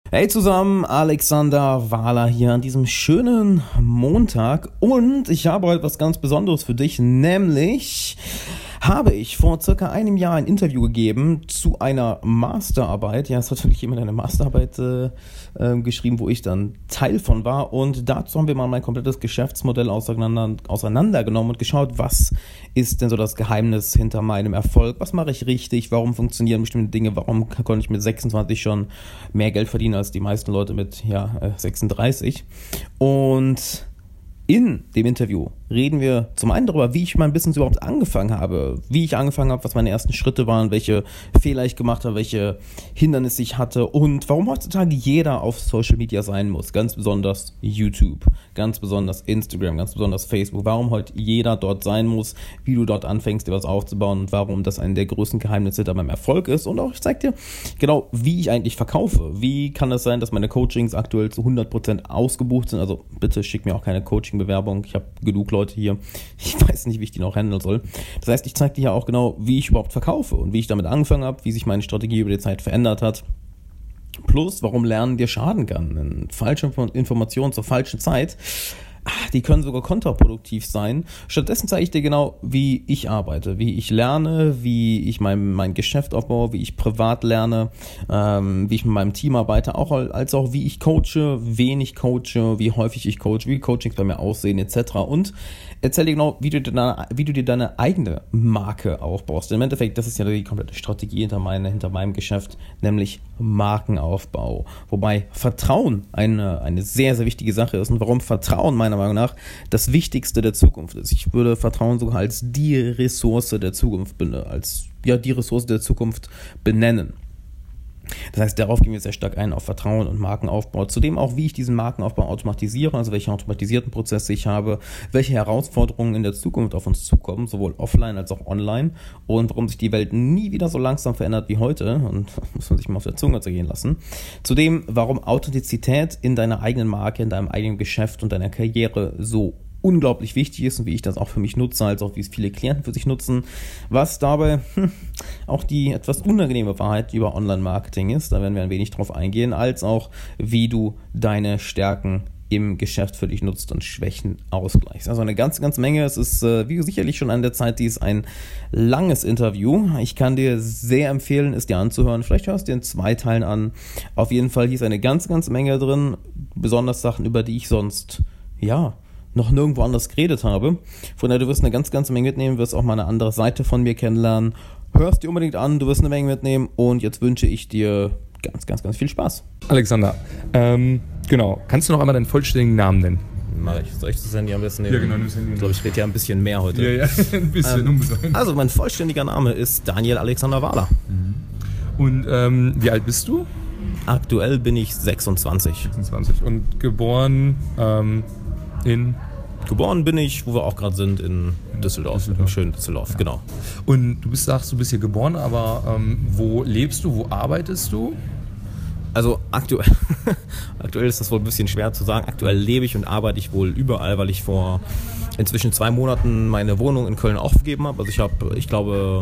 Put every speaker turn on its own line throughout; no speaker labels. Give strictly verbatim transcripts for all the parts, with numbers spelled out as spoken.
Hey zusammen, Alexander Wahler hier an diesem schönen Montag und ich habe heute was ganz Besonderes für dich, nämlich habe ich vor circa einem Jahr ein Interview gegeben zu einer Masterarbeit. Ja, es hat wirklich jemand eine Masterarbeit äh, äh, geschrieben, wo ich dann Teil von war, und dazu haben wir mal mein komplettes Geschäftsmodell auseinander, auseinandergenommen und geschaut, was ist denn so das Geheimnis hinter meinem Erfolg, was mache ich richtig, warum funktionieren bestimmte Dinge, warum konnte ich mit sechsundzwanzig schon mehr Geld verdienen als die meisten Leute mit ja, sechsunddreißig. Und in dem Interview reden wir zum einen darüber, wie ich mein Business überhaupt angefangen habe, wie ich angefangen habe, was meine ersten Schritte waren, welche Fehler ich gemacht habe, welche Hindernisse ich hatte und warum heutzutage jeder auf Social Media sein muss, ganz besonders YouTube, ganz besonders Instagram, ganz besonders Facebook, warum heute jeder dort sein muss, wie du dort anfängst, dir was aufzubauen und warum das eine der größten Geheimnisse hinter meinem Erfolg ist, und auch ich zeige dir genau, wie ich eigentlich verkaufe. Wie kann es sein, dass meine Coachings aktuell zu hundert Prozent ausgebucht sind? Also bitte schick mir auch keine Coaching-Bewerbung, ich habe genug Leute hier, ich weiß nicht, wie ich die noch handeln soll. Das heißt, ich zeige dir ja auch genau, wie ich überhaupt verkaufe und wie ich damit angefangen habe, wie sich meine Strategie über die Zeit verändert hat. Plus, warum Lernen dir schaden kann. Falsche Informationen zur falschen Zeit, die können sogar kontraproduktiv sein. Stattdessen zeige ich dir genau, wie ich arbeite, wie ich lerne, wie ich mein, mein Geschäft aufbaue, wie ich privat lerne, ähm, wie ich mit meinem Team arbeite, auch als auch wie ich coache, wen ich coache, wie häufig ich coache, wie Coachings bei mir aussehen et cetera. Und erzähl dir genau, wie du, deine, wie du dir deine eigene Marke aufbaust. Im Endeffekt, das ist ja die komplette Strategie hinter, meine, hinter meinem Geschäft, nämlich Markenaufbau. Wobei Vertrauen eine, eine sehr, sehr wichtige Sache ist, und warum Vertrauen meiner Meinung nach das Wichtigste der Zukunft ist. Ich würde Vertrauen sogar als die Ressource der Zukunft, als ja, die Ressource der Zukunft benennen. Das heißt, darauf gehen wir sehr stark ein, auf Vertrauen und Markenaufbau. Zudem auch, wie ich diesen Markenaufbau automatisiere, also welche automatisierten Prozesse ich habe, welche Herausforderungen in der Zukunft auf uns zukommen, sowohl offline als auch online, und warum sich die Welt nie wieder so langsam verändert wie heute, und muss man sich mal auf der Zunge zergehen lassen. Zudem, warum Authentizität in deiner eigenen Marke, in deinem eigenen Geschäft und deiner Karriere so unglaublich wichtig ist und wie ich das auch für mich nutze, als auch wie es viele Klienten für sich nutzen, was dabei hm, auch die etwas unangenehme Wahrheit über Online-Marketing ist, da werden wir ein wenig drauf eingehen, als auch wie du deine Stärken im Geschäft für dich nutzt und Schwächen ausgleichst. Also eine ganze, ganze Menge. Es ist, äh, wie sicherlich schon an der Zeit, dies ein langes Interview. Ich kann dir sehr empfehlen, es dir anzuhören. Vielleicht hörst du dir in zwei Teilen an. Auf jeden Fall, hier ist eine ganze, ganze Menge drin, besonders Sachen, über die ich sonst, ja, noch nirgendwo anders geredet habe. Von daher, du wirst eine ganz, ganze Menge mitnehmen, wirst auch mal eine andere Seite von mir kennenlernen. Hörst dir unbedingt an, du wirst eine Menge mitnehmen, und jetzt wünsche ich dir ganz, ganz, ganz viel Spaß.
Alexander, ähm, genau, kannst du noch einmal deinen vollständigen Namen nennen?
Mach ich. Soll ich das Handy am besten nehmen?
Ja, genau, das Handy.
Ich glaube, ich rede ja ein bisschen mehr heute.
Ja, ja, ein bisschen,
ähm,
unbedeutend.
Also, mein vollständiger Name ist Daniel Alexander Wahler.
Mhm. Und ähm, wie alt bist du?
Aktuell bin ich sechsundzwanzig.
sechsundzwanzig. Und geboren ähm, in...
Geboren bin ich, wo wir auch gerade sind, in Düsseldorf, Düsseldorf. Im schönen Düsseldorf, ja. Genau.
Und du bist, sagst, du bist hier geboren, aber ähm, wo lebst du, wo arbeitest du?
Also aktuell, aktuell ist das wohl ein bisschen schwer zu sagen. Aktuell lebe ich und arbeite ich wohl überall, weil ich vor inzwischen zwei Monaten meine Wohnung in Köln aufgegeben habe. Also ich habe, ich glaube,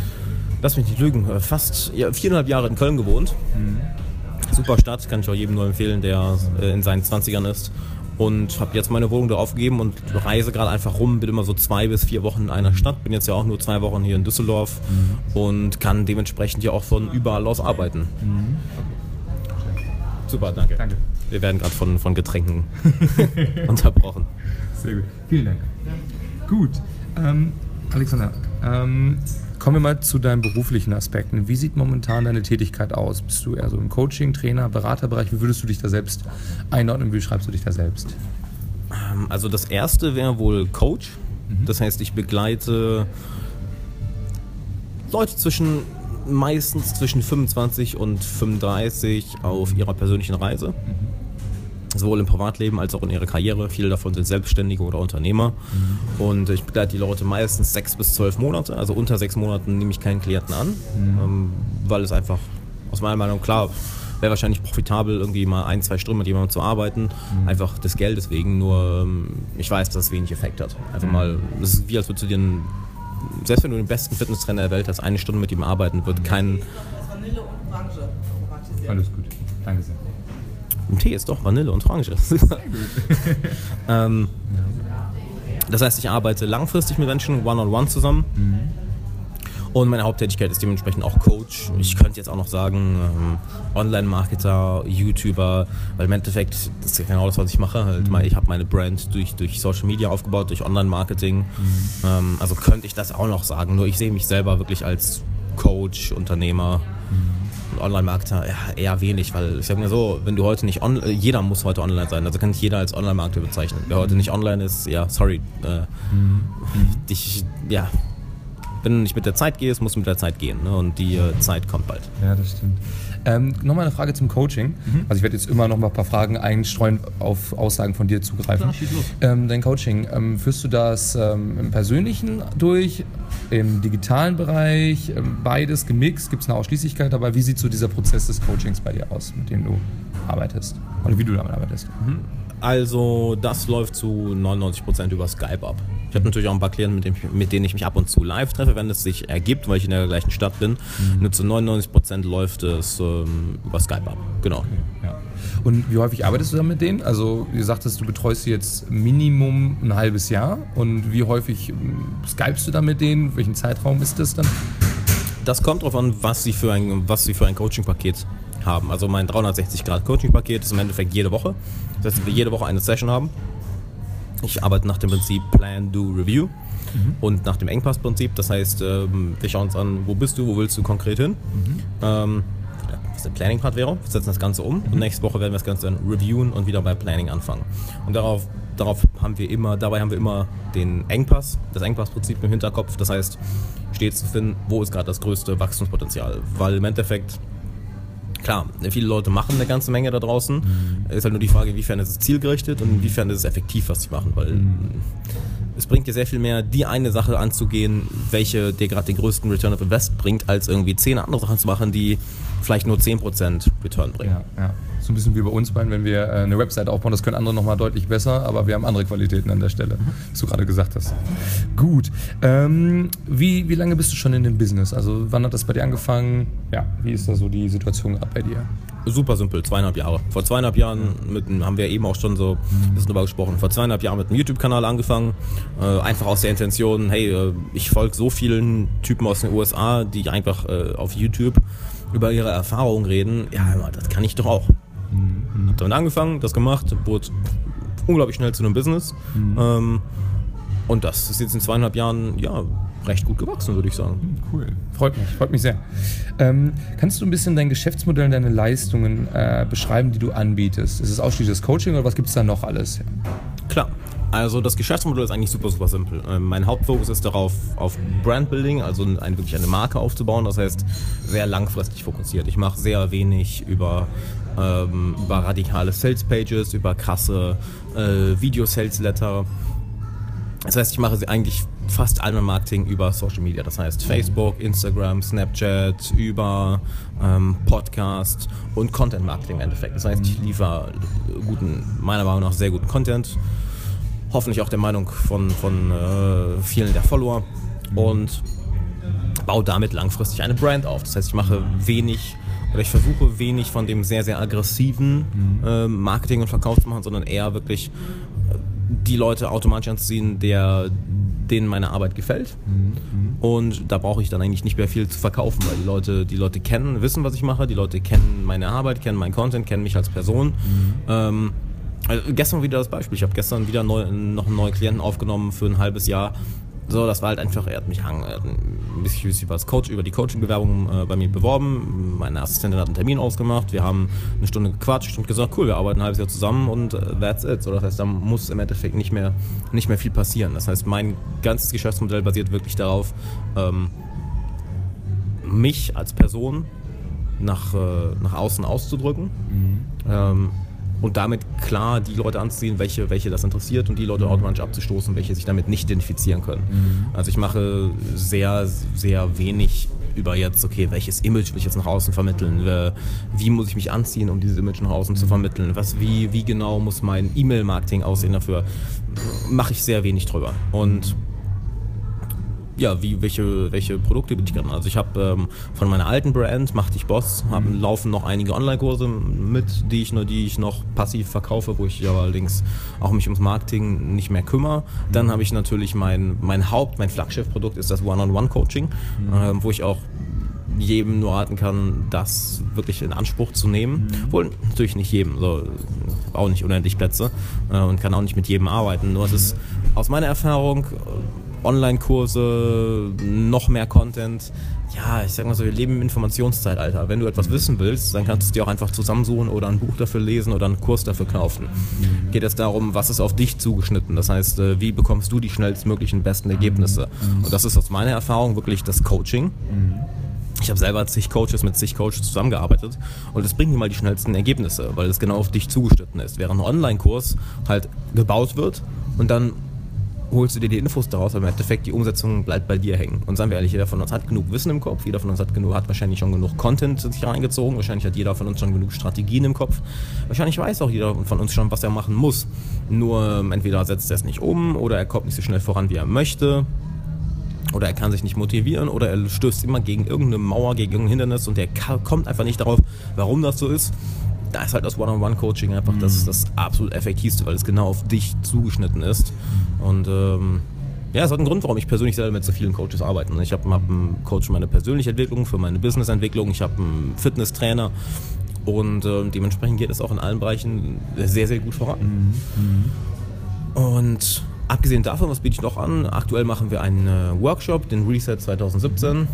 lass mich nicht lügen, fast ja, viereinhalb Jahre in Köln gewohnt. Mhm. Super Stadt, kann ich auch jedem nur empfehlen, der äh, in seinen zwanzigern ist. Und habe jetzt meine Wohnung da aufgegeben und reise gerade einfach rum, bin immer so zwei bis vier Wochen in einer Stadt, bin jetzt ja auch nur zwei Wochen hier in Düsseldorf, mhm. und kann dementsprechend ja auch von überall aus arbeiten. Mhm. Okay. Super, danke. danke. Wir werden gerade von, von Getränken unterbrochen.
Sehr gut, vielen Dank. Gut, ähm, Alexander, ähm, kommen wir mal zu deinen beruflichen Aspekten. Wie sieht momentan deine Tätigkeit aus? Bist du eher so im Coaching, Trainer, Beraterbereich? Wie würdest du dich da selbst einordnen? Wie beschreibst du dich da selbst?
Also das erste wäre wohl Coach. Mhm. Das heißt, ich begleite Leute zwischen, meistens zwischen fünfundzwanzig und fünfunddreißig auf ihrer persönlichen Reise. Mhm. Sowohl im Privatleben als auch in ihrer Karriere. Viele davon sind Selbstständige oder Unternehmer. Mhm. Und ich begleite die Leute meistens sechs bis zwölf Monate. Also unter sechs Monaten nehme ich keinen Klienten an, mhm. ähm, weil es einfach aus meiner Meinung klar wäre wahrscheinlich profitabel, irgendwie mal ein, zwei Stunden mit jemandem zu arbeiten. Mhm. Einfach des Geldes wegen. Nur ähm, ich weiß, dass es wenig Effekt hat. Einfach mhm. mal, es ist wie als würdest du dir einen, selbst wenn du den besten Fitnesstrainer der Welt hast, eine Stunde mit ihm arbeiten, wird kein...
Alles gut. Danke sehr.
Ein Tee ist doch Vanille und Orange. ähm, das heißt, ich arbeite langfristig mit Menschen one-on-one zusammen. Mhm. Und meine Haupttätigkeit ist dementsprechend auch Coach. Ich könnte jetzt auch noch sagen, ähm, Online-Marketer, YouTuber, weil im Endeffekt, das ist genau das, was ich mache. Halt, mhm. Ich habe meine Brand durch, durch Social Media aufgebaut, durch Online-Marketing. Mhm. Ähm, also könnte ich das auch noch sagen. Nur ich sehe mich selber wirklich als Coach, Unternehmer. Mhm. Online-Marketer ja, eher wenig, weil ich sage mir so, wenn du heute nicht online, jeder muss heute online sein, also kann nicht jeder als Online-Marketer bezeichnen. Wer heute nicht online ist, ja, sorry, äh, mhm. dich, ja, wenn du nicht mit der Zeit gehst, musst du mit der Zeit gehen, ne? Und die äh, Zeit kommt bald.
Ja, das stimmt. Ähm, Nochmal eine Frage zum Coaching. Mhm. Also ich werde jetzt immer noch mal ein paar Fragen einstreuen, auf Aussagen von dir zugreifen.
Ja, schieß los.
Ähm, dein Coaching, ähm, führst du das ähm, im Persönlichen durch, im digitalen Bereich, ähm, beides gemixt? Gibt es eine Ausschließlichkeit dabei? Wie sieht so dieser Prozess des Coachings bei dir aus, mit dem du arbeitest? Oder wie du damit arbeitest?
Mhm. Also das läuft zu neunundneunzig Prozent über Skype ab. Ich habe natürlich auch ein paar Klienten, mit, dem ich, mit denen ich mich ab und zu live treffe, wenn es sich ergibt, weil ich in der gleichen Stadt bin. Mhm. Nur zu neunundneunzig Prozent läuft es ähm, über Skype ab. Genau.
Okay, ja. Und wie häufig arbeitest du dann mit denen? Also du sagtest, du betreust sie jetzt Minimum ein halbes Jahr. Und wie häufig ähm, skypest du dann mit denen? Welchen Zeitraum ist das dann?
Das kommt darauf an, was sie für ein, was sie für ein Coaching-Paket haben. Also mein dreihundertsechzig Grad Coaching-Paket ist im Endeffekt jede Woche. Das heißt, dass wir jede Woche eine Session haben. Ich arbeite nach dem Prinzip Plan, Do, Review mhm. und nach dem Engpass-Prinzip. Das heißt, ähm, wir schauen uns an, wo bist du, wo willst du konkret hin. Mhm. Ähm, was der Planning-Part wäre. Wir setzen das Ganze um mhm. und nächste Woche werden wir das Ganze dann reviewen und wieder bei Planning anfangen. Und darauf, darauf haben wir immer, dabei haben wir immer den Engpass, das Engpass-Prinzip im Hinterkopf. Das heißt, stets zu finden, wo ist gerade das größte Wachstumspotenzial. Weil im Endeffekt, klar, viele Leute machen eine ganze Menge da draußen. Mhm. Ist halt nur die Frage, inwiefern ist es zielgerichtet und inwiefern ist es effektiv, was sie machen. Weil mhm. es bringt dir sehr viel mehr, die eine Sache anzugehen, welche dir gerade den größten Return of Invest bringt, als irgendwie zehn andere Sachen zu machen, die vielleicht nur zehn Prozent Return bringen.
Ja, ja. So ein bisschen wie bei uns beiden, wenn wir eine Website aufbauen, das können andere nochmal deutlich besser, aber wir haben andere Qualitäten an der Stelle, was du gerade gesagt hast. Gut. Ähm, wie, wie lange bist du schon in dem Business? Also wann hat das bei dir angefangen? Ja, wie ist da so die Situation gerade bei dir?
Super simpel, zweieinhalb Jahre. Vor zweieinhalb Jahren mit, haben wir eben auch schon so ein bisschen drüber gesprochen. Vor zweieinhalb Jahren mit einem YouTube-Kanal angefangen. Äh, einfach aus der Intention, hey, äh, ich folge so vielen Typen aus den U S A, die einfach äh, auf YouTube über ihre Erfahrungen reden. Ja, das kann ich doch auch. Mhm. Hab damit angefangen, das gemacht, wurde unglaublich schnell zu einem Business. Mhm. Ähm, und das ist jetzt in zweieinhalb Jahren, ja, recht gut gewachsen, würde ich sagen.
Cool, freut mich, freut mich sehr. Ähm, kannst du ein bisschen dein Geschäftsmodell und deine Leistungen äh, beschreiben, die du anbietest? Ist es ausschließlich das Coaching oder was gibt es da noch alles?
Klar, also das Geschäftsmodell ist eigentlich super, super simpel. Ähm, mein Hauptfokus ist darauf, auf Brandbuilding, also ein, wirklich eine Marke aufzubauen, das heißt sehr langfristig fokussiert. Ich mache sehr wenig über, ähm, über radikale Sales-Pages, über krasse äh, Video-Sales-Letter. Das heißt, ich mache eigentlich fast all mein Marketing über Social Media. Das heißt Facebook, Instagram, Snapchat, über ähm, Podcast und Content Marketing im Endeffekt. Das heißt, ich liefere guten, meiner Meinung nach sehr guten Content. Hoffentlich auch der Meinung von, von äh, vielen der Follower. Und baue damit langfristig eine Brand auf. Das heißt, ich mache wenig oder ich versuche wenig von dem sehr, sehr aggressiven äh, Marketing und Verkauf zu machen, sondern eher wirklich die Leute automatisch anzuziehen, der, denen meine Arbeit gefällt. Mhm. Und da brauche ich dann eigentlich nicht mehr viel zu verkaufen, weil die Leute, die Leute kennen, wissen, was ich mache, die Leute kennen meine Arbeit, kennen meinen Content, kennen mich als Person. Mhm. Ähm, also gestern wieder das Beispiel, ich habe gestern wieder neu, noch einen neuen Klienten aufgenommen für ein halbes Jahr. So, das war halt einfach, er hat mich an, er hat ein bisschen über, das Coach, über die Coaching-Bewerbung äh, bei mir beworben. Meine Assistentin hat einen Termin ausgemacht. Wir haben eine Stunde gequatscht und gesagt, cool, wir arbeiten ein halbes Jahr zusammen und uh, that's it. So, das heißt, da muss im Endeffekt nicht mehr, nicht mehr viel passieren. Das heißt, mein ganzes Geschäftsmodell basiert wirklich darauf, ähm, mich als Person nach, äh, nach außen auszudrücken. Mhm. Ähm, Und damit klar die Leute anzuziehen, welche, welche das interessiert und die Leute automatisch abzustoßen, welche sich damit nicht identifizieren können. Mhm. Also ich mache sehr, sehr wenig über jetzt, okay, welches Image will ich jetzt nach außen vermitteln, wie muss ich mich anziehen, um dieses Image nach außen zu vermitteln, was, wie, wie genau muss mein E-Mail-Marketing aussehen dafür, mache ich sehr wenig drüber. Und ja, wie, welche, welche Produkte biete ich gerade an. Also ich habe ähm, von meiner alten Brand, Mach dich Boss, haben, mhm. laufen noch einige Online-Kurse mit, die ich, nur, die ich noch passiv verkaufe, wo ich aber allerdings auch mich ums Marketing nicht mehr kümmere. Mhm. Dann habe ich natürlich mein, mein Haupt, mein Flaggschiff-Produkt ist das One-on-One-Coaching, mhm. ähm, wo ich auch jedem nur raten kann, das wirklich in Anspruch zu nehmen. Mhm. Wohl natürlich nicht jedem, so, auch nicht unendlich Plätze äh, und kann auch nicht mit jedem arbeiten. Nur es ist aus meiner Erfahrung, Online-Kurse, noch mehr Content. Ja, ich sag mal so, wir leben im Informationszeitalter. Wenn du etwas wissen willst, dann kannst du es dir auch einfach zusammensuchen oder ein Buch dafür lesen oder einen Kurs dafür kaufen. Mhm. Geht es darum, was ist auf dich zugeschnitten? Das heißt, wie bekommst du die schnellstmöglichen besten Ergebnisse? Mhm. Und das ist aus meiner Erfahrung wirklich das Coaching. Mhm. Ich habe selber zig Coaches mit zig Coaches zusammengearbeitet und das bringt mir mal die schnellsten Ergebnisse, weil es genau auf dich zugeschnitten ist. Während ein Online-Kurs halt gebaut wird und dann holst du dir die Infos daraus, aber im Endeffekt die Umsetzung bleibt bei dir hängen. Und seien wir ehrlich, jeder von uns hat genug Wissen im Kopf, jeder von uns hat, genug, hat wahrscheinlich schon genug Content sich reingezogen, wahrscheinlich hat jeder von uns schon genug Strategien im Kopf, wahrscheinlich weiß auch jeder von uns schon, was er machen muss. Nur entweder setzt er es nicht um oder er kommt nicht so schnell voran, wie er möchte. Oder er kann sich nicht motivieren oder er stößt immer gegen irgendeine Mauer, gegen irgendein Hindernis und er kommt einfach nicht darauf, warum das so ist. Da ist halt das One-on-One-Coaching einfach mhm. das, das absolut effektivste, weil es genau auf dich zugeschnitten ist. Und ähm, ja, es hat einen Grund, warum ich persönlich selber mit so vielen Coaches arbeite. Ich habe hab einen Coach für meine persönliche Entwicklung, für meine Business-Entwicklung, ich habe einen Fitnesstrainer und äh, dementsprechend geht es auch in allen Bereichen sehr, sehr gut voran. Mhm. Und abgesehen davon, was biete ich noch an? Aktuell machen wir einen äh, Workshop, den Reset zwanzig siebzehn.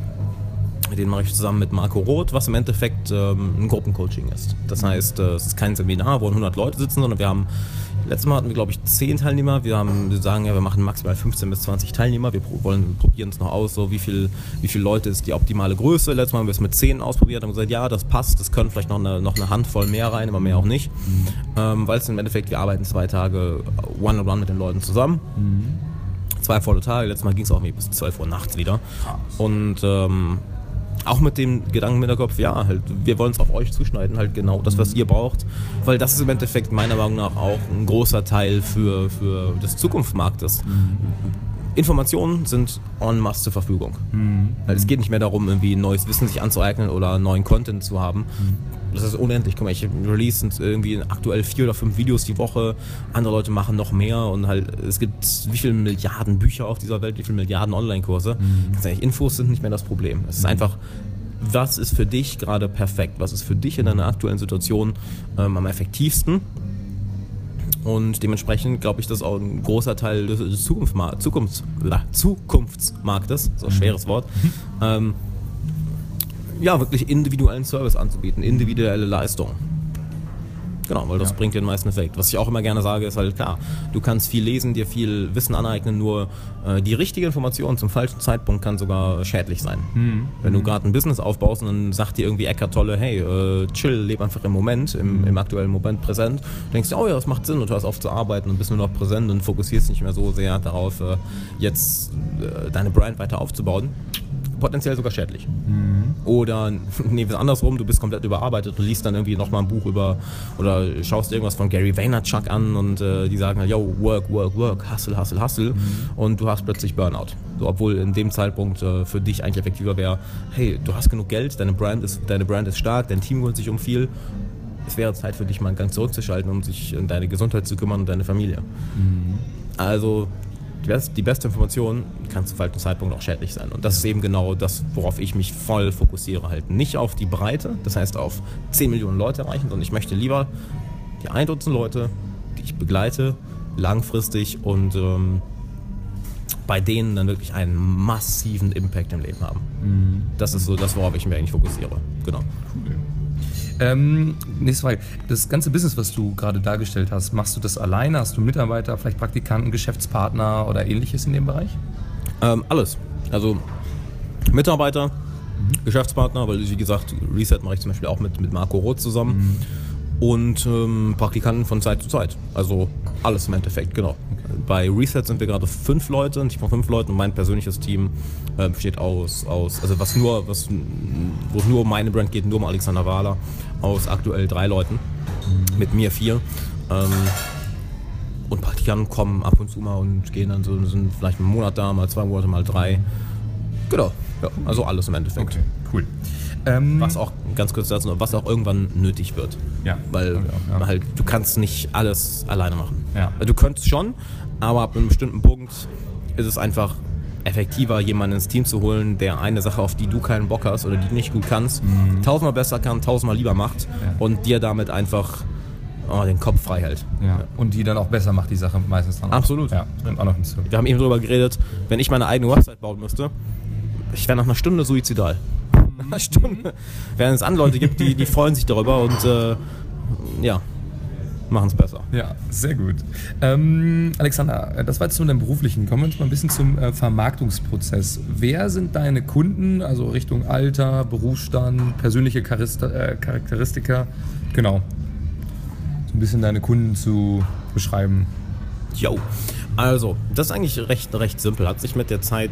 Den mache ich zusammen mit Marco Roth, was im Endeffekt ähm, ein Gruppencoaching ist. Das heißt, äh, es ist kein Seminar, wo hundert Leute sitzen, sondern wir haben, letztes Mal hatten wir glaube ich zehn Teilnehmer. Wir, haben, wir sagen ja, wir machen maximal fünfzehn bis zwanzig Teilnehmer. Wir pro- wollen, probieren es noch aus, so wie viel, wie viele Leute ist die optimale Größe. Letztes Mal haben wir es mit zehn ausprobiert und gesagt, ja, das passt, das können vielleicht noch eine, noch eine Handvoll mehr rein, aber mehr auch nicht. Mhm. Ähm, weil es im Endeffekt, wir arbeiten zwei Tage one-on-one mit den Leuten zusammen. Mhm. Zwei volle Tage, letztes Mal ging es auch bis zwölf Uhr nachts wieder. Und ähm, auch mit dem Gedanken im Hinterkopf, ja, halt, wir wollen es auf euch zuschneiden, halt genau das, was ihr braucht, weil das ist im Endeffekt meiner Meinung nach auch ein großer Teil für, für das Zukunftsmarktes. Mhm. Informationen sind en masse zur Verfügung. Mhm. Weil es geht nicht mehr darum, irgendwie neues Wissen sich anzueignen oder neuen Content zu haben. Mhm. Das ist unendlich. Guck mal, ich release irgendwie aktuell vier oder fünf Videos die Woche. Andere Leute machen noch mehr und halt, es gibt wie viele Milliarden Bücher auf dieser Welt, wie viele Milliarden Online-Kurse. Mhm. Ganz ehrlich, Infos sind nicht mehr das Problem. Es ist mhm. einfach, was ist für dich gerade perfekt? Was ist für dich in deiner aktuellen Situation ähm, am effektivsten? Und dementsprechend glaube ich, dass auch ein großer Teil des Zukunftsmar- Zukunfts- Zukunftsmarktes, so ein schweres Wort, ähm, ja, wirklich individuellen Service anzubieten, individuelle Leistung. Genau, weil das ja. bringt dir den meisten Effekt. Was ich auch immer gerne sage, ist halt klar, du kannst viel lesen, dir viel Wissen aneignen, nur äh, die richtige Information zum falschen Zeitpunkt kann sogar schädlich sein. Mhm. Wenn du gerade ein Business aufbaust und dann sagt dir irgendwie Eckhart Tolle, hey, äh, chill, leb einfach im Moment, im, im aktuellen Moment präsent, du denkst dir, oh ja, das macht Sinn und du hörst auf zu arbeiten und bist nur noch präsent und fokussierst nicht mehr so sehr darauf, äh, jetzt äh, deine Brand weiter aufzubauen. Potenziell sogar schädlich. Mhm. Oder nee, andersrum, du bist komplett überarbeitet, du liest dann irgendwie nochmal ein Buch über oder schaust irgendwas von Gary Vaynerchuk an und äh, die sagen halt, yo, work, work, work, hustle, hustle, hustle mhm. und du hast plötzlich Burnout. So, obwohl in dem Zeitpunkt äh, für dich eigentlich effektiver wäre, hey, du hast genug Geld, deine Brand ist, deine Brand ist stark, dein Team kümmert sich um viel. Es wäre Zeit für dich mal einen Gang zurückzuschalten, um sich um deine Gesundheit zu kümmern und deine Familie. Mhm. Also die beste Information kann zum falschen Zeitpunkt auch schädlich sein. Und das ist eben genau das, worauf ich mich voll fokussiere. Halt nicht auf die Breite, das heißt auf zehn Millionen Leute erreichen, sondern ich möchte lieber die ein Dutzend Leute, die ich begleite, langfristig und ähm, bei denen dann wirklich einen massiven Impact im Leben haben. Mhm. Das ist so das, worauf ich mich eigentlich fokussiere. Genau. Cool.
Ähm, nächste Frage. Das ganze Business, was du gerade dargestellt hast, machst du das alleine? Hast du Mitarbeiter, vielleicht Praktikanten, Geschäftspartner oder ähnliches in dem Bereich?
Ähm, alles. Also Mitarbeiter, mhm. Geschäftspartner, weil wie gesagt, Reset mache ich zum Beispiel auch mit, mit Marco Roth zusammen mhm. und ähm, Praktikanten von Zeit zu Zeit. Also alles im Endeffekt, genau. Okay. Bei Reset sind wir gerade fünf Leute, ein Team von fünf Leuten und mein persönliches Team äh, besteht aus, aus, also was nur, was, wo es nur um meine Brand geht, nur um Alexander Wahler, aus aktuell drei Leuten, mhm. mit mir vier. Ähm, und Praktikanten kommen ab und zu mal und gehen dann so, sind vielleicht einen Monat da, mal zwei Monate, mal drei. Genau, ja, also alles im Endeffekt.
Okay, cool. Ähm,
was auch, ganz kurz dazu, was auch irgendwann nötig wird.
Ja.
Weil
auch, ja.
halt, du kannst nicht alles alleine machen.
Ja.
Du könntest schon, aber ab einem bestimmten Punkt ist es einfach effektiver, jemanden ins Team zu holen, der eine Sache, auf die du keinen Bock hast oder die du nicht gut kannst, mhm. tausendmal besser kann, tausendmal lieber macht ja. und dir damit einfach oh, den Kopf frei hält.
Ja. Und die dann auch besser macht, die Sache meistens dann.
Absolut.
Ja, nimmt auch noch hinzu.
Wir haben eben darüber geredet, wenn ich meine eigene Website bauen müsste, ich wäre nach einer Stunde suizidal. Nach einer Stunde. Während es an Leute gibt, die, die freuen sich darüber und äh, ja, machen es besser.
Ja, sehr gut. Ähm, Alexander, das war jetzt zu deinem beruflichen. Kommen wir jetzt mal ein bisschen zum äh, Vermarktungsprozess. Wer sind deine Kunden, also Richtung Alter, Berufsstand, persönliche Charista- äh, Charakteristika? Genau. So ein bisschen deine Kunden zu beschreiben.
Jo, also, das ist eigentlich recht, recht simpel. Hat sich mit der Zeit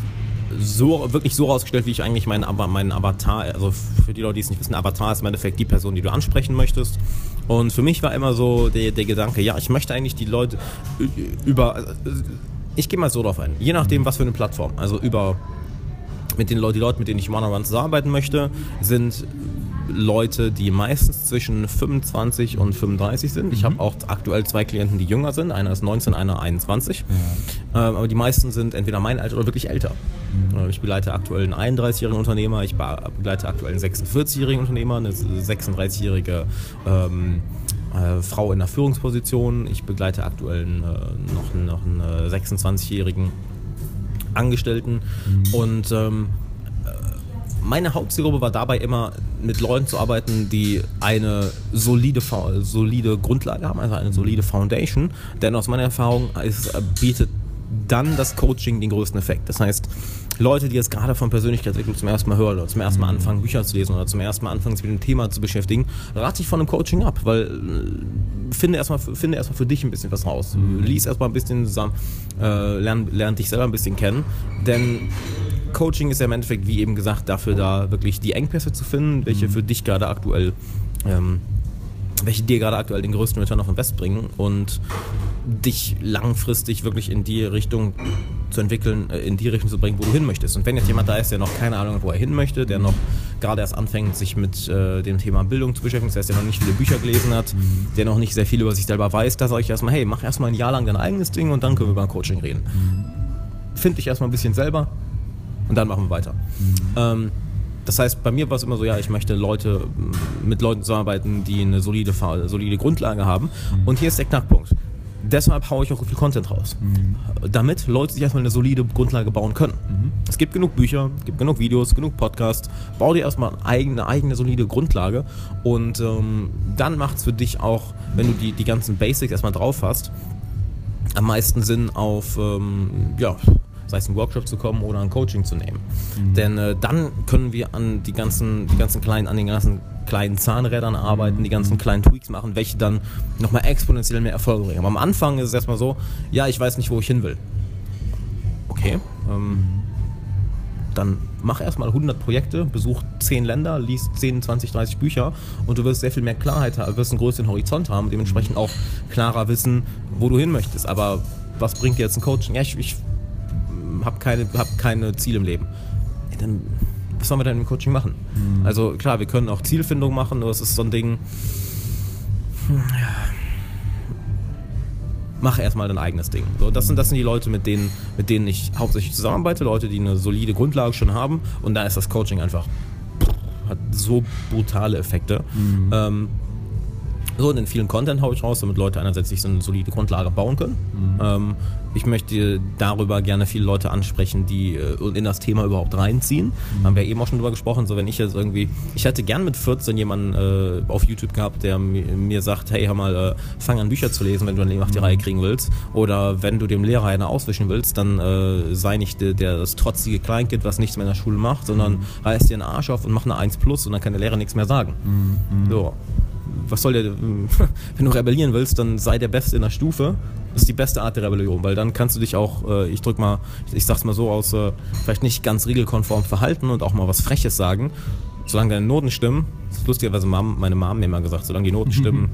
so wirklich so rausgestellt, wie ich eigentlich meinen, meinen Avatar, also für die Leute, die es nicht wissen, Avatar ist im Endeffekt die Person, die du ansprechen möchtest. Und für mich war immer so der, der Gedanke, ja, ich möchte eigentlich die Leute über, ich gehe mal so drauf ein, je nachdem, was für eine Plattform, also über, mit den Leuten, die Leute, mit denen ich one-on-one zusammenarbeiten möchte, sind Leute, die meistens zwischen fünfundzwanzig und fünfunddreißig sind. Ich mhm. habe auch aktuell zwei Klienten, die jünger sind. Einer ist neunzehn, einer einundzwanzig. Ja. Ähm, aber die meisten sind entweder mein Alter oder wirklich älter. Mhm. Ich begleite aktuell einen einunddreißigjährigen Unternehmer, ich begleite aktuell einen sechsundvierzigjährigen Unternehmer, eine sechsunddreißigjährige ähm, äh, Frau in der Führungsposition. Ich begleite aktuell äh, noch, noch einen sechsundzwanzigjährigen Angestellten. Mhm. Und ähm, meine Hauptzielgruppe war dabei immer, mit Leuten zu arbeiten, die eine solide, solide Grundlage haben, also eine solide Foundation. Denn aus meiner Erfahrung ist, bietet dann das Coaching den größten Effekt. Das heißt, Leute, die jetzt gerade von Persönlichkeitsentwicklung zum ersten Mal hören oder zum ersten Mal anfangen, Bücher zu lesen oder zum ersten Mal anfangen, sich mit dem Thema zu beschäftigen, rate ich von einem Coaching ab, weil finde erstmal finde erstmal für dich ein bisschen was raus. Mhm. Lies erstmal ein bisschen zusammen, äh, lern, lern dich selber ein bisschen kennen, denn Coaching ist ja im Endeffekt, wie eben gesagt, dafür da, wirklich die Engpässe zu finden, welche für dich gerade aktuell, ähm, welche dir gerade aktuell den größten Return of Invest bringen und dich langfristig wirklich in die Richtung zu entwickeln, in die Richtung zu bringen, wo du hin möchtest. Und wenn jetzt jemand da ist, der noch keine Ahnung hat, wo er hin möchte, der noch gerade erst anfängt, sich mit äh, dem Thema Bildung zu beschäftigen, das heißt, der noch nicht viele Bücher gelesen hat, mhm. der noch nicht sehr viel über sich selber weiß, da sage ich erstmal, hey, mach erstmal ein Jahr lang dein eigenes Ding und dann können wir über ein Coaching reden. Mhm. Find dich erstmal ein bisschen selber und dann machen wir weiter. Mhm. Ähm, das heißt, bei mir war es immer so, ja, ich möchte Leute mit Leuten zusammenarbeiten, die eine solide, solide Grundlage haben. Mhm. Und hier ist der Knackpunkt. Deshalb haue ich auch so viel Content raus. Mhm. Damit Leute sich erstmal eine solide Grundlage bauen können. Mhm. Es gibt genug Bücher, es gibt genug Videos, genug Podcasts. Bau dir erstmal eine eigene, eigene solide Grundlage und ähm, dann macht es für dich auch, wenn du die, die ganzen Basics erstmal drauf hast, am meisten Sinn auf, ähm, ja, sei es einen Workshop zu kommen oder ein Coaching zu nehmen. Mhm. Denn äh, dann können wir an die ganzen, die ganzen kleinen, an den ganzen kleinen Zahnrädern arbeiten, die ganzen kleinen Tweaks machen, welche dann nochmal exponentiell mehr Erfolg bringen. Aber am Anfang ist es erstmal so, ja, ich weiß nicht, wo ich hin will. Okay, ähm, dann mach erstmal hundert Projekte, besuch zehn Länder, lies zehn, zwanzig, dreißig Bücher und du wirst sehr viel mehr Klarheit haben, wirst einen größeren Horizont haben und dementsprechend auch klarer wissen, wo du hin möchtest. Aber was bringt dir jetzt ein Coaching? Ja, ich, ich habe keine, hab keine Ziele im Leben. Ja, dann was sollen wir denn im Coaching machen? Mhm. Also klar, wir können auch Zielfindung machen, nur es ist so ein Ding, mach erstmal dein eigenes Ding. So, das sind, das sind die Leute, mit denen, mit denen ich hauptsächlich zusammenarbeite, Leute, die eine solide Grundlage schon haben und da ist das Coaching einfach, hat so brutale Effekte. Mhm. Ähm, so, und den vielen Content haue ich raus, damit Leute einerseits sich so eine solide Grundlage bauen können. Mhm. Ähm, ich möchte darüber gerne viele Leute ansprechen, die äh, in das Thema überhaupt reinziehen. Mhm. Haben wir eben auch schon drüber gesprochen, so wenn ich jetzt irgendwie, ich hätte gern mit vierzehn jemanden äh, auf YouTube gehabt, der mir, mir sagt, hey, hör mal, äh, fang an Bücher zu lesen, wenn du eine nach die mhm. Reihe kriegen willst. Oder wenn du dem Lehrer eine auswischen willst, dann äh, sei nicht der, der das trotzige Kleinkind, was nichts mehr in der Schule macht, sondern mhm. reiß dir einen Arsch auf und mach eine eins plus und dann kann der Lehrer nichts mehr sagen. Mhm. So. Was soll der, wenn du rebellieren willst, dann sei der Beste in der Stufe. Das ist die beste Art der Rebellion, weil dann kannst du dich auch, ich drück mal, ich sag's mal so aus, vielleicht nicht ganz regelkonform verhalten und auch mal was Freches sagen. Solange deine Noten stimmen, das ist lustigerweise meine Mom mir mal gesagt, solange die Noten stimmen,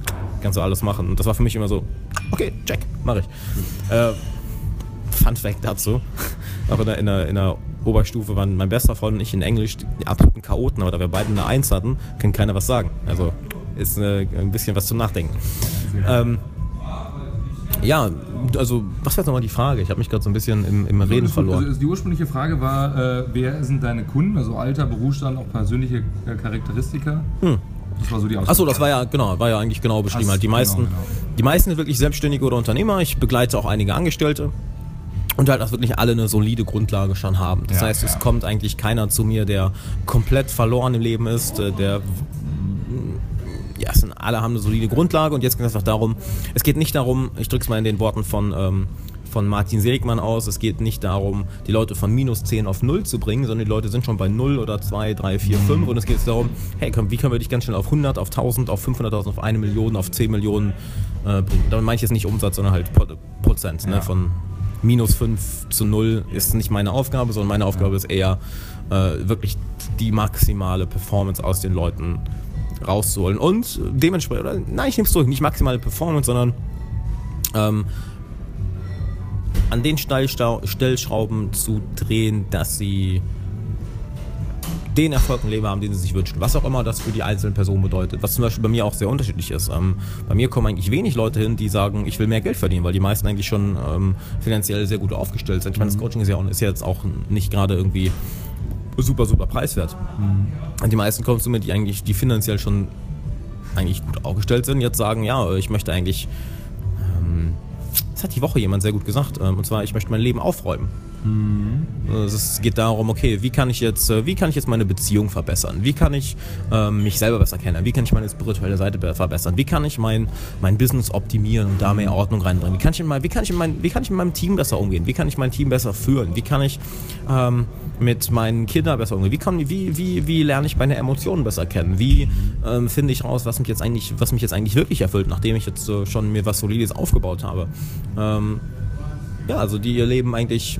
kannst du alles machen. Und das war für mich immer so, okay, check, mach ich. Äh, Fun Fact dazu, auch in der, in der, in der Oberstufe waren mein bester Freund und ich in Englisch die absoluten Chaoten, aber da wir beide eine Eins hatten, kann keiner was sagen. Also ist äh, ein bisschen was zum Nachdenken. Ähm, ja, also was war jetzt nochmal die Frage? Ich habe mich gerade so ein bisschen im, im Reden also, verloren.
Also die ursprüngliche Frage war, äh, wer sind deine Kunden? Also Alter, Berufsstand, auch persönliche äh, Charakteristika? Hm. Das war so die Ausgabe.
Achso, das war ja genau, war ja eigentlich genau beschrieben. Halt die meisten, genau, genau. die meisten sind wirklich Selbstständige oder Unternehmer. Ich begleite auch einige Angestellte. Und halt, dass wirklich alle eine solide Grundlage schon haben. Das ja, heißt, ja. es kommt eigentlich keiner zu mir, der komplett verloren im Leben ist, der, ja, es sind, alle haben eine solide Grundlage und jetzt geht es einfach darum, es geht nicht darum, ich drücke es mal in den Worten von, ähm, von Martin Seligmann aus, es geht nicht darum, die Leute von minus zehn auf null zu bringen, sondern die Leute sind schon bei null oder zwei, drei, vier, fünf und es geht darum, hey, komm, wie können wir dich ganz schnell auf hundert, auf tausend, auf fünfhunderttausend, auf eine Million, auf zehn Millionen äh, bringen. Damit meine ich jetzt nicht Umsatz, sondern halt Prozent, ja. ne, von minus fünf zu null ist nicht meine Aufgabe, sondern meine Aufgabe ist eher, äh, wirklich die maximale Performance aus den Leuten rauszuholen. Und dementsprechend, oder, nein, ich nehme es zurück, nicht maximale Performance, sondern ähm, an den Stellschrauben zu drehen, dass sie den Erfolg im Leben haben, den sie sich wünschen. Was auch immer das für die einzelnen Personen bedeutet. Was zum Beispiel bei mir auch sehr unterschiedlich ist. Ähm, bei mir kommen eigentlich wenig Leute hin, die sagen, ich will mehr Geld verdienen, weil die meisten eigentlich schon ähm, finanziell sehr gut aufgestellt sind. Ich meine, das Coaching ist ja, auch, ist ja jetzt auch nicht gerade irgendwie super, super preiswert. Mhm. Die meisten kommen zu mir, die eigentlich, die finanziell schon eigentlich gut aufgestellt sind, jetzt sagen, ja, ich möchte eigentlich, ähm, das hat die Woche jemand sehr gut gesagt, ähm, und zwar, ich möchte mein Leben aufräumen. Mhm. Es geht darum, okay, wie kann ich jetzt, wie kann ich jetzt meine Beziehung verbessern? Wie kann ich ähm, mich selber besser kennen? Wie kann ich meine spirituelle Seite verbessern? Wie kann ich mein, mein Business optimieren und da mehr Ordnung reinbringen? Wie kann ich in mein, wie kann ich in mein, wie kann ich mit meinem Team besser umgehen? Wie kann ich mein Team besser führen? Wie kann ich ähm, mit meinen Kindern besser umgehen? Wie, kann, wie, wie, wie lerne ich meine Emotionen besser kennen? Wie ähm, finde ich raus, was mich jetzt eigentlich, was mich jetzt eigentlich wirklich erfüllt, nachdem ich jetzt äh, schon mir was Solides aufgebaut habe? Ähm, ja, also die ihr Leben eigentlich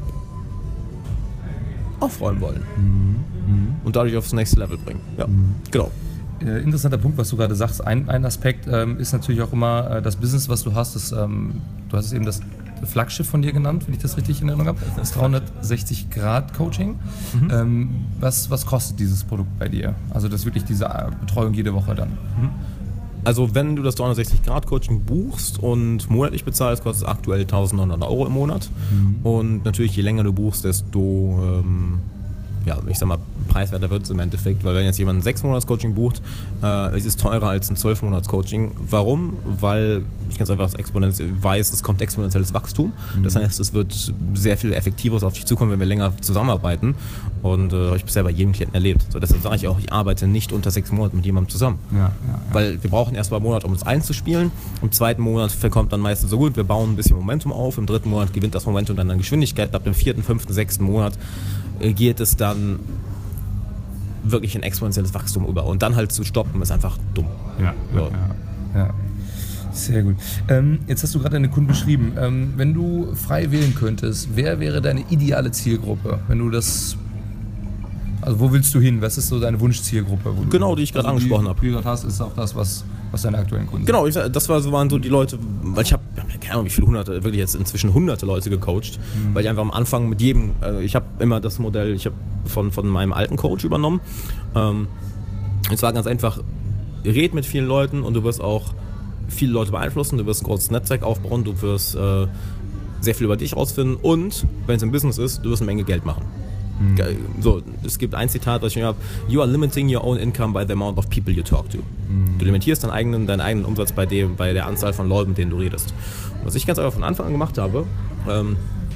aufräumen wollen mhm. und dadurch aufs nächste Level bringen. Ja, mhm. genau.
Äh, interessanter Punkt, was du gerade sagst. Ein, ein Aspekt ähm, ist natürlich auch immer äh, das Business, was du hast. Das, ähm, du hast es eben das Flaggschiff von dir genannt, wenn ich das richtig in Erinnerung habe. Das dreihundertsechzig Grad Coaching. Mhm. Ähm, was, was kostet dieses Produkt bei dir? Also das wirklich diese Betreuung jede Woche dann? Mhm.
Also wenn du das dreihundertsechzig Grad Coaching buchst und monatlich bezahlst, kostet es aktuell eintausendneunhundert Euro im Monat. Mhm. Und natürlich, je länger du buchst, desto, ähm, ja, ich sag mal, preiswerter wird es im Endeffekt. Weil wenn jetzt jemand ein sechs Monats Coaching bucht, äh, ist es teurer als ein zwölf Monats Coaching. Warum? Weil ich ganz einfach exponentiell weiß, es kommt exponentielles Wachstum. Mhm. Das heißt, es wird sehr viel Effektiveres auf dich zukommen, wenn wir länger zusammenarbeiten. Und äh, habe ich bisher bei jedem Klienten erlebt. So, deshalb sage ich auch, ich arbeite nicht unter sechs Monaten mit jemandem zusammen. Ja, ja, ja. Weil wir brauchen erst mal einen Monat, um uns einzuspielen. Im zweiten Monat kommt dann meistens so gut, wir bauen ein bisschen Momentum auf. Im dritten Monat gewinnt das Momentum dann an Geschwindigkeit. Ab dem vierten, fünften, sechsten Monat äh, geht es dann wirklich ein exponentielles Wachstum über. Und dann halt zu stoppen, ist einfach dumm.
Ja, so. ja, ja. Sehr gut. Ähm, jetzt hast du gerade deine Kunden beschrieben. Ähm, wenn du frei wählen könntest, wer wäre deine ideale Zielgruppe? Wenn du das, also wo willst du hin? Was ist so deine Wunschzielgruppe? Wo
genau, die ich gerade also angesprochen habe.
Die du gerade hast, ist auch das, was, was deine aktuellen Kunden
genau, sind. Genau, das war, so waren so die Leute, weil ich habe, keine Ahnung, wie viele hunderte, wirklich jetzt inzwischen hunderte Leute gecoacht, mhm. weil ich einfach am Anfang mit jedem, äh, ich habe immer das Modell, ich habe von, von meinem alten Coach übernommen. Ähm, es war ganz einfach, red mit vielen Leuten und du wirst auch viele Leute beeinflussen, du wirst ein großes Netzwerk aufbauen, du wirst äh, sehr viel über dich rausfinden und, wenn es im Business ist, du wirst eine Menge Geld machen. Mhm. So, es gibt ein Zitat, was ich mir habe, you are limiting your own income by the amount of people you talk to. Mhm. Du limitierst deinen eigenen, deinen eigenen Umsatz bei, dem, bei der Anzahl von Leuten, mit denen du redest. Und was ich ganz einfach von Anfang an gemacht habe, ähm,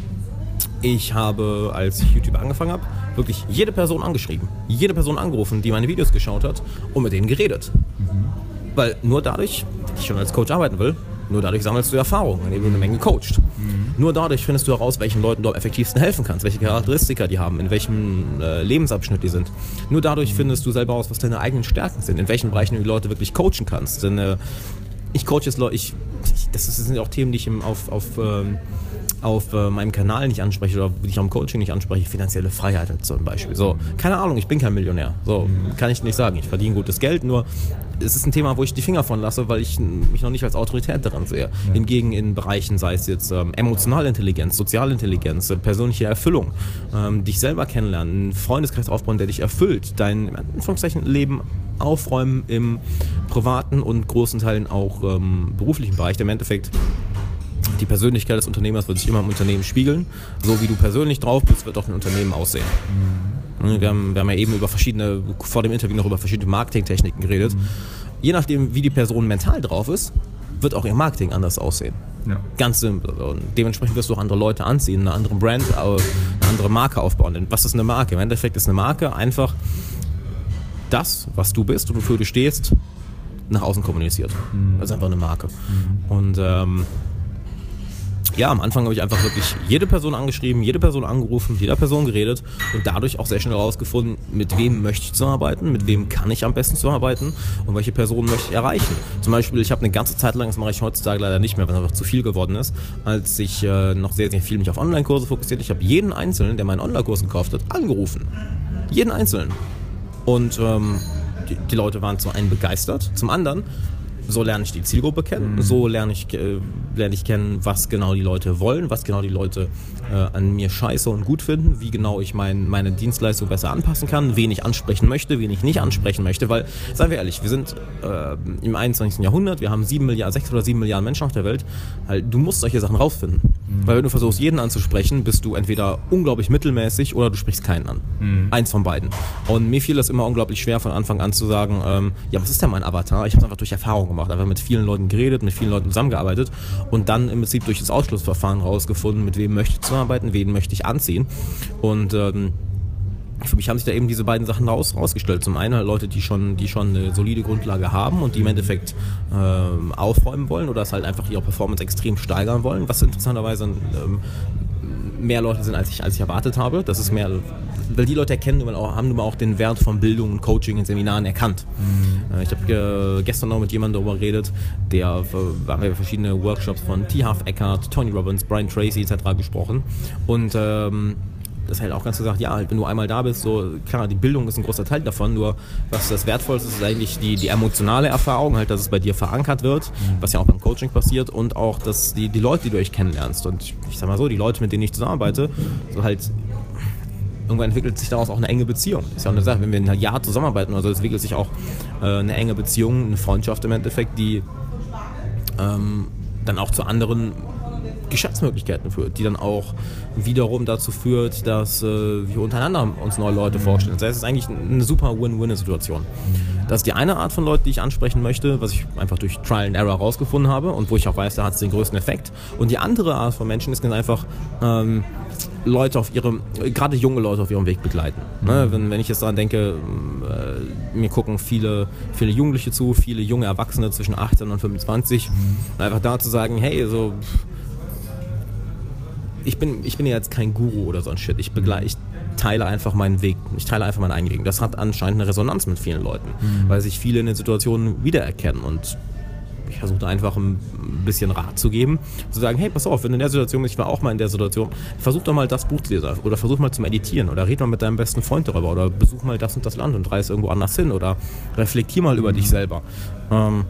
ich habe, als ich YouTube angefangen habe, wirklich jede Person angeschrieben, jede Person angerufen, die meine Videos geschaut hat und mit denen geredet. Mhm. Weil nur dadurch, wenn ich schon als Coach arbeiten will, nur dadurch sammelst du Erfahrung, indem du eine Menge coachst. Mhm. Nur dadurch findest du heraus, welchen Leuten du am effektivsten helfen kannst, welche Charakteristika die haben, in welchem äh, Lebensabschnitt die sind. Nur dadurch mhm. findest du selber heraus, was deine eigenen Stärken sind, in welchen Bereichen du die Leute wirklich coachen kannst. Denn äh, ich coache jetzt Leute, ich, ich, das sind auch Themen, die ich im, auf, auf, ähm, auf äh, meinem Kanal nicht anspreche oder die ich auch im Coaching nicht anspreche, finanzielle Freiheit zum Beispiel. So, keine Ahnung, ich bin kein Millionär. So, kann ich nicht sagen. Ich verdiene gutes Geld, nur es ist ein Thema, wo ich die Finger von lasse, weil ich mich noch nicht als Autorität daran sehe. Ja. Hingegen in Bereichen, sei es jetzt ähm, emotionale Intelligenz, soziale Intelligenz, äh, persönliche Erfüllung, ähm, dich selber kennenlernen, einen Freundeskreis aufbauen, der dich erfüllt, dein in Anführungszeichen Leben aufräumen im privaten und großen Teilen auch ähm, beruflichen Bereich, der im Endeffekt die Persönlichkeit des Unternehmers wird sich immer im Unternehmen spiegeln. So wie du persönlich drauf bist, wird auch ein Unternehmen aussehen. Mhm. Wir haben, wir haben ja eben über verschiedene, vor dem Interview noch über verschiedene Marketingtechniken geredet. Mhm. Je nachdem, wie die Person mental drauf ist, wird auch ihr Marketing anders aussehen. Ja. Ganz simpel. Und dementsprechend wirst du auch andere Leute anziehen, eine andere Brand, eine andere Marke aufbauen. Denn was ist eine Marke? Im Endeffekt ist eine Marke einfach das, was du bist und wofür du stehst, nach außen kommuniziert. Mhm. Das ist einfach eine Marke. Mhm. Und ähm, ja, am Anfang habe ich einfach wirklich jede Person angeschrieben, jede Person angerufen, mit jeder Person geredet und dadurch auch sehr schnell herausgefunden, mit wem möchte ich zusammenarbeiten, mit wem kann ich am besten zusammenarbeiten und welche Personen möchte ich erreichen. Zum Beispiel, ich habe eine ganze Zeit lang, das mache ich heutzutage leider nicht mehr, weil es einfach zu viel geworden ist, als ich äh, noch sehr, sehr viel mich auf Online-Kurse fokussiert. Ich habe jeden Einzelnen, der meinen Online-Kurs gekauft hat, angerufen. Jeden Einzelnen. Und ähm, die, die Leute waren zum einen begeistert, zum anderen so lerne ich die Zielgruppe kennen, mhm. so lerne ich, äh, lerne ich kennen, was genau die Leute wollen, was genau die Leute äh, an mir scheiße und gut finden, wie genau ich mein, meine Dienstleistung besser anpassen kann, wen ich ansprechen möchte, wen ich nicht ansprechen möchte, weil, seien wir ehrlich, wir sind äh, im einundzwanzigsten Jahrhundert, wir haben sieben Milliarden, sechs oder sieben Milliarden Menschen auf der Welt, halt, du musst solche Sachen rausfinden, mhm. weil wenn du versuchst, jeden anzusprechen, bist du entweder unglaublich mittelmäßig oder du sprichst keinen an. Mhm. Eins von beiden. Und mir fiel das immer unglaublich schwer, von Anfang an zu sagen, ähm, ja, was ist denn mein Avatar? Ich habe es einfach durch Erfahrung gemacht, einfach mit vielen Leuten geredet, mit vielen Leuten zusammengearbeitet und dann im Prinzip durch das Ausschlussverfahren rausgefunden, mit wem möchte ich zusammenarbeiten, wen möchte ich anziehen. Und ähm, für mich haben sich da eben diese beiden Sachen raus, rausgestellt. Zum einen halt Leute, die schon, die schon eine solide Grundlage haben und die im Endeffekt ähm, aufräumen wollen oder es halt einfach ihre Performance extrem steigern wollen, was interessanterweise ähm, mehr Leute sind, als ich, als ich erwartet habe. Das ist mehr, weil die Leute erkennen, haben nun mal auch den Wert von Bildung und Coaching in Seminaren erkannt. Mhm. Ich habe äh, gestern noch mit jemandem darüber geredet, der äh, haben wir verschiedene Workshops von T. Harv Eker, Tony Robbins, Brian Tracy et cetera gesprochen und ähm, das halt auch ganz gesagt, ja, halt, wenn du einmal da bist, so klar, die Bildung ist ein großer Teil davon, nur was das Wertvollste ist, ist eigentlich die, die emotionale Erfahrung, halt, dass es bei dir verankert wird, mhm. was ja auch beim Coaching passiert und auch, dass die, die Leute, die du euch kennenlernst und ich, ich sag mal so, die Leute, mit denen ich zusammenarbeite, so halt irgendwann entwickelt sich daraus auch eine enge Beziehung. Ist ja auch eine Sache, wenn wir ein Jahr zusammenarbeiten oder so, entwickelt sich auch äh, eine enge Beziehung, eine Freundschaft im Endeffekt, die ähm, dann auch zu anderen Geschäftsmöglichkeiten führt, die dann auch wiederum dazu führt, dass äh, wir untereinander uns neue Leute vorstellen. Das heißt, es ist eigentlich eine super Win-Win-Situation. Das ist die eine Art von Leuten, die ich ansprechen möchte, was ich einfach durch Trial and Error rausgefunden habe und wo ich auch weiß, da hat es den größten Effekt. Und die andere Art von Menschen ist ganz einfach ähm, Leute auf ihrem, gerade junge Leute auf ihrem Weg begleiten. Mhm. Ne? Wenn, wenn ich jetzt daran denke, äh, mir gucken viele, viele Jugendliche zu, viele junge Erwachsene zwischen achtzehn und fünfundzwanzig, mhm. einfach da zu sagen, hey, so Ich bin, ich bin ja jetzt kein Guru oder so ein Shit. Ich begleite, ich teile einfach meinen Weg. Ich teile einfach mein Anliegen. Das hat anscheinend eine Resonanz mit vielen Leuten, mhm. weil sich viele in den Situationen wiedererkennen und ich versuche einfach ein bisschen Rat zu geben, zu sagen, hey, pass auf, wenn du in der Situation bist, ich war auch mal in der Situation, versuch doch mal das Buch zu lesen oder versuch mal zu meditieren oder red mal mit deinem besten Freund darüber oder besuch mal das und das Land und reise irgendwo anders hin oder reflektier mal über mhm. dich selber. Ähm,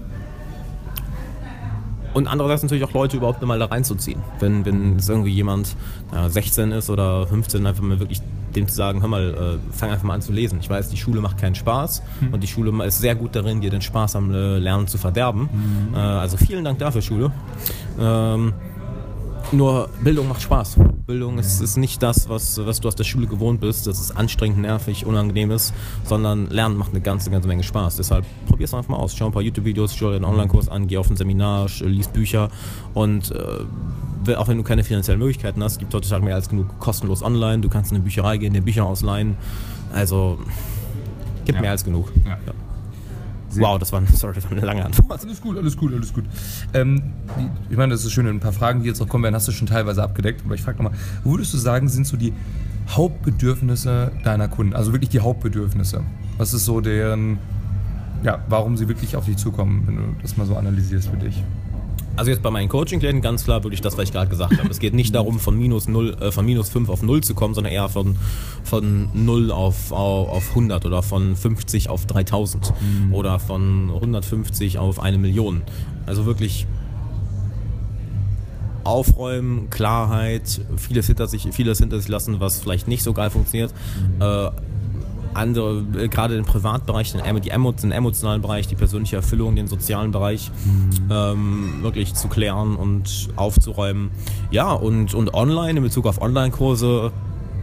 Und andererseits natürlich auch Leute überhaupt mal da reinzuziehen. Wenn, wenn es irgendwie jemand ja, sechzehn ist oder fünfzehn, einfach mal wirklich dem zu sagen, hör mal, äh, fang einfach mal an zu lesen. Ich weiß, die Schule macht keinen Spaß mhm. und die Schule ist sehr gut darin, dir den Spaß am äh, Lernen zu verderben. Mhm. Äh, also vielen Dank dafür, Schule. Ähm, Nur Bildung macht Spaß. Bildung ist, ist nicht das, was, was du aus der Schule gewohnt bist, dass es anstrengend, nervig, unangenehm ist, sondern Lernen macht eine ganze, ganze Menge Spaß. Deshalb probier es einfach mal aus. Schau ein paar YouTube-Videos, schau dir einen Online-Kurs an, geh auf ein Seminar, lies Bücher und äh, auch wenn du keine finanziellen Möglichkeiten hast, gibt es heutzutage mehr als genug kostenlos online. Du kannst in eine Bücherei gehen, dir Bücher ausleihen. Also gibt ja. mehr als genug. Ja. Ja. Wow, das war, sorry, das war eine lange Antwort.
Alles gut, alles gut, alles gut. Ähm, ich meine, das ist schön, ein paar Fragen, die jetzt noch kommen werden, hast du schon teilweise abgedeckt. Aber ich frage nochmal, wo würdest du sagen, sind so die Hauptbedürfnisse deiner Kunden? Also wirklich die Hauptbedürfnisse. Was ist so deren, ja, warum sie wirklich auf dich zukommen, wenn du das mal so analysierst für dich.
Also jetzt bei meinen Coaching-Klienten ganz klar wirklich das, was ich gerade gesagt habe. Es geht nicht darum, von minus null, äh, von minus fünf auf null zu kommen, sondern eher von, von null auf, auf, auf hundert oder von fünfzig auf dreitausend mhm. oder von hundertfünfzig auf eine Million. Also wirklich aufräumen, Klarheit, vieles hinter sich, vieles hinter sich lassen, was vielleicht nicht so geil funktioniert. Mhm. Äh, andere, äh, gerade den Privatbereich, den, den emotionalen Bereich, die persönliche Erfüllung, den sozialen Bereich mhm. ähm, wirklich zu klären und aufzuräumen. Ja, und, und online, in Bezug auf Online-Kurse,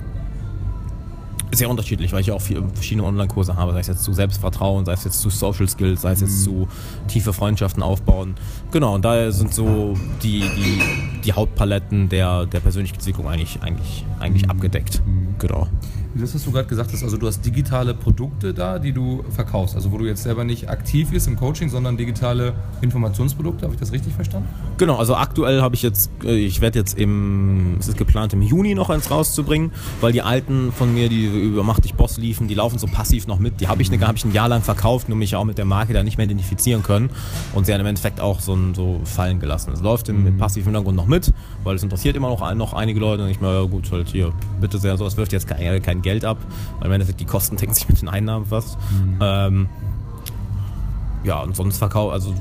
sehr unterschiedlich, weil ich auch viele verschiedene Online-Kurse habe, sei es jetzt zu Selbstvertrauen, sei es jetzt zu Social Skills, sei es jetzt zu tiefe Freundschaften aufbauen. Genau, und daher sind so die, die, die Hauptpaletten der, der Persönlichkeitsentwicklung eigentlich, eigentlich, eigentlich mhm. abgedeckt. Mhm. Genau.
Das, was du gerade gesagt hast, also du hast digitale Produkte da, die du verkaufst, also wo du jetzt selber nicht aktiv bist im Coaching, sondern digitale Informationsprodukte, habe ich das richtig verstanden?
Genau, also aktuell habe ich jetzt, ich werde jetzt im, es ist geplant im Juni noch eins rauszubringen, weil die alten von mir, die über Mach dich Boss liefen, die laufen so passiv noch mit, die habe ich, ne, hab ich ein Jahr lang verkauft, nur mich auch mit der Marke da nicht mehr identifizieren können und sie haben im Endeffekt auch so, so fallen gelassen. Es läuft im, im passiven Hintergrund noch mit, weil es interessiert immer noch, noch einige Leute und ich meine, ja gut, halt hier, bitte sehr, sowas wirft jetzt kein, kein Geld ab, weil im Endeffekt die Kosten decken sich mit den Einnahmen fast. Mhm. Ähm, ja, und sonst verkaufe, also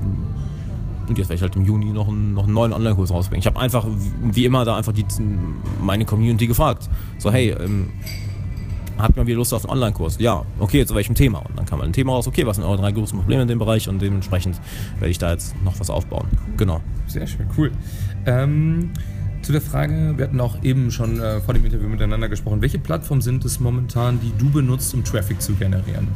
und jetzt werde ich halt im Juni noch einen, noch einen neuen Online-Kurs rausbringen. Ich habe einfach, wie immer, da einfach die, meine Community gefragt. So, hey, ähm, habt ihr mal wieder Lust auf einen Online-Kurs? Ja, okay, zu welchem Thema? Und dann kam ein Thema raus, okay, was sind eure drei größten Probleme in dem Bereich? Und dementsprechend werde ich da jetzt noch was aufbauen. Genau.
Sehr schön, cool. Ähm, zu der Frage, wir hatten auch eben schon äh, vor dem Interview miteinander gesprochen, welche Plattformen sind es momentan, die du benutzt, um Traffic zu generieren?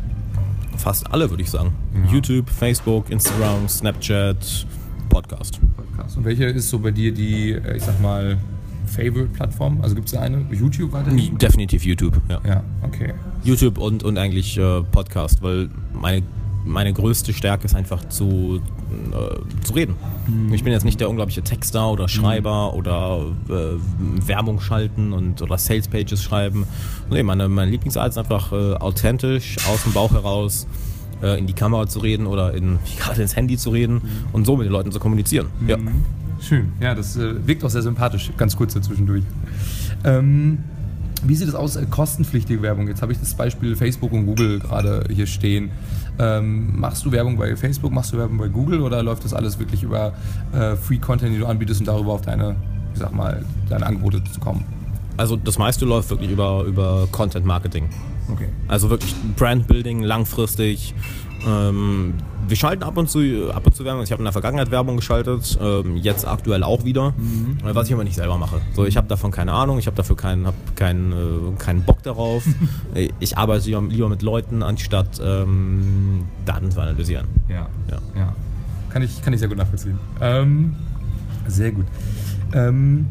Fast alle, würde ich sagen. Ja. YouTube, Facebook, Instagram, Snapchat, Podcast.
Podcast. Und welche ist so bei dir die, ich sag mal, Favorite-Plattform? Also gibt es da eine? YouTube weiterhin?
Definitiv YouTube, ja.
Ja, okay.
YouTube und, und eigentlich äh, Podcast, weil meine, meine größte Stärke ist einfach zu, äh, zu reden. Mhm. Ich bin jetzt nicht der unglaubliche Texter oder Schreiber mhm. oder äh, Werbung schalten und oder Sales-Pages schreiben. Nee, meine, meine Lieblingsart ist einfach äh, authentisch, aus dem Bauch heraus äh, in die Kamera zu reden oder in, gerade ins Handy zu reden mhm. und so mit den Leuten zu kommunizieren. Mhm. Ja.
Schön, ja, das äh, wirkt auch sehr sympathisch, ganz kurz dazwischendurch. Ähm, wie sieht es aus, äh, kostenpflichtige Werbung? Jetzt habe ich das Beispiel Facebook und Google gerade hier stehen. Ähm, machst du Werbung bei Facebook, machst du Werbung bei Google oder läuft das alles wirklich über äh, Free-Content, die du anbietest und darüber auf deine, ich sag mal, deine Angebote zu kommen?
Also das meiste läuft wirklich über, über Content-Marketing.
Okay.
Also wirklich Brand-Building, langfristig. Ähm, wir schalten ab und zu ab und zu Werbung. Ich habe in der Vergangenheit Werbung geschaltet, ähm, jetzt aktuell auch wieder, mhm. was ich aber nicht selber mache. So, ich habe davon keine Ahnung, ich habe dafür keinen, hab keinen, äh, keinen Bock darauf. Ich arbeite lieber, lieber mit Leuten, anstatt ähm, Daten zu analysieren.
Ja, ja, ja. Kann ich, kann ich sehr gut nachvollziehen. Ähm, sehr gut. Ähm,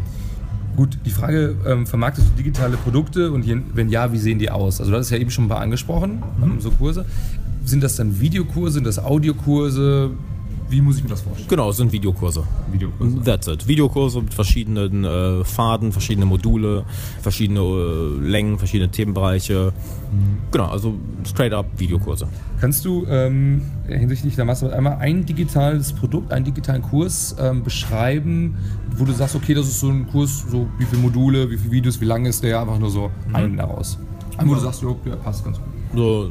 Gut, die Frage, ähm, vermarktest du digitale Produkte und hier, wenn ja, wie sehen die aus? Also du hattest ja eben schon ein paar angesprochen, mhm. so Kurse. Sind das dann Videokurse, sind das Audiokurse? Wie muss ich mir das vorstellen?
Genau, es sind Videokurse.
Videokurse.
That's it. Videokurse mit verschiedenen äh, Pfaden, verschiedene Module, verschiedene äh, Längen, verschiedene Themenbereiche. Mhm. Genau, also straight up Videokurse.
Kannst du ähm, hinsichtlich der Masse einmal ein digitales Produkt, einen digitalen Kurs ähm, beschreiben, wo du sagst, okay, das ist so ein Kurs, so wie viele Module, wie viele Videos, wie lang ist der, einfach nur so mhm. einen daraus. Einen, wo du sagst, jo, der passt ganz gut.
So,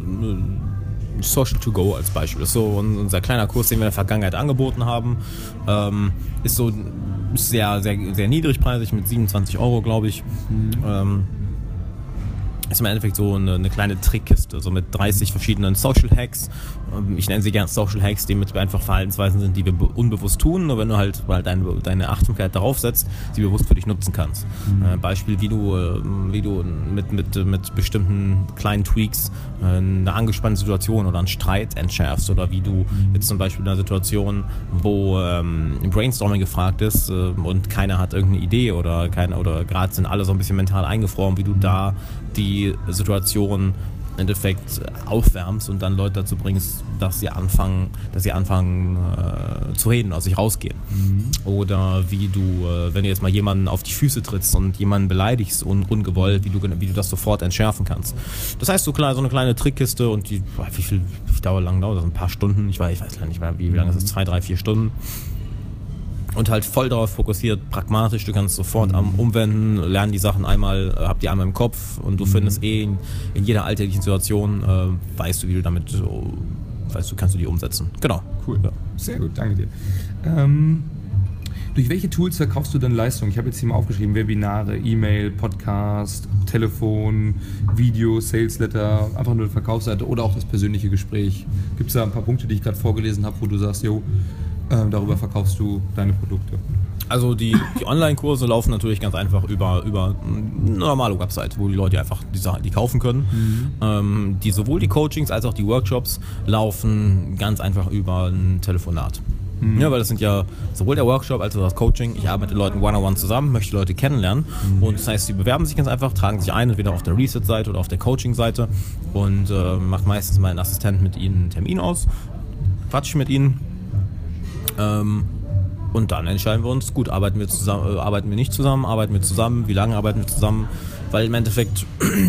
Social to Go als Beispiel. Das ist so unser kleiner Kurs, den wir in der Vergangenheit angeboten haben. Ähm, ist so sehr, sehr, sehr niedrigpreisig mit siebenundzwanzig Euro, glaube ich. Mhm. Ähm, ist im Endeffekt so eine, eine kleine Trickkiste, so mit dreißig verschiedenen Social Hacks. Ich nenne sie gerne Social Hacks, die mit einfach Verhaltensweisen sind, die wir unbewusst tun, nur wenn du halt, halt deine, deine Achtsamkeit darauf setzt, sie bewusst für dich nutzen kannst. Mhm. Äh, Beispiel, wie du, wie du mit, mit, mit bestimmten kleinen Tweaks äh, eine angespannte Situation oder einen Streit entschärfst oder wie du mhm. jetzt zum Beispiel in einer Situation, wo ähm, Brainstorming gefragt ist äh, und keiner hat irgendeine Idee oder, keine, oder gerade sind alle so ein bisschen mental eingefroren, wie du da die Situation im Endeffekt aufwärmst und dann Leute dazu bringst, dass sie anfangen, dass sie anfangen äh, zu reden, aus sich rausgehen. Mhm. Oder wie du, äh, wenn du jetzt mal jemanden auf die Füße trittst und jemanden beleidigst un- ungewollt, wie du, wie du das sofort entschärfen kannst. Das heißt, so, klar, so eine kleine Trickkiste und die, wie viel, wie dauer lang dauert das? Ein paar Stunden, ich weiß, ich weiß nicht mehr, wie, wie lange ist das, zwei, drei, vier Stunden. Und halt voll darauf fokussiert, pragmatisch, du kannst sofort am umwenden, lernen die Sachen einmal, äh, hab die einmal im Kopf und du mhm. findest eh in, in jeder alltäglichen Situation, äh, weißt du, wie du damit, so, weißt du, kannst du die umsetzen. Genau.
Cool. Ja. Sehr gut, danke dir. Ähm, durch welche Tools verkaufst du denn Leistung? Ich habe jetzt hier mal aufgeschrieben, Webinare, E-Mail, Podcast, Telefon, Video, Salesletter, einfach nur eine Verkaufsseite oder auch das persönliche Gespräch. Gibt es da ein paar Punkte, die ich gerade vorgelesen habe, wo du sagst, jo, Äh, darüber verkaufst du deine Produkte?
Also die, die Online-Kurse laufen natürlich ganz einfach über, über eine normale Website, wo die Leute einfach die Sachen die kaufen können. Mhm. Ähm, die, sowohl die Coachings als auch die Workshops laufen ganz einfach über ein Telefonat. Mhm. Ja, weil das sind ja sowohl der Workshop als auch das Coaching. Ich arbeite mit Leuten one-on-one zusammen, möchte Leute kennenlernen. Mhm. Und das heißt, sie bewerben sich ganz einfach, tragen sich ein, entweder auf der Reset-Seite oder auf der Coaching-Seite und äh, macht meistens mein Assistent mit ihnen einen Termin aus, quatscht mit ihnen. Ähm, und dann entscheiden wir uns, gut, arbeiten wir zusammen, äh, arbeiten wir nicht zusammen, arbeiten wir zusammen, wie lange arbeiten wir zusammen, weil im Endeffekt,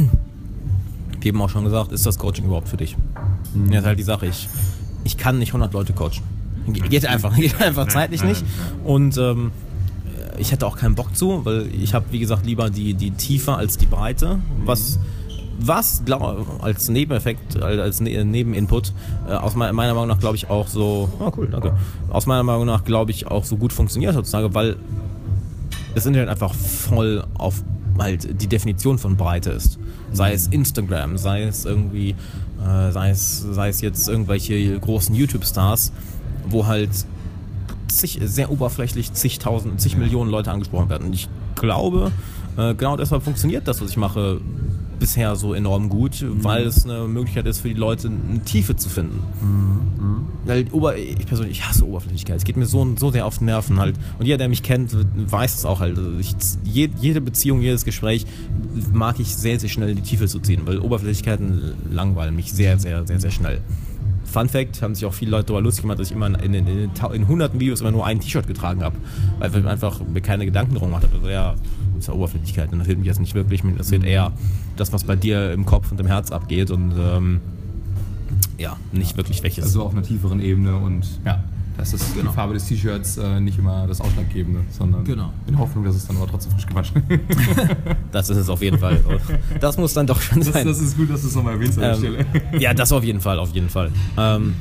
wie eben auch schon gesagt, ist das Coaching überhaupt für dich? Mhm. Das ist halt die Sache, ich, ich kann nicht hundert Leute coachen. Ge- geht einfach, geht einfach zeitlich nicht und ähm, ich hätte auch keinen Bock zu, weil ich habe, wie gesagt, lieber die, die Tiefe als die Breite, was... Was glaub, als Nebeneffekt, als ne- Nebeninput, äh, aus me- meiner Meinung nach glaube ich auch so, oh cool, danke, aus meiner Meinung nach glaube ich auch so gut funktioniert heutzutage, weil das Internet einfach voll auf halt die Definition von Breite ist. Sei es Instagram, sei es irgendwie, äh, sei es, sei es jetzt irgendwelche großen YouTube-Stars, wo halt zig, sehr oberflächlich zigtausend, zig Millionen Leute angesprochen werden. Und ich glaube, äh, genau deshalb funktioniert das, was ich mache, bisher so enorm gut, mhm. weil es eine Möglichkeit ist für die Leute, eine Tiefe zu finden. Mhm. Weil Ober- ich persönlich, ich hasse Oberflächlichkeit. Es geht mir so, so sehr auf den Nerven halt. Und jeder, der mich kennt, weiß es auch halt. Ich, jede Beziehung, jedes Gespräch mag ich sehr, sehr schnell in die Tiefe zu ziehen, weil Oberflächlichkeiten langweilen mich sehr, sehr, sehr, sehr schnell. Fun Fact, haben sich auch viele Leute darüber lustig gemacht, dass ich immer in, in, in, in hunderten Videos immer nur ein T-Shirt getragen habe, weil ich einfach mir keine Gedanken drum gemacht habe. Also ja, das ist ja Oberflächlichkeit, und das hilft mich jetzt nicht wirklich, mir interessiert eher das, was bei dir im Kopf und im Herz abgeht und ähm, ja, nicht ja. wirklich welches.
Also auf einer tieferen Ebene und
ja.
das ist genau. Die Farbe des T-Shirts äh, nicht immer das Ausschlaggebende, sondern
genau.
in Hoffnung, dass es dann aber trotzdem frisch gewaschen ist.
Das ist es auf jeden Fall. Das muss dann doch schon
das,
sein.
Das ist gut, dass du es nochmal erwähnst an der
ähm,
Stelle.
Ja, das auf jeden Fall, auf jeden Fall. Ähm,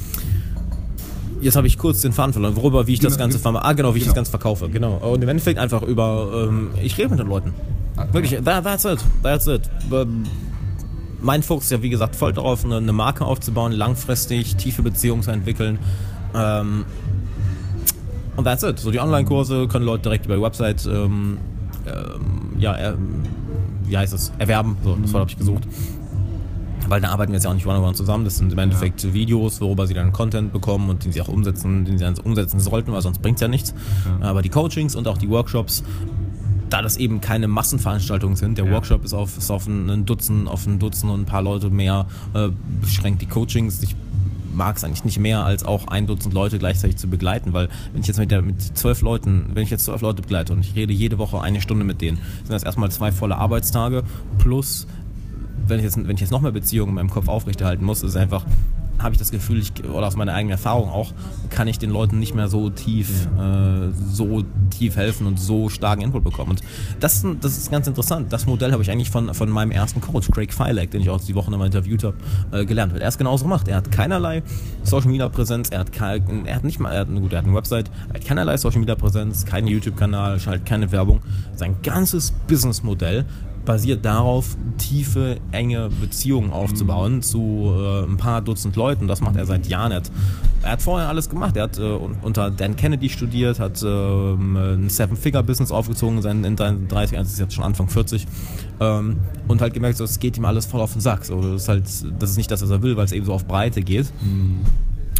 Jetzt habe ich kurz den Faden verloren, worüber, wie ich genau, das Ganze verkaufe. Ah, genau, wie ich genau. das Ganze verkaufe. Genau. Und im Endeffekt einfach über, ähm, ich rede mit den Leuten. Okay. Wirklich, that, that's it, that's it. Ähm, mein Fokus ist ja, wie gesagt, voll darauf, eine, eine Marke aufzubauen, langfristig, tiefe Beziehungen zu entwickeln. Ähm, und that's it. So die Online-Kurse können Leute direkt über die Website, ähm, ähm, ja, er, wie heißt es, erwerben. So, das Wort habe ich gesucht. Weil da arbeiten wir jetzt ja auch nicht one-on-one zusammen, das sind im Endeffekt ja. Videos, worüber sie dann Content bekommen und den sie auch umsetzen, den sie dann umsetzen sollten, weil sonst bringt es ja nichts. Ja. Aber die Coachings und auch die Workshops, da das eben keine Massenveranstaltungen sind, der ja. Workshop ist auf, ist auf ein Dutzend, auf ein Dutzend und ein paar Leute mehr äh, beschränkt. Die Coachings, ich mag es eigentlich nicht mehr, als auch ein Dutzend Leute gleichzeitig zu begleiten, weil wenn ich jetzt mit, der, mit zwölf Leuten, wenn ich jetzt zwölf Leute begleite und ich rede jede Woche eine Stunde mit denen, sind das erstmal zwei volle Arbeitstage plus Wenn ich, jetzt, wenn ich jetzt noch mehr Beziehungen in meinem Kopf aufrechterhalten muss, ist einfach, habe ich das Gefühl, ich, oder aus meiner eigenen Erfahrung auch, kann ich den Leuten nicht mehr so tief, äh, so tief helfen und so starken Input bekommen. Und das, das ist ganz interessant. Das Modell habe ich eigentlich von, von meinem ersten Coach, Craig Filek, den ich auch die Woche nochmal interviewt habe, äh, gelernt. Weil er es genauso macht. Er hat keinerlei Social Media Präsenz, er hat, kein, er hat nicht mal, er hat, gut, er hat eine Website, er hat keinerlei Social Media Präsenz, keinen YouTube-Kanal, schaltet keine Werbung. Sein ganzes Businessmodell basiert darauf, tiefe, enge Beziehungen aufzubauen mhm. zu äh, ein paar Dutzend Leuten. Das macht er seit Jahren. Er hat, er hat vorher alles gemacht. Er hat äh, unter Dan Kennedy studiert, hat äh, ein Seven-Figure-Business aufgezogen, sein, in seinen dreißig, also ist jetzt schon Anfang vierzig, ähm, und halt gemerkt, so, es geht ihm alles voll auf den Sack. So, das ist halt, das ist nicht das, was er will, weil es eben so auf Breite geht. Mhm.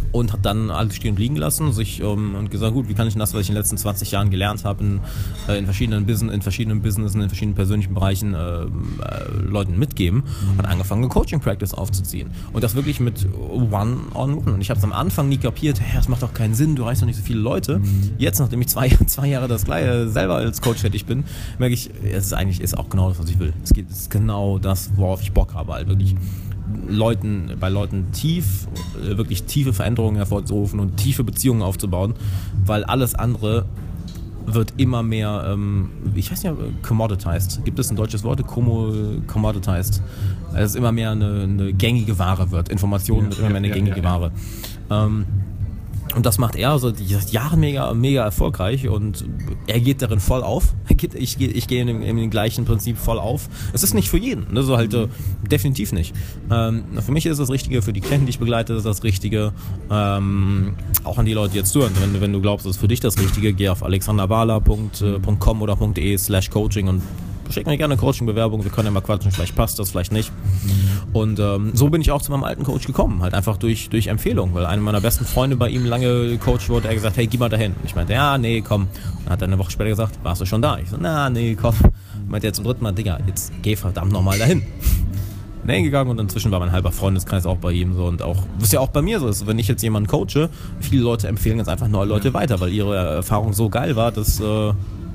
und hat dann alles stehen und liegen lassen sich, ähm, und gesagt, gut, wie kann ich das, was ich in den letzten zwanzig Jahren gelernt habe, in, äh, in verschiedenen Business, in verschiedenen Businessen, in verschiedenen persönlichen Bereichen äh, äh, Leuten mitgeben, mhm. hat angefangen, eine Coaching-Practice aufzuziehen. Und das wirklich mit One-on-One. Und ich habe es am Anfang nie kapiert, hey, das macht doch keinen Sinn, du reichst doch nicht so viele Leute. Mhm. Jetzt, nachdem ich zwei, zwei Jahre das gleiche selber als Coach tätig bin, merke ich, es ist eigentlich ist auch genau das, was ich will. Es geht, es ist genau das, worauf ich Bock habe, halt wirklich Leuten, bei Leuten tief, wirklich tiefe Veränderungen hervorzurufen und tiefe Beziehungen aufzubauen, weil alles andere wird immer mehr, ähm, ich weiß nicht, commoditized. Gibt es ein deutsches Wort? Commoditized. Also es immer mehr eine, eine gängige Ware wird. Informationen ja, wird immer mehr eine ja, gängige ja, ja. Ware. Ähm, Und das macht er so die Jahre mega, mega erfolgreich und er geht darin voll auf. Ich, ich, ich gehe in dem, in dem gleichen Prinzip voll auf. Es ist nicht für jeden, ne? So halt äh, definitiv nicht. Ähm, für mich ist das Richtige, für die Klienten, die ich begleite, ist das Richtige. Ähm, auch an die Leute, die jetzt zuhören. Wenn, wenn du glaubst, das ist für dich das Richtige, geh auf alexanderwala punkt com oder .de slash coaching und schick mir gerne eine Coaching-Bewerbung, wir können ja mal quatschen, vielleicht passt das, vielleicht nicht. Und ähm, so bin ich auch zu meinem alten Coach gekommen, halt einfach durch, durch Empfehlung, weil einer meiner besten Freunde bei ihm lange Coach wurde, er gesagt, hey, geh mal dahin. Und ich meinte, ja, nee, komm. Dann hat er eine Woche später gesagt, warst du schon da? Ich so, na, nee, komm. Meinte er zum dritten Mal, Digga, jetzt geh verdammt nochmal dahin. Bin hingegangen und inzwischen war mein halber Freundeskreis auch bei ihm so und auch, was ja auch bei mir so ist, wenn ich jetzt jemanden coache, viele Leute empfehlen jetzt einfach neue Leute weiter, weil ihre Erfahrung so geil war, dass äh,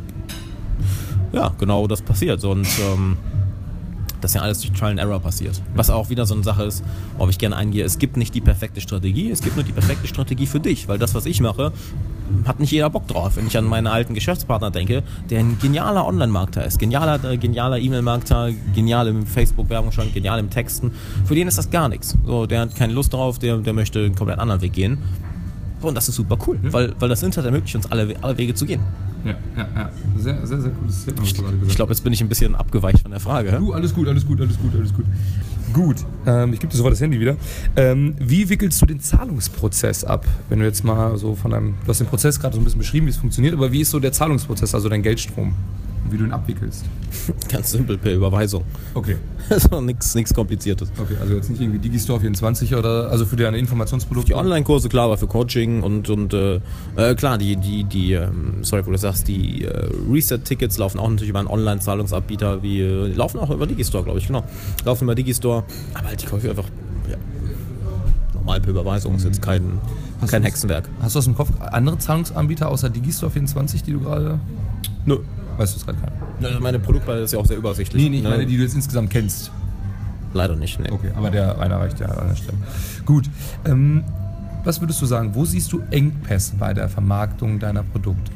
ja, genau das passiert. Und ähm, das ist ja alles durch Trial and Error passiert. Was auch wieder so eine Sache ist, worauf ich gerne eingehe, es gibt nicht die perfekte Strategie, es gibt nur die perfekte Strategie für dich, weil das, was ich mache, hat nicht jeder Bock drauf. Wenn ich an meine alten Geschäftspartner denke, der ein genialer Online-Marketer ist, genialer, äh, genialer E-Mail-Marketer, genial im Facebook-Werbung schon, genial im Texten, für den ist das gar nichts. So, der hat keine Lust drauf, der, der möchte einen komplett anderen Weg gehen. Und das ist super cool, ja. weil, weil das Internet ermöglicht uns alle, alle Wege zu gehen.
Ja, ja, ja. Sehr, sehr, sehr cooles Statement, was du gerade gesagt hast.
Ich glaube, jetzt bin ich ein bisschen abgeweicht von der Frage.
Du, alles gut, alles gut, alles gut, alles gut. Gut, ähm, ich gebe dir sofort das Handy wieder. Ähm, wie wickelst du den Zahlungsprozess ab? Wenn du jetzt mal so von einem, du hast den Prozess gerade so ein bisschen beschrieben, wie es funktioniert, aber wie ist so der Zahlungsprozess, also dein Geldstrom? Wie du ihn abwickelst?
Ganz simpel, per Überweisung.
Okay.
Also nichts nichts Kompliziertes.
Okay, also jetzt nicht irgendwie Digistore vierundzwanzig oder, also für deine Informationsprodukte?
Die Online-Kurse, klar, aber für Coaching und, und äh, klar, die, die, die, ähm, sorry, wo du sagst, die äh, Reset-Tickets laufen auch natürlich über einen Online-Zahlungsanbieter, wie, äh, laufen auch über Digistore, glaube ich, genau. Laufen über Digistore, aber halt die Käufe einfach, ja, normal per Überweisung, ist jetzt kein, kein Hexenwerk.
Hast du aus dem Kopf andere Zahlungsanbieter außer Digistore vierundzwanzig, die du gerade...
Nö.
Weißt du es gerade gar nicht?
Meine Produktpalette ist ja auch sehr übersichtlich.
Nee, nicht meine, die du jetzt insgesamt kennst.
Leider nicht, nee.
Okay, aber der einer reicht ja an der Stelle. Gut, ähm, was würdest du sagen, wo siehst du Engpässe bei der Vermarktung deiner Produkte?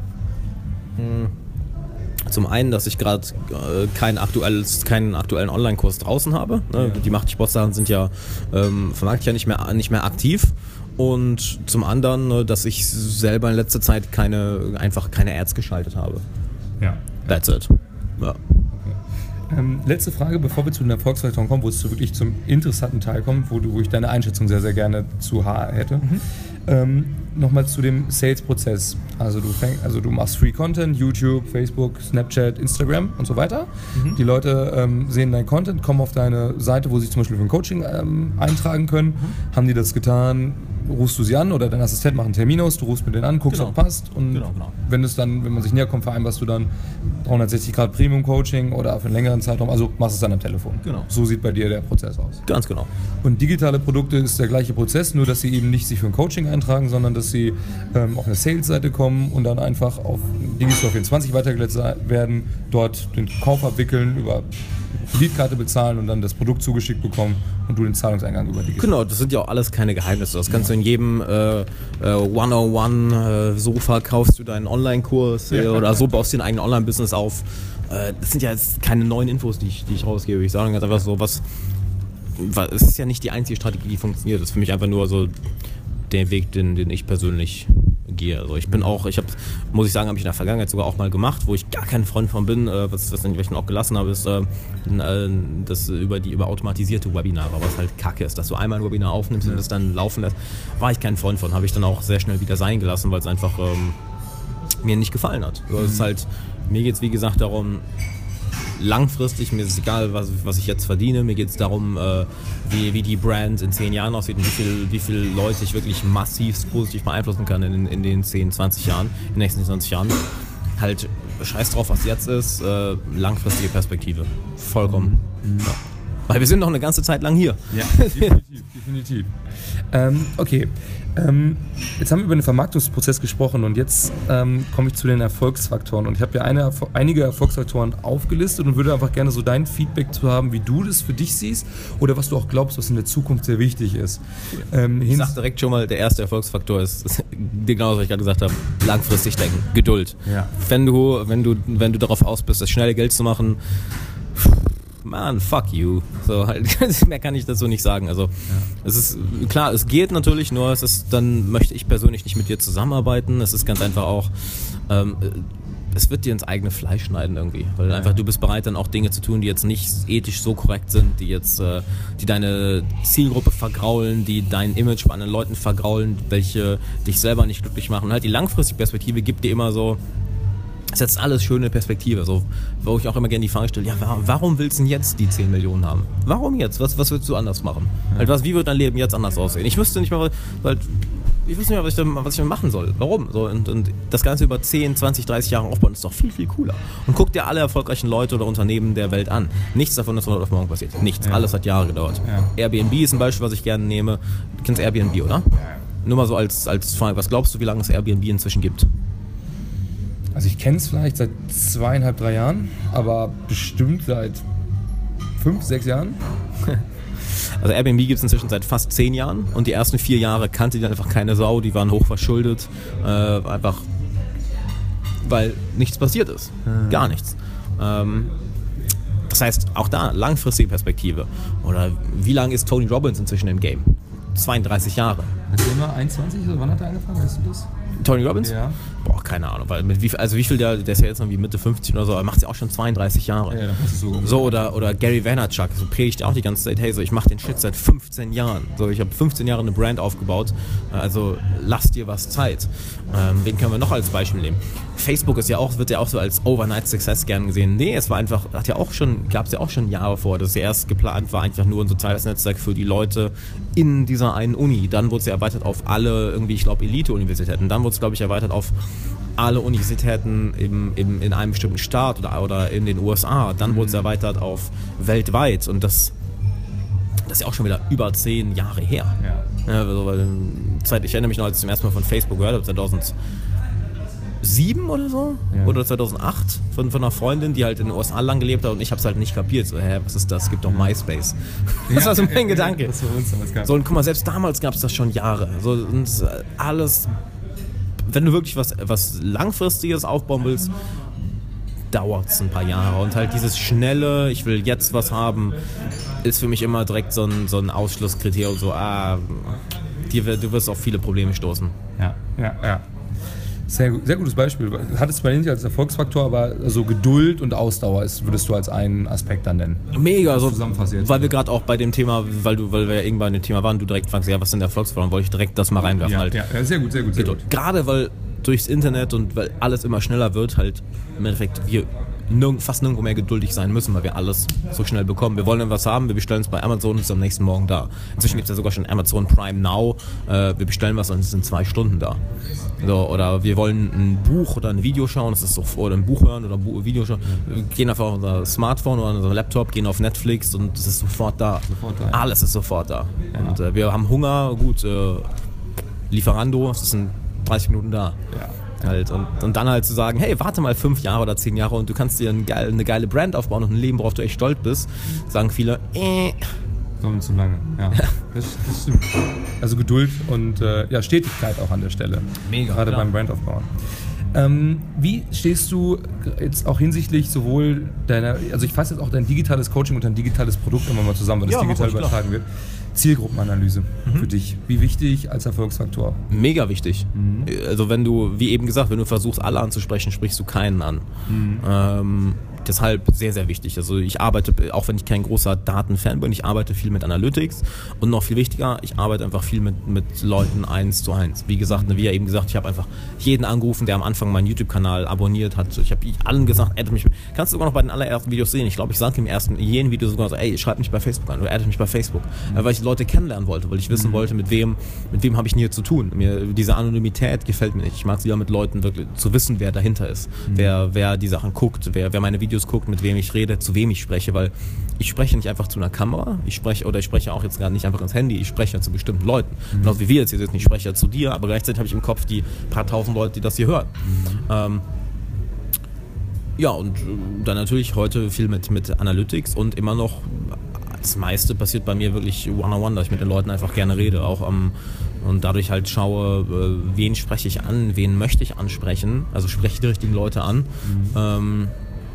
Zum einen, dass ich gerade äh, kein aktuelles, keinen aktuellen Online-Kurs draußen habe. Ne? Ja. Die Mach dich Boss-Sachen sind ja, ähm, vermarkte ich ja nicht mehr, nicht mehr aktiv. Und zum anderen, dass ich selber in letzter Zeit keine, einfach keine Ads geschaltet habe.
Ja.
That's it. Ja.
Okay. Ähm, letzte Frage, bevor wir zu den Erfolgsfaktoren kommen, wo es zu wirklich zum interessanten Teil kommt, wo, du, wo ich deine Einschätzung sehr, sehr gerne zu hätte. Mhm. Ähm, Nochmal zu dem Sales-Prozess. Also du, fäng, also du machst Free Content, YouTube, Facebook, Snapchat, Instagram und so weiter. Mhm. Die Leute ähm, sehen deinen Content, kommen auf deine Seite, wo sie sich zum Beispiel für ein Coaching ähm, eintragen können. Mhm. Haben die das getan? Rufst du sie an oder dein Assistent macht einen Termin aus, du rufst mit denen an, guckst,
genau.
ob passt und
genau, genau.
wenn es dann, wenn man sich näher kommt, vereinbarst du dann dreihundertsechzig Grad Premium Coaching oder für einen längeren Zeitraum, also machst es dann am Telefon.
Genau.
So sieht bei dir der Prozess aus.
Ganz genau.
Und digitale Produkte ist der gleiche Prozess, nur dass sie eben nicht sich für ein Coaching eintragen, sondern dass sie ähm, auf eine Sales-Seite kommen und dann einfach auf Digistore vierundzwanzig weitergeleitet werden, dort den Kauf abwickeln, über Kreditkarte bezahlen und dann das Produkt zugeschickt bekommen und du den Zahlungseingang über Digistore.
Genau, das sind ja auch alles keine Geheimnisse. Das kannst du in jedem äh, äh, hunderteins-Sofa kaufst du deinen Online-Kurs äh, oder so baust du dein eigenes Online-Business auf. Äh, das sind ja jetzt keine neuen Infos, die ich, die ich rausgebe. Ich sage ganz einfach so, was, was, es ist ja nicht die einzige Strategie, die funktioniert. Das ist für mich einfach nur so der Weg, den, den ich persönlich gehe. Also ich bin auch, ich habe, muss ich sagen, habe ich in der Vergangenheit sogar auch mal gemacht, wo ich gar kein Freund von bin, äh, was, was ich auch gelassen habe, ist äh, das über die über automatisierte Webinare, was halt kacke ist, dass du einmal ein Webinar aufnimmst ja. und das dann laufen lässt, war ich kein Freund von, habe ich dann auch sehr schnell wieder sein gelassen, weil es einfach ähm, mir nicht gefallen hat. Also mhm. es ist halt, mir geht es wie gesagt darum, langfristig, mir ist es egal, was, was ich jetzt verdiene, mir geht es darum, äh, wie, wie die Brand in zehn Jahren aussieht und wie viel, wie viele Leute ich wirklich massiv positiv beeinflussen kann in, in den zehn, zwanzig Jahren, in den nächsten zwanzig Jahren. Halt, scheiß drauf, was jetzt ist, äh, langfristige Perspektive. Vollkommen. Mhm. Ja. Weil wir sind noch eine ganze Zeit lang hier.
Ja, definitiv, definitiv. Ähm, okay, ähm, jetzt haben wir über den Vermarktungsprozess gesprochen und jetzt ähm, komme ich zu den Erfolgsfaktoren. Und ich habe ja eine, einige Erfolgsfaktoren aufgelistet und würde einfach gerne so dein Feedback zu haben, wie du das für dich siehst oder was du auch glaubst, was in der Zukunft sehr wichtig ist.
Ähm, ich sag direkt schon mal, der erste Erfolgsfaktor ist, ist genau was ich gerade gesagt habe, langfristig denken, Geduld. Ja. Wenn du, wenn du, wenn du darauf aus bist, das schnelle Geld zu machen, man, fuck you. So, halt, mehr kann ich dazu nicht sagen. Also, ja. Es ist klar, es geht natürlich, nur es ist, dann möchte ich persönlich nicht mit dir zusammenarbeiten. Es ist ganz einfach auch, ähm, es wird dir ins eigene Fleisch schneiden irgendwie. Weil ja. einfach du bist bereit, dann auch Dinge zu tun, die jetzt nicht ethisch so korrekt sind, die jetzt, äh, die deine Zielgruppe vergraulen, die dein Image bei anderen Leuten vergraulen, welche dich selber nicht glücklich machen. Und halt die langfristige Perspektive gibt dir immer so, das ist jetzt alles schöne Perspektive, so, wo ich auch immer gerne die Frage stelle, ja, warum willst du denn jetzt die zehn Millionen haben? Warum jetzt? Was, was willst du anders machen? Ja. Halt, was, wie wird dein Leben jetzt anders aussehen? Ich wüsste nicht mehr, weil, ich wüsste nicht mehr, was ich, da, was ich da machen soll. Warum? So, und, und das Ganze über zehn, zwanzig, dreißig Jahre aufbauen, ist doch viel, viel cooler. Und guck dir alle erfolgreichen Leute oder Unternehmen der Welt an. Nichts davon ist von heute auf morgen passiert. Nichts. Ja. Alles hat Jahre gedauert. Ja. Airbnb ist ein Beispiel, was ich gerne nehme. Du kennst Airbnb, oder? Ja. Nur mal so als, als Frage, was glaubst du, wie lange es Airbnb inzwischen gibt?
Also ich kenne es vielleicht seit zweieinhalb, drei Jahren, aber bestimmt seit fünf, sechs Jahren.
Also Airbnb gibt es inzwischen seit fast zehn Jahren und die ersten vier Jahre kannte die einfach keine Sau, die waren hochverschuldet, äh, einfach weil nichts passiert ist, mhm. gar nichts. Ähm, das heißt, auch da langfristige Perspektive. Oder wie lange ist Tony Robbins inzwischen im Game? zweiunddreißig Jahre.
Ist der immer einundzwanzig oder wann hat er angefangen, weißt du das?
Tony Robbins?
Ja.
Boah, keine Ahnung, weil mit wie, also wie viel der, der ist ja jetzt noch wie Mitte fünfzig oder so, aber macht es ja auch schon zweiunddreißig Jahre.
Ja, dann passt es so.
So, oder, oder Gary Vaynerchuk, so predigt auch die ganze Zeit, hey, so ich mache den Shit seit fünfzehn Jahren. So, ich habe fünfzehn Jahre eine Brand aufgebaut, also lass dir was Zeit. Ähm, wen können wir noch als Beispiel nehmen? Facebook ist ja auch, wird ja auch so als Overnight Success gern gesehen. Nee, es war einfach, hat ja auch schon, gab es ja auch schon Jahre vor, dass es ja erst geplant war, einfach nur ein soziales Netzwerk für die Leute in dieser einen Uni. Dann wurde es ja erweitert auf alle, irgendwie, ich glaube, Elite-Universitäten. Dann wurde es, glaube ich, erweitert auf alle Universitäten im, im, in einem bestimmten Staat oder, oder in den U S A. Dann wurde es erweitert auf weltweit. Und das, das ist ja auch schon wieder über zehn Jahre her. Ja. Ja, also, weil, Zeit, ich erinnere mich noch, als ich zum ersten Mal von Facebook gehört habe, zweitausendsieben oder so, ja. oder zweitausendacht von, von einer Freundin, die halt in den U S A lang gelebt hat und ich habe es halt nicht kapiert. So, hä, was ist das? Es gibt doch MySpace. Ja. Das war so mein ja, Gedanke. Ja, das war uns damals so, und guck mal, selbst damals gab es das schon Jahre. So, und alles, wenn du wirklich was, was Langfristiges aufbauen willst, dauert es ein paar Jahre. Und halt dieses schnelle, ich will jetzt was haben, ist für mich immer direkt so ein, so ein Ausschlusskriterium. So, ah, dir, du wirst auf viele Probleme stoßen.
Ja, ja, ja. Sehr, sehr gutes Beispiel. Hattest du bei dir nicht als Erfolgsfaktor, aber so Geduld und Ausdauer ist, würdest du als einen Aspekt dann nennen?
Mega, also, weil wir gerade auch bei dem Thema, weil du, weil wir ja irgendwann in dem Thema waren, du direkt fragst, ja, was sind Erfolgsfaktoren, wollte ich direkt das mal reinwerfen.
Ja,
halt.
ja, sehr gut, sehr gut, sehr gut.
Gerade weil durchs Internet und weil alles immer schneller wird, halt im Endeffekt wir nirg- fast nirgendwo mehr geduldig sein müssen, weil wir alles so schnell bekommen. Wir wollen was haben, wir bestellen es bei Amazon und es ist am nächsten Morgen da. Inzwischen gibt es ja sogar schon Amazon Prime Now. Äh, wir bestellen was und es ist in zwei Stunden da. So, oder wir wollen ein Buch oder ein Video schauen, das ist so, oder ein Buch hören oder ein Video schauen. Wir gehen einfach auf unser Smartphone oder unser Laptop, gehen auf Netflix und es ist sofort da. Sofort da. Alles ist sofort da. Ja. Und äh, wir haben Hunger, gut, äh, Lieferando, es ist in dreißig Minuten da. Ja. Halt. Und, und dann halt zu sagen, hey, warte mal fünf Jahre oder zehn Jahre und du kannst dir ein geil, eine geile Brand aufbauen und ein Leben, worauf du echt stolz bist, sagen viele, äh.
Kommen zu lange, ja. Das, das stimmt. Also Geduld und äh, ja, Stetigkeit auch an der Stelle.
Mega.
Gerade klar. Beim Brandaufbauen. Ähm, wie stehst du jetzt auch hinsichtlich sowohl deiner, also ich fasse jetzt auch dein digitales Coaching und dein digitales Produkt immer mal zusammen, weil das ja, digital übertragen wird. Zielgruppenanalyse mhm. für dich. Wie wichtig als Erfolgsfaktor?
Mega wichtig. Mhm. Also wenn du, wie eben gesagt, wenn du versuchst, alle anzusprechen, sprichst du keinen an. Mhm. Ähm, deshalb sehr, sehr wichtig. Also ich arbeite, auch wenn ich kein großer Datenfan bin, ich arbeite viel mit Analytics und noch viel wichtiger, ich arbeite einfach viel mit, mit Leuten eins zu eins. Wie gesagt, wie ja eben gesagt, ich habe einfach jeden angerufen, der am Anfang meinen YouTube-Kanal abonniert hat. Ich habe allen gesagt, addet mich, kannst du sogar noch bei den allerersten Videos sehen, ich glaube, ich sage im ersten, in jedem Video sogar so, ey, schreib mich bei Facebook an oder addet mich bei Facebook. Mhm. Weil ich die Leute kennenlernen wollte, weil ich wissen mhm. wollte, mit wem, mit wem habe ich hier zu tun. Mir, diese Anonymität gefällt mir nicht. Ich mag es lieber mit Leuten wirklich zu wissen, wer dahinter ist, mhm. wer, wer die Sachen guckt, wer, wer meine Videos guckt, mit wem ich rede, zu wem ich spreche, weil ich spreche nicht einfach zu einer Kamera, ich spreche, oder ich spreche auch jetzt gerade nicht einfach ins Handy, ich spreche ja zu bestimmten Leuten. Mhm. Genauso wie wir jetzt hier sitzen, ich spreche ja zu dir, aber gleichzeitig habe ich im Kopf die paar tausend Leute, die das hier hören. Mhm. Ähm, ja, und dann natürlich heute viel mit, mit Analytics und immer noch, das meiste passiert bei mir wirklich one-on-one, dass ich mit den Leuten einfach gerne rede, auch am und dadurch halt schaue, äh, wen spreche ich an, wen möchte ich ansprechen, also spreche ich die richtigen Leute an. Mhm. Ähm,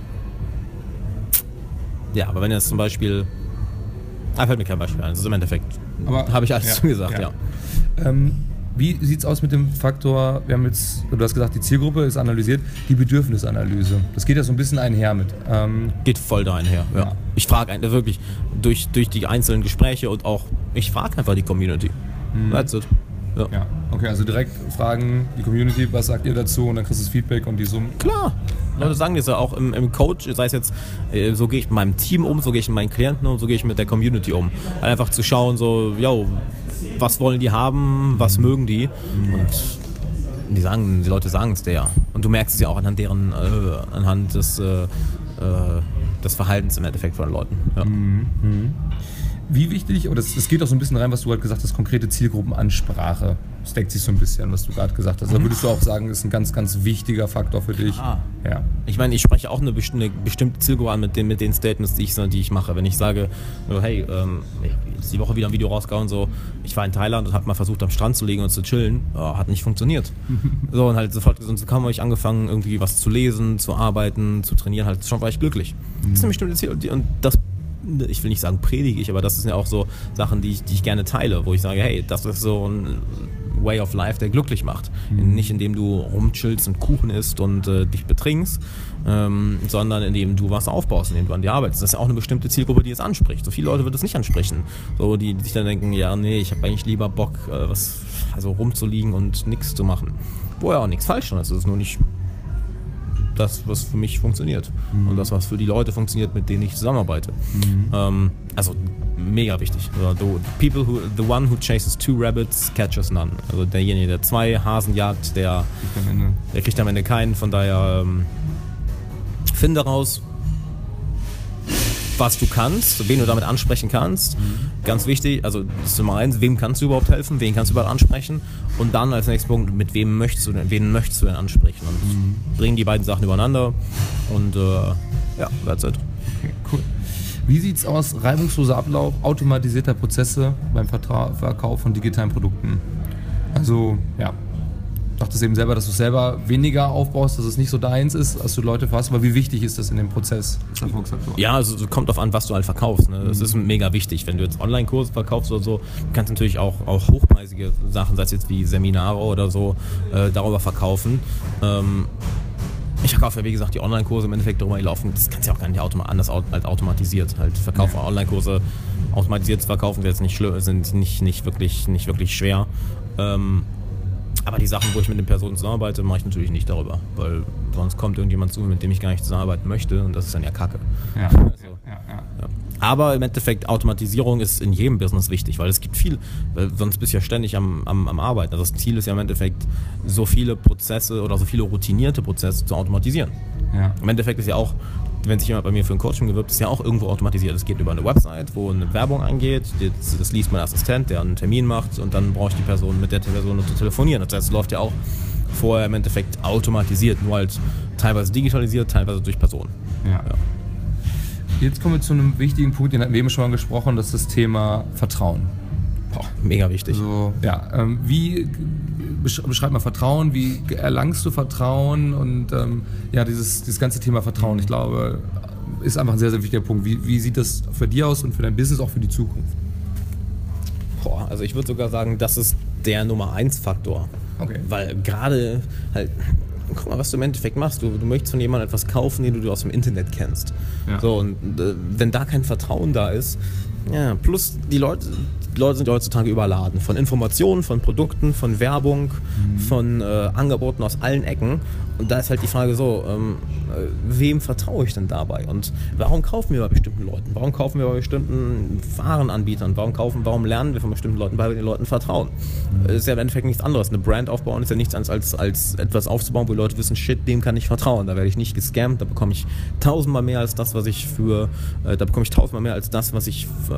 ja, aber wenn jetzt zum Beispiel, da fällt mir kein Beispiel ein, das ist im Endeffekt, habe ich alles ja, zugesagt, ja.
ja. Ähm, wie sieht es aus mit dem Faktor, wir haben jetzt, du hast gesagt, die Zielgruppe ist analysiert, die Bedürfnisanalyse, das geht ja so ein bisschen einher mit. Ähm,
geht voll da einher, ja. ja. Ich frage wirklich durch, durch die einzelnen Gespräche und auch, ich frage einfach die Community. That's it. Ja.
ja, okay, also direkt fragen die Community, was sagt ihr dazu und dann kriegst du das Feedback und die Summen.
Klar, Leute ja. sagen das ja auch im, im Coach, sei es jetzt, äh, so gehe ich mit meinem Team um, so gehe ich mit meinen Klienten um, so gehe ich mit der Community um. Einfach zu schauen, so, yo, was wollen die haben, was mhm. mögen die mhm. und die sagen, die Leute sagen es dir ja. Und du merkst es ja auch anhand deren, äh, anhand des, äh, äh, des Verhaltens im Endeffekt von den Leuten. Ja.
Mhm. Mhm. Wie wichtig, oder es geht auch so ein bisschen rein, was du gerade gesagt hast, konkrete Zielgruppenansprache. Das deckt sich so ein bisschen, was du gerade gesagt hast. Da würdest du auch sagen, ist ein ganz, ganz wichtiger Faktor für dich.
Ah. Ja. Ich meine, ich spreche auch eine bestimmte, eine bestimmte Zielgruppe an mit den, mit den Statements, die ich, die ich mache. Wenn ich sage, so, hey, ähm, ist die Woche wieder ein Video rausgehauen, so, ich war in Thailand und habe mal versucht, am Strand zu liegen und zu chillen, oh, hat nicht funktioniert. So, und halt sofort so kaum habe ich angefangen, irgendwie was zu lesen, zu arbeiten, zu trainieren, halt schon war ich glücklich. Mhm. Das ist eine bestimmte Ziel und das ich will nicht sagen predige ich, aber das sind ja auch so Sachen, die ich, die ich gerne teile, wo ich sage, hey, das ist so ein Way of Life, der glücklich macht. Mhm. Nicht indem du rumchillst und Kuchen isst und äh, dich betrinkst, ähm, sondern indem du was aufbaust, indem du an dir arbeitest. Das ist ja auch eine bestimmte Zielgruppe, die es anspricht. So viele Leute wird es nicht ansprechen. So, die, die sich dann denken, ja, nee, ich habe eigentlich lieber Bock, äh, was, also rumzuliegen und nichts zu machen. Wo ja auch nichts falsch dran ist, es ist nur nicht das, was für mich funktioniert. Mhm. Und das, was für die Leute funktioniert, mit denen ich zusammenarbeite. Mhm. Ähm, also mega wichtig. Also, the, people who, the one who chases two rabbits catches none. Also derjenige, der zwei Hasen jagt, der, der kriegt am Ende keinen. Von daher ähm, finde raus, was du kannst, wen du damit ansprechen kannst. Mhm. Ganz wichtig, also das ist Nummer eins, wem kannst du überhaupt helfen, wen kannst du überhaupt ansprechen und dann als nächster Punkt, mit wem möchtest du denn, wen möchtest du denn ansprechen und mhm. bringen die beiden Sachen übereinander und äh, ja, that's it.
Okay, cool. Wie sieht's aus, reibungsloser Ablauf, automatisierter Prozesse beim Vertra- Verkauf von digitalen Produkten? Also, ja, du dachtest eben selber, dass du es selber weniger aufbaust, dass es nicht so deins ist, als du Leute fasst, aber wie wichtig ist das in dem Prozess?
Ja, also es kommt darauf an, was du halt verkaufst. Ne? Das mhm. ist mega wichtig. Wenn du jetzt Online-Kurse verkaufst oder so, kannst du natürlich auch, auch hochpreisige Sachen, sei es jetzt wie Seminare oder so, äh, darüber verkaufen. Ähm, ich verkaufe ja, wie gesagt, die Online-Kurse im Endeffekt darüber laufen. Das kannst du ja auch gar nicht automa- anders halt automatisiert. Halt verkaufe ja. Online-Kurse automatisiert zu verkaufen, jetzt nicht schlimm, sind nicht, nicht, wirklich, nicht wirklich schwer. Ähm, Aber die Sachen, wo ich mit den Personen zusammenarbeite, mache ich natürlich nicht darüber, weil sonst kommt irgendjemand zu mir, mit dem ich gar nicht zusammenarbeiten möchte und das ist dann ja Kacke. Ja, also, ja, ja. Ja. Aber im Endeffekt, Automatisierung ist in jedem Business wichtig, weil es gibt viel, weil sonst bist du ja ständig am, am, am Arbeiten. Also das Ziel ist ja im Endeffekt, so viele Prozesse oder so viele routinierte Prozesse zu automatisieren. Ja. Im Endeffekt ist ja auch, wenn sich jemand bei mir für ein Coaching bewirbt, ist ja auch irgendwo automatisiert. Es geht über eine Website, wo eine Werbung eingeht, das, das liest mein Assistent, der einen Termin macht und dann brauche ich die Person mit der Person zu telefonieren. Das heißt, es läuft ja auch vorher im Endeffekt automatisiert, nur halt teilweise digitalisiert, teilweise durch Personen. Ja. Ja.
Jetzt kommen wir zu einem wichtigen Punkt, den hatten wir eben schon angesprochen, das ist das Thema Vertrauen.
Boah, mega wichtig.
Also, ja, ähm, wie beschreib mal Vertrauen, wie erlangst du Vertrauen und ähm, ja, dieses, dieses ganze Thema Vertrauen, ich glaube, ist einfach ein sehr, sehr wichtiger Punkt. Wie, wie sieht das für dich aus und für dein Business, auch für die Zukunft?
Boah, also ich würde sogar sagen, das ist der Nummer eins Faktor. Okay. Weil gerade halt guck mal, was du im Endeffekt machst. Du, du möchtest von jemandem etwas kaufen, den du aus dem Internet kennst. Ja. So, und äh, wenn da kein Vertrauen da ist, ja, plus die Leute, die Leute sind heutzutage überladen von Informationen, von Produkten, von Werbung, mhm. von äh, Angeboten aus allen Ecken. Und da ist halt die Frage so, ähm, äh, wem vertraue ich denn dabei? Und warum kaufen wir bei bestimmten Leuten? Warum kaufen wir bei bestimmten Warenanbietern? Warum kaufen, warum lernen wir von bestimmten Leuten, weil wir den Leuten vertrauen? Mhm. Das ist ja im Endeffekt nichts anderes. Eine Brand aufbauen ist ja nichts anderes als, als etwas aufzubauen, wo die Leute wissen, shit, dem kann ich vertrauen. Da werde ich nicht gescammt, da bekomme ich tausendmal mehr als das, was ich für, äh, da bekomme ich tausendmal mehr als das, was ich äh,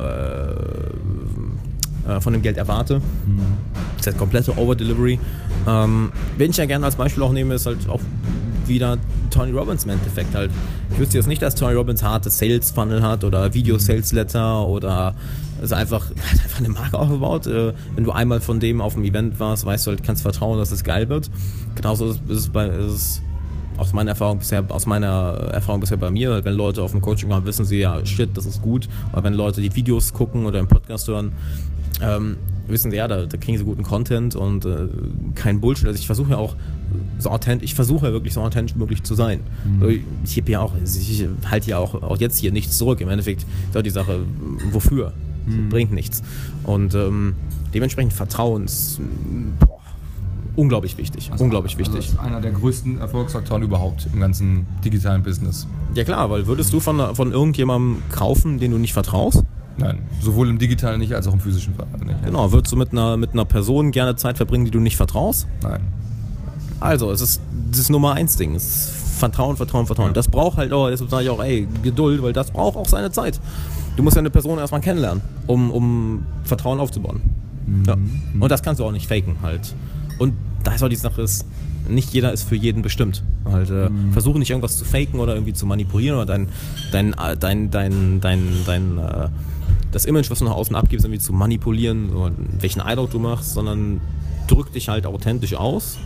äh, von dem Geld erwarte. Mhm. Das ist halt komplette Overdelivery. Ähm, wen ich ja gerne als Beispiel auch nehme, ist halt auch wieder Tony Robbins im Endeffekt halt. Ich wüsste jetzt nicht, dass Tony Robbins harte Sales Funnel hat oder Video Sales Letter oder also einfach, hat einfach eine Marke aufgebaut. Äh, wenn du einmal von dem auf dem Event warst, weißt du halt, kannst vertrauen, dass es geil wird. Genauso ist es bei, ist es aus meiner Erfahrung bisher, aus meiner Erfahrung bisher bei mir, wenn Leute auf dem Coaching haben, wissen sie ja, shit, das ist gut. Aber wenn Leute die Videos gucken oder im Podcast hören, ähm, wissen sie ja, da, da kriegen sie guten Content und äh, kein Bullshit. Also ich versuche ja auch so authentisch, ich versuche ja wirklich so authentisch wie möglich zu sein. Mhm. So, ich heb ja auch, ich halte ja auch, auch jetzt hier nichts zurück. Im Endeffekt ist auch die Sache, wofür? Mhm. Bringt nichts. Und ähm, dementsprechend Vertrauen ist boah, unglaublich wichtig. Also, unglaublich wichtig.
Also das ist einer der größten Erfolgsfaktoren überhaupt im ganzen digitalen Business.
Ja klar, weil würdest du von, von irgendjemandem kaufen, den du nicht vertraust?
Nein, sowohl im digitalen nicht als auch im physischen Fall nicht.
Genau, würdest du mit einer, mit einer Person gerne Zeit verbringen, die du nicht vertraust?
Nein.
Also, es ist das Nummer eins Ding. Es ist Vertrauen, Vertrauen, Vertrauen. Ja. Das braucht halt auch, deshalb sage ich auch, ey, Geduld, weil das braucht auch seine Zeit. Du musst ja eine Person erstmal kennenlernen, um, um Vertrauen aufzubauen. Mhm. Ja. Und das kannst du auch nicht faken halt. Und da ist auch die Sache, ist, nicht jeder ist für jeden bestimmt. Halt, äh, mhm. Versuche nicht irgendwas zu faken oder irgendwie zu manipulieren oder dein, dein, dein, dein, dein, dein, äh, das Image, was du nach außen abgibst, irgendwie zu manipulieren, so, welchen Eindruck du machst, sondern drück dich halt authentisch aus.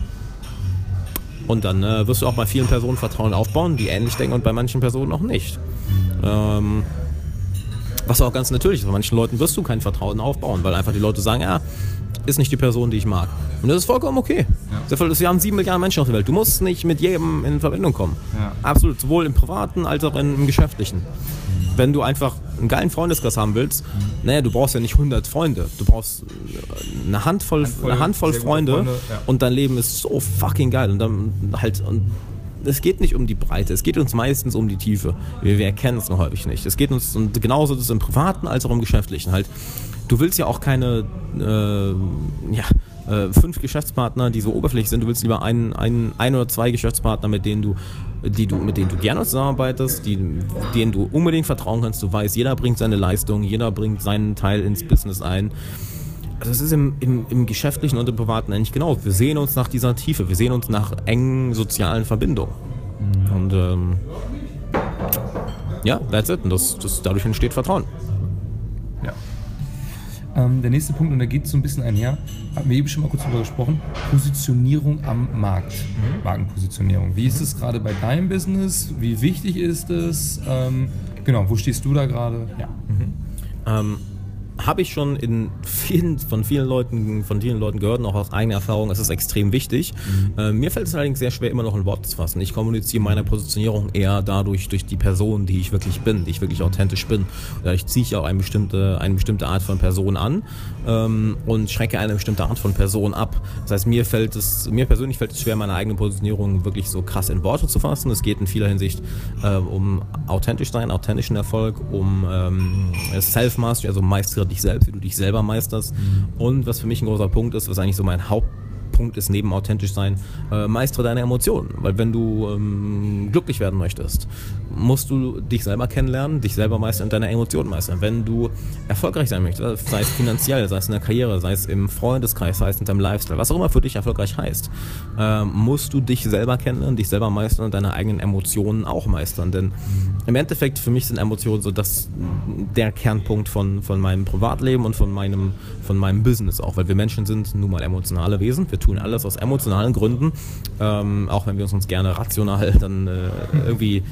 Und dann äh, wirst du auch bei vielen Personen Vertrauen aufbauen, die ähnlich denken und bei manchen Personen auch nicht. Ähm, was auch ganz natürlich ist, bei manchen Leuten wirst du kein Vertrauen aufbauen, weil einfach die Leute sagen, ja, ist nicht die Person, die ich mag. Und das ist vollkommen okay. Ja. Wir haben sieben Milliarden Menschen auf der Welt. Du musst nicht mit jedem in Verbindung kommen. Ja. Absolut, sowohl im Privaten als auch im Geschäftlichen. Mhm. Wenn du einfach einen geilen Freundeskreis haben willst, mhm. naja, du brauchst ja nicht hundert Freunde. Du brauchst eine Handvoll, Handvoll, eine Handvoll Freunde, Freunde ja. Und dein Leben ist so fucking geil. Und dann halt... Und es geht nicht um die Breite, es geht uns meistens um die Tiefe. Wir, wir erkennen es noch häufig nicht. Es geht uns, und genauso ist es im Privaten als auch im Geschäftlichen halt. Du willst ja auch keine äh, ja, äh, fünf Geschäftspartner, die so oberflächlich sind. Du willst lieber ein, ein, ein oder zwei Geschäftspartner, mit denen du, die du, mit denen du gerne zusammenarbeitest, die, denen du unbedingt vertrauen kannst. Du weißt, jeder bringt seine Leistung, jeder bringt seinen Teil ins Business ein. Also es ist im, im, im Geschäftlichen und im Privaten eigentlich genau. Wir sehen uns nach dieser Tiefe, wir sehen uns nach engen sozialen Verbindungen. Mhm. Und ähm, ja, that's it. Und das, das, dadurch entsteht Vertrauen.
Ja. Ähm, der nächste Punkt, und da geht es so ein bisschen einher, haben wir eben schon mal kurz drüber gesprochen, Positionierung am Markt, mhm. Markenpositionierung. Wie ist es gerade bei deinem Business? Wie wichtig ist es? Ähm, genau, wo stehst du da gerade? Ja.
Mhm. Ähm, habe ich schon in vielen, von vielen Leuten, von vielen Leuten gehört und auch aus eigener Erfahrung, es ist extrem wichtig. Mhm. Äh, mir fällt es allerdings sehr schwer, immer noch ein Wort zu fassen. Ich kommuniziere meine Positionierung eher dadurch, durch die Person, die ich wirklich bin, die ich wirklich authentisch bin. Dadurch ziehe ich auch eine bestimmte, eine bestimmte Art von Person an ähm, und schrecke eine bestimmte Art von Person ab. Das heißt, mir fällt es, mir persönlich fällt es schwer, meine eigene Positionierung wirklich so krass in Worte zu fassen. Es geht in vieler Hinsicht äh, um authentisch sein, authentischen Erfolg, um ähm, Self-Mastery, also Meister dich selbst, wie du dich selber meisterst. Mhm. Und was für mich ein großer Punkt ist, was eigentlich so mein Hauptpunkt ist, neben authentisch sein, äh, meistere deine Emotionen. Weil wenn du ähm, glücklich werden möchtest, musst du dich selber kennenlernen, dich selber meistern und deine Emotionen meistern. Wenn du erfolgreich sein möchtest, sei es finanziell, sei es in der Karriere, sei es im Freundeskreis, sei es in deinem Lifestyle, was auch immer für dich erfolgreich heißt, äh, musst du dich selber kennenlernen, dich selber meistern und deine eigenen Emotionen auch meistern. Denn im Endeffekt, für mich sind Emotionen so das, der Kernpunkt von, von meinem Privatleben und von meinem, von meinem Business auch, weil wir Menschen sind nun mal emotionale Wesen. Wir tun alles aus emotionalen Gründen, ähm, auch wenn wir uns, uns gerne rational dann äh, irgendwie im Nachhinein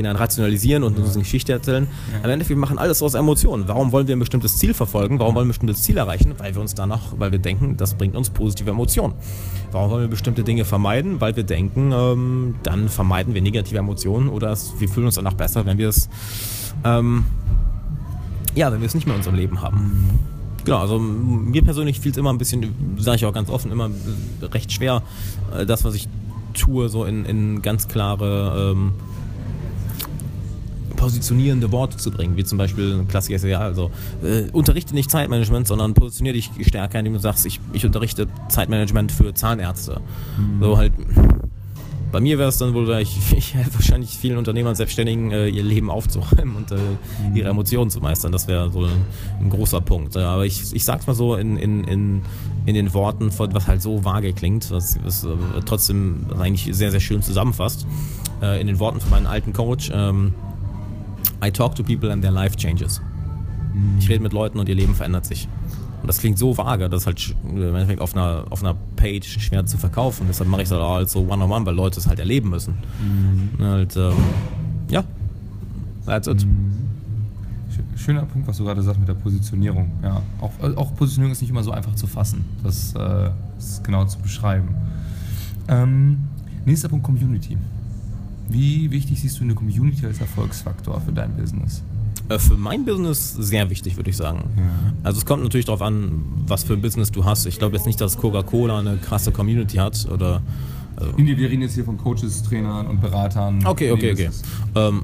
Nachhinein rationalisieren und uns eine Geschichte erzählen. Ja. Am Ende, wir machen alles aus Emotionen. Warum wollen wir ein bestimmtes Ziel verfolgen? Warum wollen wir ein bestimmtes Ziel erreichen? Weil wir uns danach, weil wir denken, das bringt uns positive Emotionen. Warum wollen wir bestimmte Dinge vermeiden? Weil wir denken, ähm, dann vermeiden wir negative Emotionen oder es, wir fühlen uns danach besser, wenn wir es, ähm, ja, wenn wir es nicht mehr in unserem Leben haben. Genau, also mir persönlich fiel es immer ein bisschen, sage ich auch ganz offen, immer recht schwer, das, was ich tue, so in, in ganz klare ähm, positionierende Worte zu bringen, wie zum Beispiel ein Klassiker ist ja, also äh, unterrichte nicht Zeitmanagement, sondern positioniere dich stärker, indem du sagst, ich, ich unterrichte Zeitmanagement für Zahnärzte. Mhm. So halt. Bei mir wäre es dann wohl, ich, ich helfe wahrscheinlich vielen Unternehmern, Selbstständigen, äh, ihr Leben aufzuräumen und äh, mhm. ihre Emotionen zu meistern. Das wäre so ein, ein großer Punkt. Ja, aber ich, ich sag's mal so in, in, in, in den Worten, von, was halt so vage klingt, was, was äh, trotzdem eigentlich sehr, sehr schön zusammenfasst. Äh, in den Worten von meinem alten Coach, ähm, I talk to people and their life changes. Mhm. Ich rede mit Leuten und ihr Leben verändert sich. Und das klingt so vage, das ist halt im Endeffekt auf einer, auf einer Page schwer zu verkaufen. Deshalb mache ich es halt auch als so one-on-one, weil Leute es halt erleben müssen. Mhm. Halt, ähm, ja, that's it.
Schöner Punkt, was du gerade sagst mit der Positionierung. Ja, auch, auch Positionierung ist nicht immer so einfach zu fassen. Das äh, ist genau zu beschreiben. Ähm, nächster Punkt, Community. Wie wichtig siehst du eine Community als Erfolgsfaktor für dein Business?
Für mein Business sehr wichtig, würde ich sagen. Ja. Also es kommt natürlich darauf an, was für ein Business du hast. Ich glaube jetzt nicht, dass Coca-Cola eine krasse Community hat. Oder, also
wir reden jetzt hier von Coaches, Trainern und Beratern.
Okay, okay, okay. Ähm,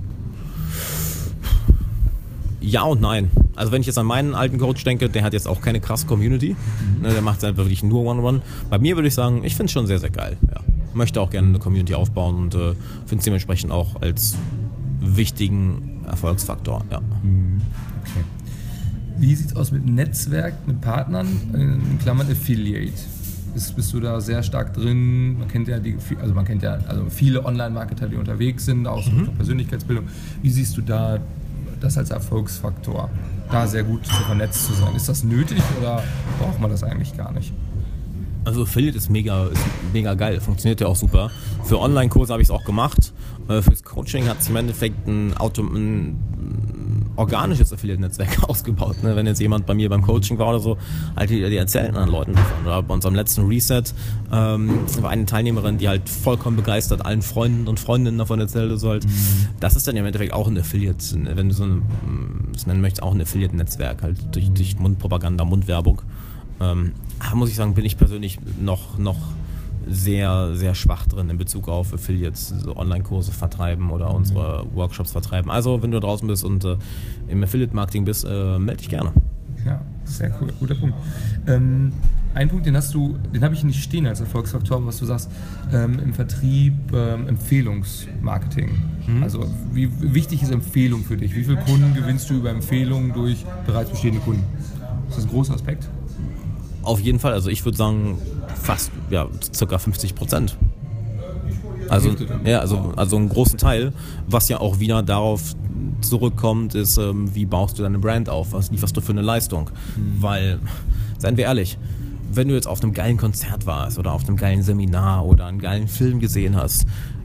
ja und nein. Also wenn ich jetzt an meinen alten Coach denke, der hat jetzt auch keine krasse Community. Mhm. Der macht einfach wirklich nur One-on-One. Bei mir würde ich sagen, ich finde es schon sehr, sehr geil. Ja. Ich möchte auch gerne eine Community aufbauen und äh, finde es dementsprechend auch als wichtigen Erfolgsfaktor, ja.
Okay. Wie sieht es aus mit Netzwerk, mit Partnern, in Klammern Affiliate? Bist, bist du da sehr stark drin? Man kennt ja die, also man kennt ja also viele Online-Marketer, die unterwegs sind, auch so mhm. Persönlichkeitsbildung. Wie siehst du da das als Erfolgsfaktor, da sehr gut zu vernetzt zu sein? Ist das nötig oder braucht man das eigentlich gar nicht?
Also Affiliate ist mega, ist mega geil, funktioniert ja auch super. Für Online-Kurse habe ich es auch gemacht. Fürs Coaching hat sich im Endeffekt ein, Auto, ein organisches Affiliate-Netzwerk ausgebaut. Ne? Wenn jetzt jemand bei mir beim Coaching war oder so, halt die, die erzählen anderen Leuten davon. Oder bei unserem letzten Reset ähm, war eine Teilnehmerin, die halt vollkommen begeistert allen Freunden und Freundinnen davon erzählte. So halt. Mhm. Das ist dann ja im Endeffekt auch ein Affiliate, wenn du so ein, das nennen möchtest, auch ein Affiliate-Netzwerk, halt durch, durch Mundpropaganda, Mundwerbung. Ähm, muss ich sagen, bin ich persönlich noch, noch sehr, sehr schwach drin in Bezug auf Affiliates, so Online-Kurse vertreiben oder unsere Workshops vertreiben. Also, wenn du draußen bist und äh, im Affiliate-Marketing bist, äh, melde dich gerne.
Ja, sehr cool, guter Punkt. Ähm, ein Punkt, den hast du, den habe ich nicht stehen als Erfolgsfaktor, was du sagst, ähm, im Vertrieb, ähm, Empfehlungsmarketing. Mhm. Also, wie wichtig ist Empfehlung für dich? Wie viele Kunden gewinnst du über Empfehlungen durch bereits bestehende Kunden? Ist das ein großer Aspekt?
Auf jeden Fall, also ich würde sagen, fast, ja, circa fünfzig Prozent. Also, ja, also, also einen großen Teil, was ja auch wieder darauf zurückkommt, ist, ähm, wie baust du deine Brand auf, was lieferst du für eine Leistung? Mhm. Weil, seien wir ehrlich, wenn du jetzt auf einem geilen Konzert warst oder auf einem geilen Seminar oder einen geilen Film gesehen hast,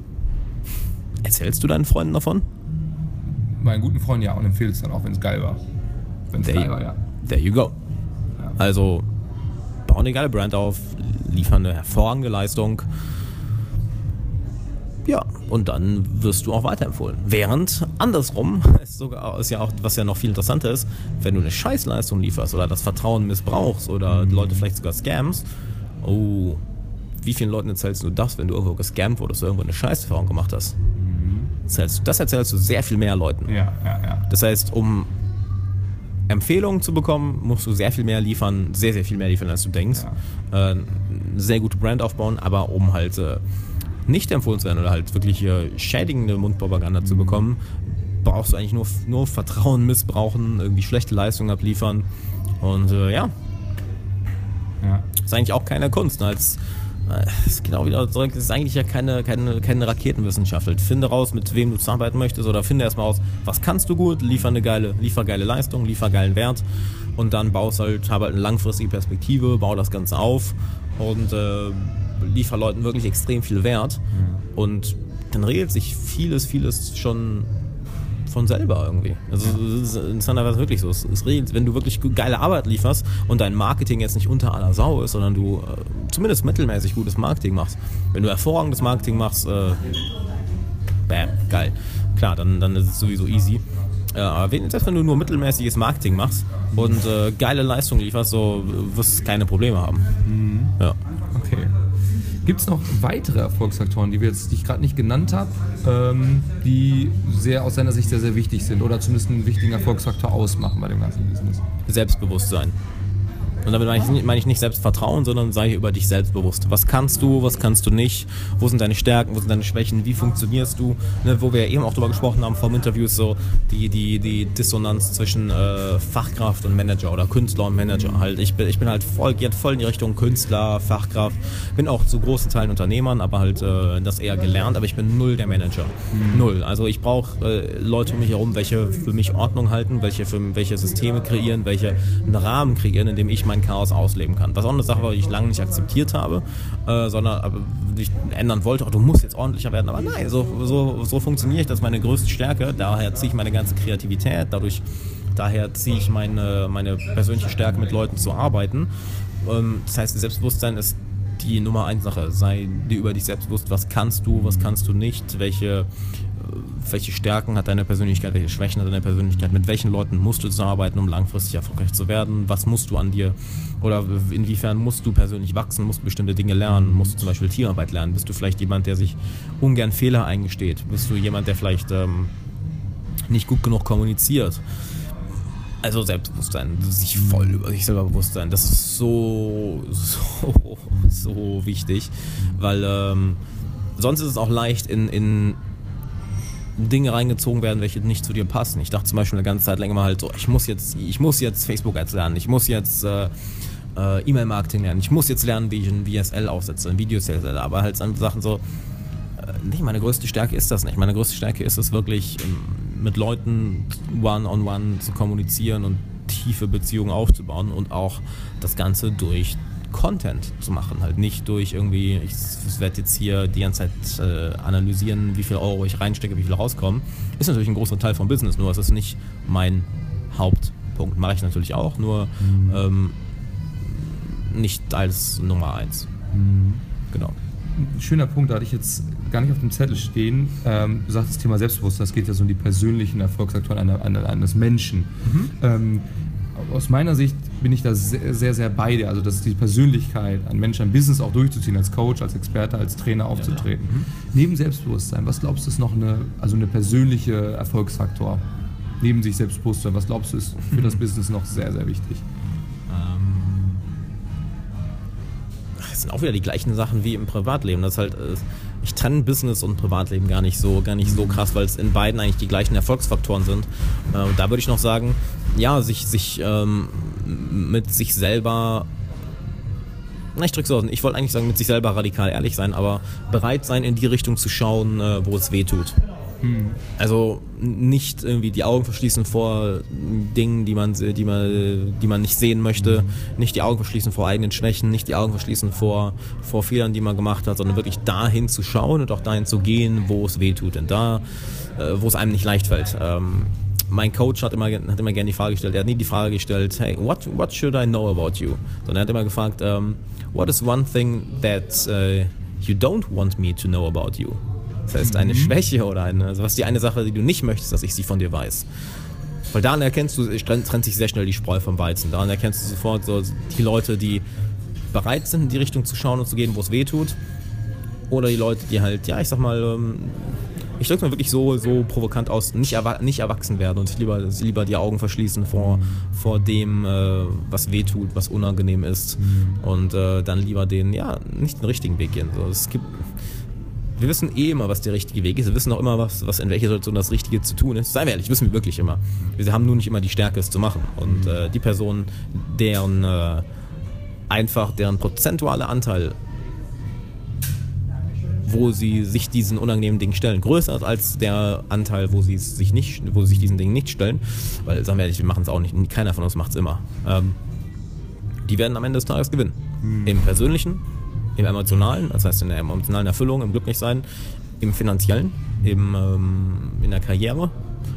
erzählst du deinen Freunden davon?
Meinen guten Freunden ja, und empfehlst dann auch, wenn es geil war. Wenn es geil war, ja.
There you go. Ja. Also, bau eine geile Brand auf, liefern eine hervorragende Leistung. Ja, und dann wirst du auch weiterempfohlen. Während andersrum, ist sogar ist ja auch, was ja noch viel interessanter ist, wenn du eine Scheißleistung lieferst oder das Vertrauen missbrauchst oder die Leute vielleicht sogar scamst, oh, wie vielen Leuten erzählst du das, wenn du irgendwo gescammt wurdest oder irgendwo eine Scheißerfahrung gemacht hast? Das erzählst, das erzählst du sehr viel mehr Leuten.
Ja, ja, ja.
Das heißt, um Empfehlungen zu bekommen, musst du sehr viel mehr liefern, sehr, sehr viel mehr liefern, als du denkst. Ja. Äh, eine sehr gute Brand aufbauen, aber um halt äh, nicht empfohlen zu werden oder halt wirklich äh, schädigende Mundpropaganda mhm. zu bekommen, brauchst du eigentlich nur, nur Vertrauen missbrauchen, irgendwie schlechte Leistungen abliefern und äh, ja. ja. Ist eigentlich auch keine Kunst. Ne? Als, äh, ist genau wieder zurück, es ist eigentlich ja keine, keine, keine Raketenwissenschaft. Halt. Finde raus, mit wem du zusammenarbeiten möchtest oder finde erstmal aus, was kannst du gut, liefer eine geile, liefer geile Leistung, liefer geilen Wert und dann baust halt, hab halt eine langfristige Perspektive, bau das Ganze auf und äh, liefere Leuten wirklich extrem viel Wert
Mhm.
und dann regelt sich vieles, vieles schon von selber irgendwie. Also es ist interessanterweise wirklich so. Es, es regelt, wenn du wirklich geile Arbeit lieferst und dein Marketing jetzt nicht unter aller Sau ist, sondern du äh, zumindest mittelmäßig gutes Marketing machst. Wenn du hervorragendes Marketing machst, äh, bam, geil. Klar, dann, dann ist es sowieso easy. Äh, aber wenn, selbst wenn du nur mittelmäßiges Marketing machst und äh, geile Leistung lieferst, so wirst du keine Probleme haben.
Mhm.
Ja.
Okay. Gibt es noch weitere Erfolgsfaktoren, die wir jetzt, die ich gerade nicht genannt habe, ähm, die sehr aus deiner Sicht sehr, sehr wichtig sind oder zumindest einen wichtigen Erfolgsfaktor ausmachen bei dem ganzen Business?
Selbstbewusstsein. Und damit meine ich, nicht, meine ich nicht Selbstvertrauen, sondern sei über dich selbstbewusst. Was kannst du, was kannst du nicht? Wo sind deine Stärken, wo sind deine Schwächen? Wie funktionierst du? Ne, wo wir eben auch drüber gesprochen haben vor dem Interview, ist so die, die, die Dissonanz zwischen äh, Fachkraft und Manager oder Künstler und Manager. Halt, ich bin, ich bin halt voll, geht voll in die Richtung Künstler, Fachkraft. Bin auch zu großen Teilen Unternehmern, aber halt äh, das eher gelernt. Aber ich bin null der Manager. Mhm. Null. Also ich brauche äh, Leute um mich herum, welche für mich Ordnung halten, welche, für, welche Systeme kreieren, welche einen Rahmen kreieren, in dem ich mein Chaos ausleben kann. Was auch eine Sache war, die ich lange nicht akzeptiert habe, äh, sondern aber ich ändern wollte, oh, du musst jetzt ordentlicher werden, aber nein, so, so, so funktioniere ich, das ist meine größte Stärke, daher ziehe ich meine ganze Kreativität, dadurch, daher ziehe ich meine, meine persönliche Stärke, mit Leuten zu arbeiten. Ähm, das heißt, Selbstbewusstsein ist die Nummer eins Sache, sei dir über dich selbst bewusst, was kannst du, was kannst du nicht, welche welche Stärken hat deine Persönlichkeit, welche Schwächen hat deine Persönlichkeit, mit welchen Leuten musst du zusammenarbeiten, um langfristig erfolgreich zu werden, was musst du an dir oder inwiefern musst du persönlich wachsen, musst du bestimmte Dinge lernen, musst du zum Beispiel Teamarbeit lernen, bist du vielleicht jemand, der sich ungern Fehler eingesteht, bist du jemand, der vielleicht ähm, nicht gut genug kommuniziert. Also Selbstbewusstsein, sich voll über sich selber bewusst sein, das ist so, so, so wichtig, weil ähm, sonst ist es auch leicht in, in Dinge reingezogen werden, welche nicht zu dir passen. Ich dachte zum Beispiel eine ganze Zeit lang immer halt so, ich muss jetzt, ich muss jetzt Facebook-Ads lernen, ich muss jetzt äh, äh, E-Mail-Marketing lernen, ich muss jetzt lernen, wie ich ein V S L aufsetze, ein Video-Sales, aber halt an Sachen so, äh, nicht, meine größte Stärke ist das nicht. Meine größte Stärke ist es wirklich, mit Leuten one-on-one zu kommunizieren und tiefe Beziehungen aufzubauen und auch das Ganze durch Content zu machen, halt nicht durch irgendwie, ich, ich werde jetzt hier die ganze Zeit äh, analysieren, wie viel Euro ich reinstecke, wie viel rauskommen. Ist natürlich ein großer Teil vom Business, nur es ist nicht mein Hauptpunkt. Mache ich natürlich auch, nur mhm. ähm, nicht als Nummer eins. Mhm. Genau.
Ein schöner Punkt, da hatte ich jetzt gar nicht auf dem Zettel stehen. Ähm, du sagst das Thema Selbstbewusstsein, das geht ja so um die persönlichen Erfolgsfaktoren einer, einer, eines Menschen. Mhm. Ähm, aus meiner Sicht bin ich da sehr, sehr, sehr bei dir. Also das ist die Persönlichkeit, ein Mensch, ein Business auch durchzuziehen, als Coach, als Experte, als Trainer aufzutreten. Ja, ja. Mhm. Neben Selbstbewusstsein, was glaubst du ist noch eine, also eine persönliche Erfolgsfaktor? Neben sich Selbstbewusstsein, was glaubst du ist für das Business noch sehr, sehr wichtig?
Ähm, das sind auch wieder die gleichen Sachen wie im Privatleben. Das ist halt, ich trenne Business und Privatleben gar nicht so, gar nicht so krass, weil es in beiden eigentlich die gleichen Erfolgsfaktoren sind. Äh, da würde ich noch sagen, ja, sich, sich ähm, mit sich selber, na, ich drück's so aus, ich wollte eigentlich sagen, mit sich selber radikal ehrlich sein, aber bereit sein, in die Richtung zu schauen, äh, wo es weh tut. Hm. Also nicht irgendwie die Augen verschließen vor Dingen, die man, die man, die man nicht sehen möchte, hm. nicht die Augen verschließen vor eigenen Schwächen, nicht die Augen verschließen vor, vor Fehlern, die man gemacht hat, sondern wirklich dahin zu schauen und auch dahin zu gehen, wo es weh tut, denn da, äh, wo es einem nicht leicht fällt. Ähm, Mein Coach hat immer, hat immer gerne die Frage gestellt, er hat nie die Frage gestellt, hey, what, what should I know about you? Sondern er hat immer gefragt, um, what is one thing that uh, you don't want me to know about you? Das heißt, eine mhm. Schwäche oder eine, also was ist die eine Sache, die du nicht möchtest, dass ich sie von dir weiß? Weil daran erkennst du, trennt, trennt sich sehr schnell die Spreu vom Weizen. Daran erkennst du sofort so die Leute, die bereit sind, in die Richtung zu schauen und zu gehen, wo es weh tut. Oder die Leute, die halt, ja, ich sag mal, ich drück's mal wirklich so, so provokant aus, nicht, erwa- nicht erwachsen werden und sich lieber, lieber die Augen verschließen vor, vor dem, äh, was weh tut, was unangenehm ist. Mhm. Und äh, dann lieber den, ja, nicht den richtigen Weg gehen. So, es gibt, wir wissen eh immer, was der richtige Weg ist. Wir wissen auch immer, was, was in welcher Situation das Richtige zu tun ist. Seien wir ehrlich, wissen wir wirklich immer. Wir haben nur nicht immer die Stärke, es zu machen. Und äh, die Person, deren äh, einfach, deren prozentuale Anteil, wo sie sich diesen unangenehmen Dingen stellen, größer ist als der Anteil, wo sie sich nicht, wo sie sich diesen Dingen nicht stellen, weil, sagen wir ehrlich, wir machen es auch nicht, keiner von uns macht es immer. Ähm, die werden am Ende des Tages gewinnen. Hm. Im Persönlichen Im Emotionalen, das heißt in der emotionalen Erfüllung, im Glücklichsein, im Finanziellen, im, ähm, in der Karriere.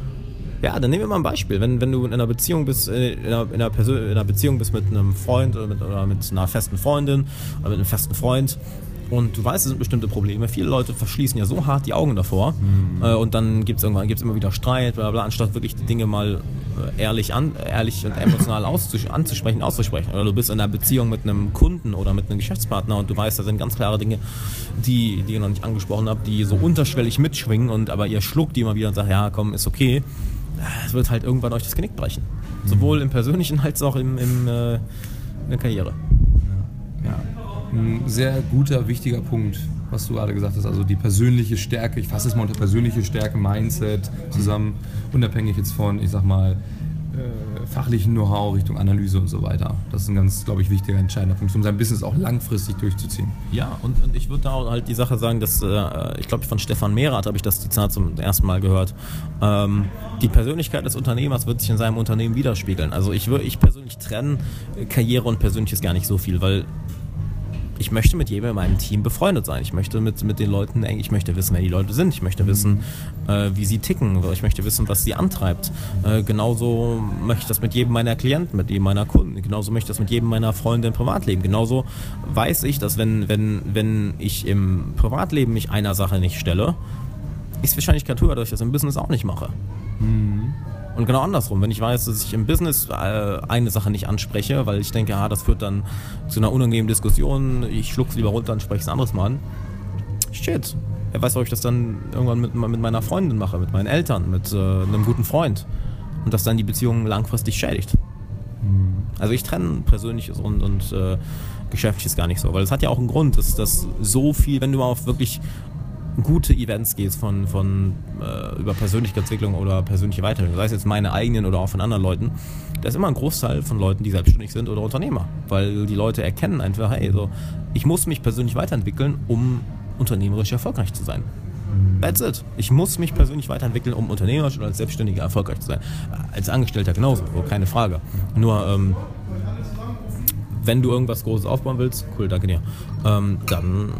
Ja, dann nehmen wir mal ein Beispiel. Wenn, wenn du in einer Beziehung bist, in einer, in, einer Persön- in einer Beziehung bist mit einem Freund oder mit, oder mit einer festen Freundin oder mit einem festen Freund und du weißt, es sind bestimmte Probleme. Viele Leute verschließen ja so hart die Augen davor mhm. äh, und dann gibt es irgendwann gibt's immer wieder Streit, bla bla, anstatt wirklich die Dinge mal äh, ehrlich, an, ehrlich und emotional auszus- anzusprechen, auszusprechen. Oder du bist in einer Beziehung mit einem Kunden oder mit einem Geschäftspartner und du weißt, da sind ganz klare Dinge, die, die ich noch nicht angesprochen habe, die so unterschwellig mitschwingen und aber ihr schluckt die immer wieder und sagt, ja komm, ist okay. Es wird halt irgendwann euch das Genick brechen. Mhm. Sowohl im Persönlichen als auch im, im, äh, in der Karriere.
Ja. Ja. Ein sehr guter, wichtiger Punkt, was du gerade gesagt hast. Also die persönliche Stärke, ich fasse es mal unter persönliche Stärke, Mindset zusammen, unabhängig jetzt von, ich sag mal, äh, fachlichen Know-how Richtung Analyse und so weiter. Das ist ein ganz, glaube ich, wichtiger, entscheidender Punkt, um sein Business auch langfristig durchzuziehen.
Ja, und, und ich würde da halt die Sache sagen, dass, äh, ich glaube, von Stefan Mehrath habe ich das Zitat zum ersten Mal gehört. Ähm, die Persönlichkeit des Unternehmers wird sich in seinem Unternehmen widerspiegeln. Also ich, würd, ich persönlich trenne Karriere und Persönliches gar nicht so viel, weil ich möchte mit jedem in meinem Team befreundet sein. Ich möchte mit, mit den Leuten, ich möchte wissen, wer die Leute sind. Ich möchte wissen, äh, wie sie ticken. Ich möchte wissen, was sie antreibt. Äh, genauso möchte ich das mit jedem meiner Klienten, mit jedem meiner Kunden. Genauso möchte ich das mit jedem meiner Freunde im Privatleben. Genauso weiß ich, dass wenn, wenn, wenn ich im Privatleben mich einer Sache nicht stelle, ist Wahrscheinlichkeit höher, dass ich das im Business auch nicht mache. Mhm. Und genau andersrum, wenn ich weiß, dass ich im Business äh, eine Sache nicht anspreche, weil ich denke, ah, das führt dann zu einer unangenehmen Diskussion, ich schluck's lieber runter und spreche es ein anderes Mal an. Shit, wer weiß, ob ich das dann irgendwann mit, mit meiner Freundin mache, mit meinen Eltern, mit äh, einem guten Freund und das dann die Beziehung langfristig schädigt. Mhm. Also ich trenne Persönliches und, und äh, Geschäftliches gar nicht so, weil es hat ja auch einen Grund, dass, dass so viel, wenn du mal auf wirklich gute Events gehst von, von äh, über Persönlichkeitsentwicklung oder persönliche Weiterbildung, sei es jetzt meine eigenen oder auch von anderen Leuten, da ist immer ein Großteil von Leuten, die selbstständig sind oder Unternehmer, weil die Leute erkennen einfach, hey, so, ich muss mich persönlich weiterentwickeln, um unternehmerisch erfolgreich zu sein. That's it. Ich muss mich persönlich weiterentwickeln, um unternehmerisch oder als Selbstständiger erfolgreich zu sein. Als Angestellter genauso, keine Frage. Nur, ähm, wenn du irgendwas Großes aufbauen willst, cool, danke dir, ähm, dann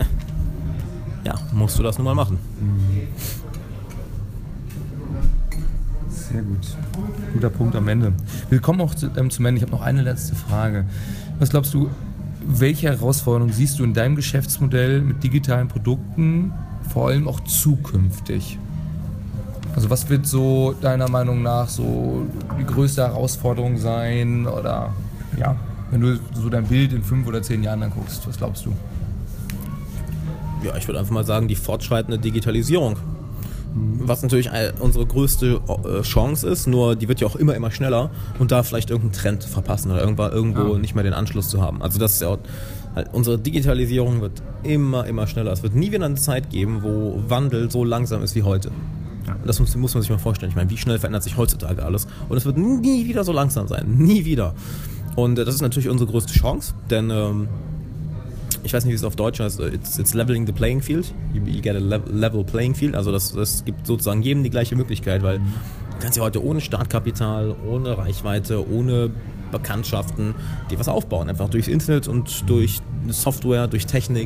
ja, musst du das nun mal machen.
Sehr gut. Guter Punkt am Ende. Wir kommen auch zu, ähm, zum Ende. Ich habe noch eine letzte Frage. Was glaubst du, welche Herausforderungen siehst du in deinem Geschäftsmodell mit digitalen Produkten, vor allem auch zukünftig? Also was wird so deiner Meinung nach so die größte Herausforderung sein? Oder ja, wenn du so dein Bild in fünf oder zehn Jahren anguckst, was glaubst du?
Ja, ich würde einfach mal sagen, die fortschreitende Digitalisierung. Was natürlich unsere größte Chance ist, nur die wird ja auch immer, immer schneller und da vielleicht irgendeinen Trend verpassen oder irgendwo, irgendwo ja. nicht mehr den Anschluss zu haben. Also das ist ja auch, halt, unsere Digitalisierung wird immer, immer schneller. Es wird nie wieder eine Zeit geben, wo Wandel so langsam ist wie heute. Ja. Das muss, muss man sich mal vorstellen. Ich meine, wie schnell verändert sich heutzutage alles? Und es wird nie wieder so langsam sein. Nie wieder. Und äh, das ist natürlich unsere größte Chance, denn ähm, ich weiß nicht, wie es auf Deutsch heißt, it's, it's leveling the playing field, you, you get a level playing field, also das, das gibt sozusagen jedem die gleiche Möglichkeit, weil du kannst ja heute ohne Startkapital, ohne Reichweite, ohne Bekanntschaften dir was aufbauen, einfach durchs Internet und durch Software, durch Technik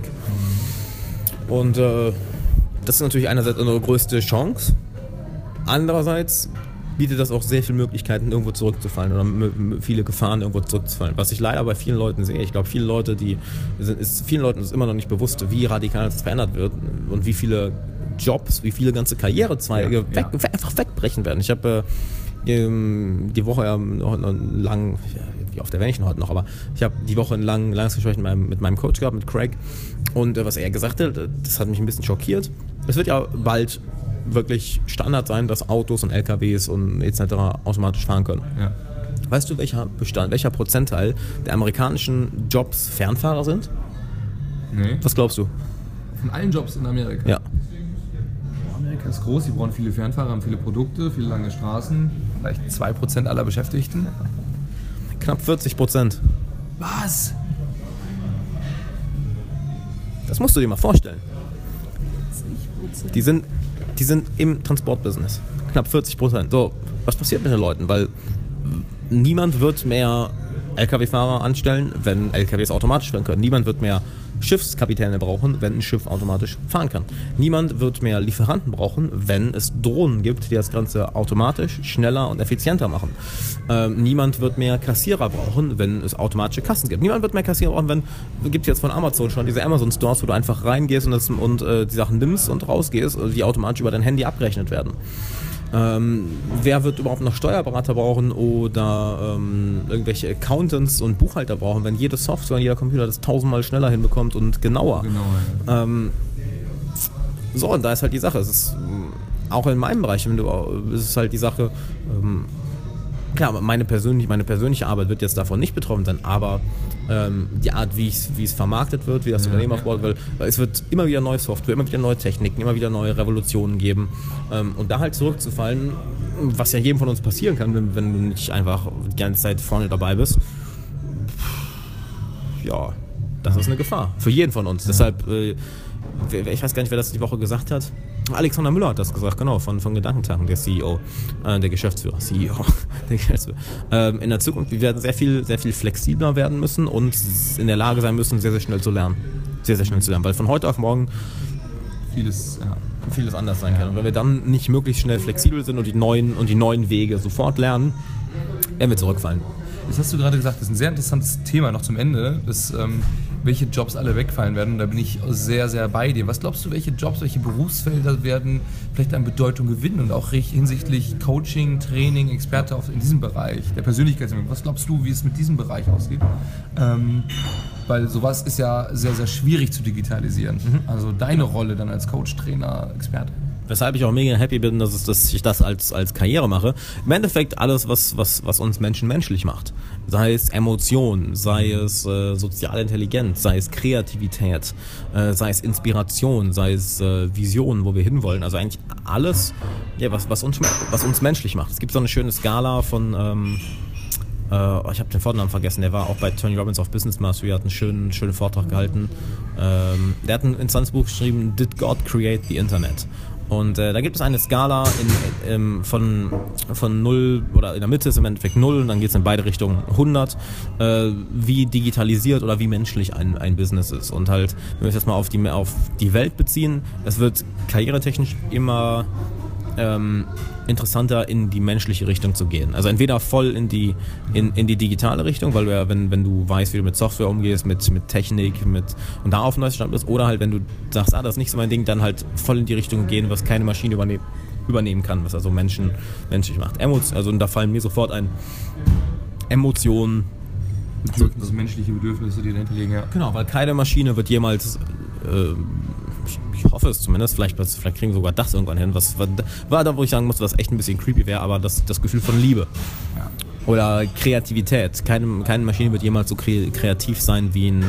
und äh, das ist natürlich einerseits unsere größte Chance, andererseits bietet das auch sehr viele Möglichkeiten, irgendwo zurückzufallen oder m- viele Gefahren, irgendwo zurückzufallen. Was ich leider bei vielen Leuten sehe, ich glaube, viele Leute, die sind, ist, vielen Leuten ist immer noch nicht bewusst, wie radikal das verändert wird und wie viele Jobs, wie viele ganze Karrierezweige ja, weg, ja. einfach wegbrechen werden. Ich habe äh, die Woche ja noch, noch lang, wie oft erwähne ich ihn heute noch, aber ich habe die Woche ein lang, langes Gespräch mit meinem, mit meinem Coach gehabt, mit Craig, und äh, was er gesagt hat, das hat mich ein bisschen schockiert. Es wird ja bald wirklich Standard sein, dass Autos und L K Ws und et cetera automatisch fahren können. Ja. Weißt du, welcher Bestand, welcher Prozentteil der amerikanischen Jobs Fernfahrer sind?
Nee.
Was glaubst du?
Von allen Jobs in Amerika?
Ja.
Amerika ist groß, die brauchen viele Fernfahrer, haben viele Produkte, viele lange Straßen, vielleicht zwei Prozent aller Beschäftigten.
Knapp vierzig Prozent.
Was?
Das musst du dir mal vorstellen. Die sind Die sind im Transportbusiness. Knapp vierzig Prozent. So, was passiert mit den Leuten? Weil niemand wird mehr L K W-Fahrer anstellen, wenn L K Ws automatisch fahren können. Niemand wird mehr Schiffskapitäne brauchen, wenn ein Schiff automatisch fahren kann. Niemand wird mehr Lieferanten brauchen, wenn es Drohnen gibt, die das Ganze automatisch, schneller und effizienter machen. Ähm, niemand wird mehr Kassierer brauchen, wenn es automatische Kassen gibt. Niemand wird mehr Kassierer brauchen, wenn, gibt es jetzt von Amazon schon diese Amazon-Stores, wo du einfach reingehst und, das, und äh, die Sachen nimmst und rausgehst, die automatisch über dein Handy abgerechnet werden. Ähm, wer wird überhaupt noch Steuerberater brauchen oder ähm, irgendwelche Accountants und Buchhalter brauchen, wenn jede Software und jeder Computer das tausendmal schneller hinbekommt und genauer.
Genau, ja.
ähm, so, und da ist halt die Sache. Es ist auch in meinem Bereich, wenn du, es ist halt die Sache, ähm, klar, meine persönliche, meine persönliche Arbeit wird jetzt davon nicht betroffen sein, aber ähm, die Art, wie es, wie es vermarktet wird, wie das ja, Unternehmen ja. aufgebaut wird, weil es wird immer wieder neue Software, immer wieder neue Techniken, immer wieder neue Revolutionen geben. Ähm, und da halt zurückzufallen, was ja jedem von uns passieren kann, wenn, wenn du nicht einfach die ganze Zeit vorne dabei bist, ja, das ist eine Gefahr für jeden von uns. Ja. Deshalb, äh, ich weiß gar nicht, wer das die Woche gesagt hat. Alexander Müller hat das gesagt, genau, von, von Gedankentanken, der C E O, äh, der Geschäftsführer, C E O, der Geschäftsführer. Ähm, in der Zukunft, wir werden sehr viel, sehr viel flexibler werden müssen und in der Lage sein müssen, sehr, sehr schnell zu lernen. Sehr, sehr schnell zu lernen, weil von heute auf morgen vieles, ja, vieles anders sein kann. Und wenn wir dann nicht möglichst schnell flexibel sind und die neuen, und die neuen Wege sofort lernen, werden wir zurückfallen.
Das hast du gerade gesagt, das ist ein sehr interessantes Thema noch zum Ende, das, ähm, welche Jobs alle wegfallen werden. Und da bin ich sehr, sehr bei dir. Was glaubst du, welche Jobs, welche Berufsfelder werden vielleicht an Bedeutung gewinnen und auch hinsichtlich Coaching, Training, Experte in diesem Bereich, der Persönlichkeitsentwicklung? Was glaubst du, wie es mit diesem Bereich aussieht? Ähm, weil sowas ist ja sehr, sehr schwierig zu digitalisieren. Mhm. Also deine Rolle dann als Coach, Trainer, Experte.
Weshalb ich auch mega happy bin, dass, es, dass ich das als, als Karriere mache. Im Endeffekt alles, was, was, was uns Menschen menschlich macht. Sei es Emotion, sei es äh, soziale Intelligenz, sei es Kreativität, äh, sei es Inspiration, sei es äh, Vision, wo wir hinwollen. Also eigentlich alles, ja, was, was, uns, was uns menschlich macht. Es gibt so eine schöne Skala von... Ähm, äh, ich habe den Vornamen vergessen, der war auch bei Tony Robbins auf Business Mastery, hat einen schönen, schönen Vortrag gehalten. Ähm, der hat ein interessantes Buch geschrieben, Did God Create the Internet? Und äh, da gibt es eine Skala in, in, von, von null, oder in der Mitte ist im Endeffekt null und dann geht es in beide Richtungen hundert, äh, wie digitalisiert oder wie menschlich ein, ein Business ist. Und halt, wenn wir es jetzt mal auf die, auf die Welt beziehen, es wird karrieretechnisch immer ähm, interessanter, in die menschliche Richtung zu gehen. Also entweder voll in die, in, in die digitale Richtung, weil du ja, wenn, wenn du weißt, wie du mit Software umgehst, mit, mit Technik, mit und da auf dem neuesten Stand bist, oder halt, wenn du sagst, ah, das ist nicht so mein Ding, dann halt voll in die Richtung gehen, was keine Maschine übernehmen, übernehmen kann, was also Menschen menschlich macht. Emotion, also da fallen mir sofort ein Emotionen,
das menschliche Bedürfnisse, die dahinter liegen, ja.
Genau, weil keine Maschine wird jemals äh, ich hoffe es zumindest, vielleicht, vielleicht kriegen wir sogar das irgendwann hin, was war, war da, wo ich sagen musste, was echt ein bisschen creepy wäre, aber das, das Gefühl von Liebe. Ja. Oder Kreativität. Keine, keine Maschine wird jemals so kre- kreativ sein wie ein,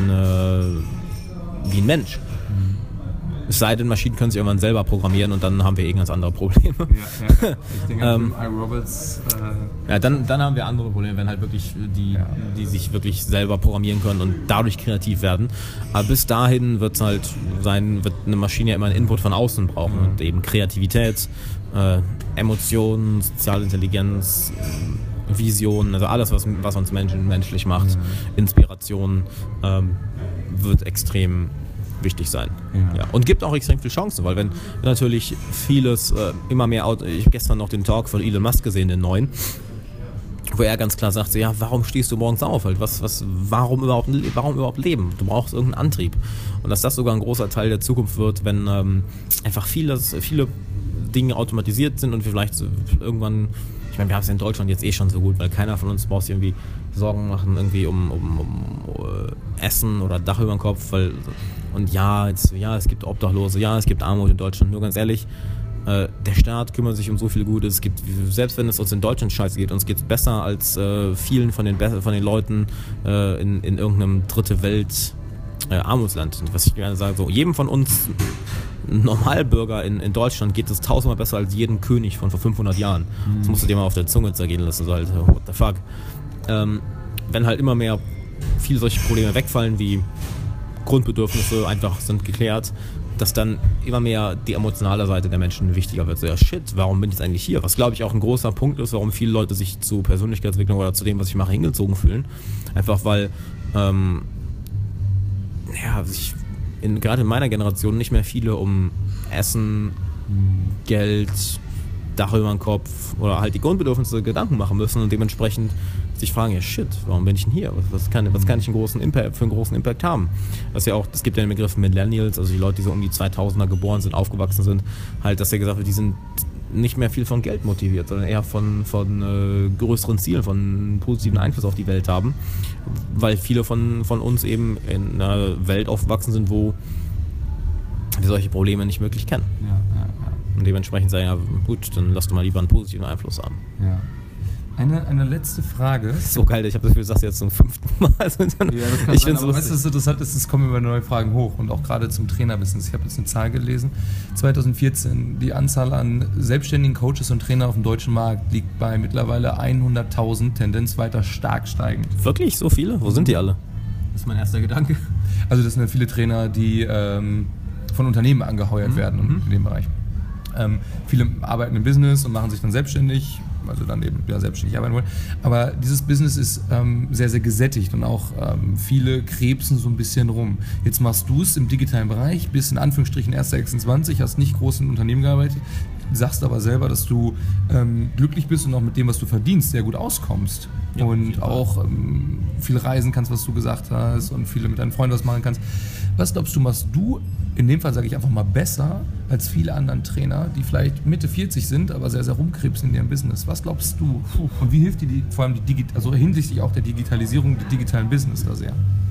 äh, wie ein Mensch. Mhm. Es sei denn, Maschinen können sich irgendwann selber programmieren und dann haben wir eh ganz andere Probleme.
Ja, ja. Ich denke, ähm, iRobots... Äh
ja, dann, dann haben wir andere Probleme, wenn halt wirklich die, ja. die sich wirklich selber programmieren können und dadurch kreativ werden. Aber bis dahin wird es halt sein, wird eine Maschine ja immer einen Input von außen brauchen. Mhm. Und eben Kreativität, äh, Emotionen, soziale Intelligenz, Vision, also alles, was, was uns Menschen menschlich macht, mhm. Inspiration, ähm, wird extrem wichtig sein. Ja. Ja. Und gibt auch extrem viele Chancen, weil wenn natürlich vieles äh, immer mehr, Auto, ich habe gestern noch den Talk von Elon Musk gesehen, den neuen, wo er ganz klar sagt, so, ja, warum stehst du morgens auf? Halt, was, was, warum, überhaupt, warum überhaupt leben? Du brauchst irgendeinen Antrieb. Und dass das sogar ein großer Teil der Zukunft wird, wenn ähm, einfach vieles, viele Dinge automatisiert sind und wir vielleicht irgendwann, ich meine, wir haben es in Deutschland jetzt eh schon so gut, weil keiner von uns braucht sich irgendwie Sorgen machen, irgendwie um, um, um uh, Essen oder Dach über den Kopf, weil und ja, jetzt, ja, es gibt Obdachlose, ja, es gibt Armut in Deutschland, nur ganz ehrlich, äh, der Staat kümmert sich um so viel Gutes, es gibt, selbst wenn es uns in Deutschland scheiße geht, uns geht es besser als äh, vielen von den, von den Leuten äh, in, in irgendeinem dritte Welt äh, Armutsland. Und was ich gerne sage, so jedem von uns Normalbürger in, in Deutschland geht es tausendmal besser als jedem König von vor fünfhundert Jahren. Mhm. Das musst du dir mal auf der Zunge zergehen lassen, so halt, what the fuck. Ähm, wenn halt immer mehr viele solche Probleme wegfallen, wie Grundbedürfnisse einfach sind geklärt, dass dann immer mehr die emotionale Seite der Menschen wichtiger wird. So, ja, shit, warum bin ich jetzt eigentlich hier? Was, glaube ich, auch ein großer Punkt ist, warum viele Leute sich zu Persönlichkeitsentwicklung oder zu dem, was ich mache, hingezogen fühlen. Einfach weil, ähm, ja, ich, in, gerade in meiner Generation nicht mehr viele um Essen, Geld, Dach über den Kopf oder halt die Grundbedürfnisse Gedanken machen müssen und dementsprechend sich fragen, ja shit, warum bin ich denn hier? Was, was, kann, was kann ich einen großen Impact, für einen großen Impact haben? Das ist ja auch, es gibt ja den Begriff Millennials, also die Leute, die so um die zweitausender geboren sind, aufgewachsen sind, halt, dass ja gesagt wird, die sind nicht mehr viel von Geld motiviert, sondern eher von, von äh, größeren Zielen, von einem positiven Einfluss auf die Welt haben, weil viele von, von uns eben in einer Welt aufgewachsen sind, wo wir solche Probleme nicht wirklich kennen.
Ja, ja, ja.
Und dementsprechend sagen, ja gut, dann lass du mal lieber einen positiven Einfluss haben.
Ja. Eine, eine letzte Frage.
So geil, ich habe das Gefühl, du sagst jetzt zum fünften Mal. Also dann,
ja, das kann
ich
sein,
so
aber weißt du, was interessant ist, es kommen immer neue Fragen hoch und auch gerade zum Trainerbusiness. Ich habe jetzt eine Zahl gelesen, zwanzig vierzehn, die Anzahl an selbstständigen Coaches und Trainer auf dem deutschen Markt liegt bei mittlerweile hunderttausend, Tendenz weiter stark steigend.
Wirklich? So viele? Wo sind die alle? Das ist mein erster Gedanke.
Also das sind ja viele Trainer, die ähm, von Unternehmen angeheuert mhm. werden in dem Bereich. Ähm, viele arbeiten im Business und machen sich dann selbstständig, also dann eben ja, selbstständig arbeiten wollen. Aber dieses Business ist ähm, sehr, sehr gesättigt und auch ähm, viele krebsen so ein bisschen rum. Jetzt machst du es im digitalen Bereich, bist in Anführungsstrichen erst sechsundzwanzig, hast nicht groß in Unternehmen gearbeitet, sagst aber selber, dass du ähm, glücklich bist und auch mit dem, was du verdienst, sehr gut auskommst. Ja, und auch ähm, viel reisen kannst, was du gesagt hast, und viele mit deinen Freunden was machen kannst. Was glaubst du, machst du, in dem Fall sage ich einfach mal, besser als viele anderen Trainer, die vielleicht Mitte vierzig sind, aber sehr, sehr rumkrebsen in ihrem Business? Was glaubst du? Und wie hilft dir die, vor allem die Digi- also hinsichtlich auch der Digitalisierung, des digitalen Business da sehr?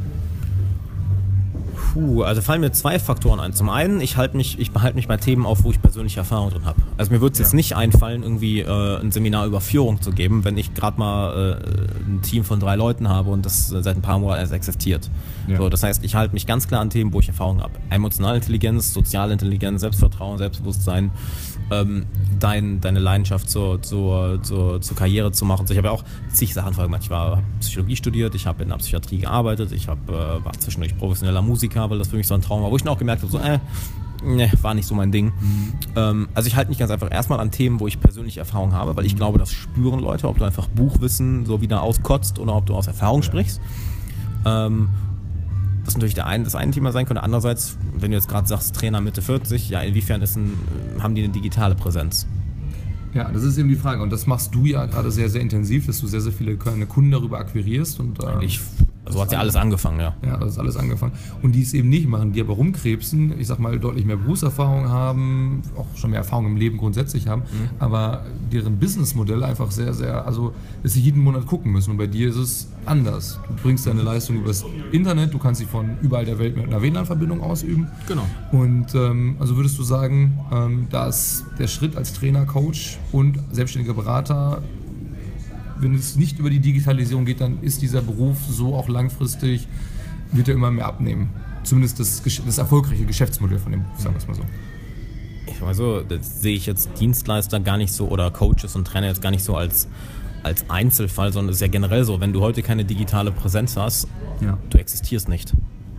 Puh, also fallen mir zwei Faktoren ein. Zum einen, ich halte mich, ich behalte mich bei Themen auf, wo ich persönliche Erfahrung drin habe. Also mir würde es ja. jetzt nicht einfallen, irgendwie äh, ein Seminar über Führung zu geben, wenn ich gerade mal äh, ein Team von drei Leuten habe und das äh, seit ein paar Monaten erst existiert. Ja. So, das heißt, ich halte mich ganz klar an Themen, wo ich Erfahrung habe. Emotionale Intelligenz, soziale Intelligenz, Selbstvertrauen, Selbstbewusstsein, ähm, dein, deine Leidenschaft zur, zur, zur, zur Karriere zu machen. So, ich habe ja auch zig Sachen vorher gemacht. Ich habe Psychologie studiert, ich habe in der Psychiatrie gearbeitet, ich hab, äh, war zwischendurch professioneller Musiker, weil das für mich so ein Traum war, wo ich dann auch gemerkt habe, so, äh, ne, war nicht so mein Ding. Mhm. Ähm, also ich halte mich ganz einfach erstmal an Themen, wo ich persönliche Erfahrung habe, weil ich glaube, das spüren Leute, ob du einfach Buchwissen so wieder auskotzt oder ob du aus Erfahrung ja. sprichst. Ähm, das ist natürlich der ein, das eine Thema sein könnte. Andererseits, wenn du jetzt gerade sagst, Trainer Mitte vierzig, ja, inwiefern ist ein, haben die eine digitale Präsenz?
Ja, das ist eben die Frage. Und das machst du ja gerade sehr, sehr intensiv, dass du sehr, sehr viele Kunden darüber akquirierst. Und, ähm,
Eigentlich, also hat ja alles angefangen, ja.
Ja, das ist alles angefangen. Und die es eben nicht machen, die aber rumkrebsen, ich sag mal, deutlich mehr Berufserfahrung haben, auch schon mehr Erfahrung im Leben grundsätzlich haben, mhm. aber deren Businessmodell einfach sehr, sehr, also, dass sie jeden Monat gucken müssen. Und bei dir ist es anders. Du bringst deine Leistung übers Internet, du kannst sie von überall der Welt mit einer W L A N-Verbindung ausüben.
Genau.
Und ähm, also würdest du sagen, ähm, dass der Schritt als Trainer, Coach und selbstständiger Berater, wenn es nicht über die Digitalisierung geht, dann ist dieser Beruf so auch langfristig, wird er immer mehr abnehmen. Zumindest das, das erfolgreiche Geschäftsmodell von dem Beruf, sagen wir es mal so.
Ich sag mal so, das sehe ich jetzt Dienstleister gar nicht so oder Coaches und Trainer jetzt gar nicht so als, als Einzelfall, sondern es ist ja generell so, wenn du heute keine digitale Präsenz hast, ja. du existierst nicht.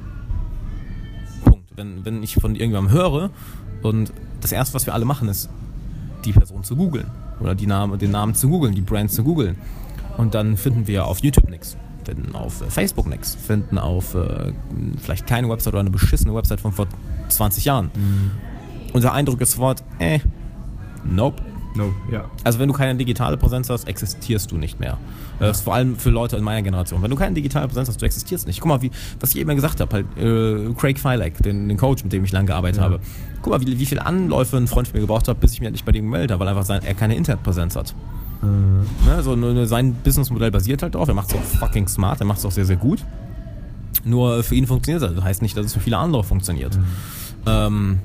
Punkt. Wenn, wenn ich von irgendjemandem höre und das Erste, was wir alle machen, ist, die Person zu googeln oder die Name, den Namen zu googeln, die Brand zu googeln. Und dann finden wir auf YouTube nichts, finden auf Facebook nichts, finden auf äh, vielleicht keine Website oder eine beschissene Website von vor zwanzig Jahren. Mhm. Unser Eindruck ist sofort, äh, nope.
Nope, ja.
Also wenn du keine digitale Präsenz hast, existierst du nicht mehr. Das ist vor allem für Leute in meiner Generation. Wenn du keine digitale Präsenz hast, du existierst nicht. Guck mal, wie, was ich eben gesagt habe, halt, äh, Craig Filek, den, den Coach, mit dem ich lange gearbeitet ja. habe. Guck mal, wie, wie viele Anläufe ein Freund von mir gebraucht hat, bis ich mich nicht bei dem gemeldet habe, weil einfach sein, er keine Internetpräsenz hat. Mhm. Ne, so, ne, sein Businessmodell basiert halt darauf, er macht es auch fucking smart, er macht es auch sehr, sehr gut. Nur für ihn funktioniert es. Das heißt nicht, dass es für viele andere funktioniert. Mhm. Ähm,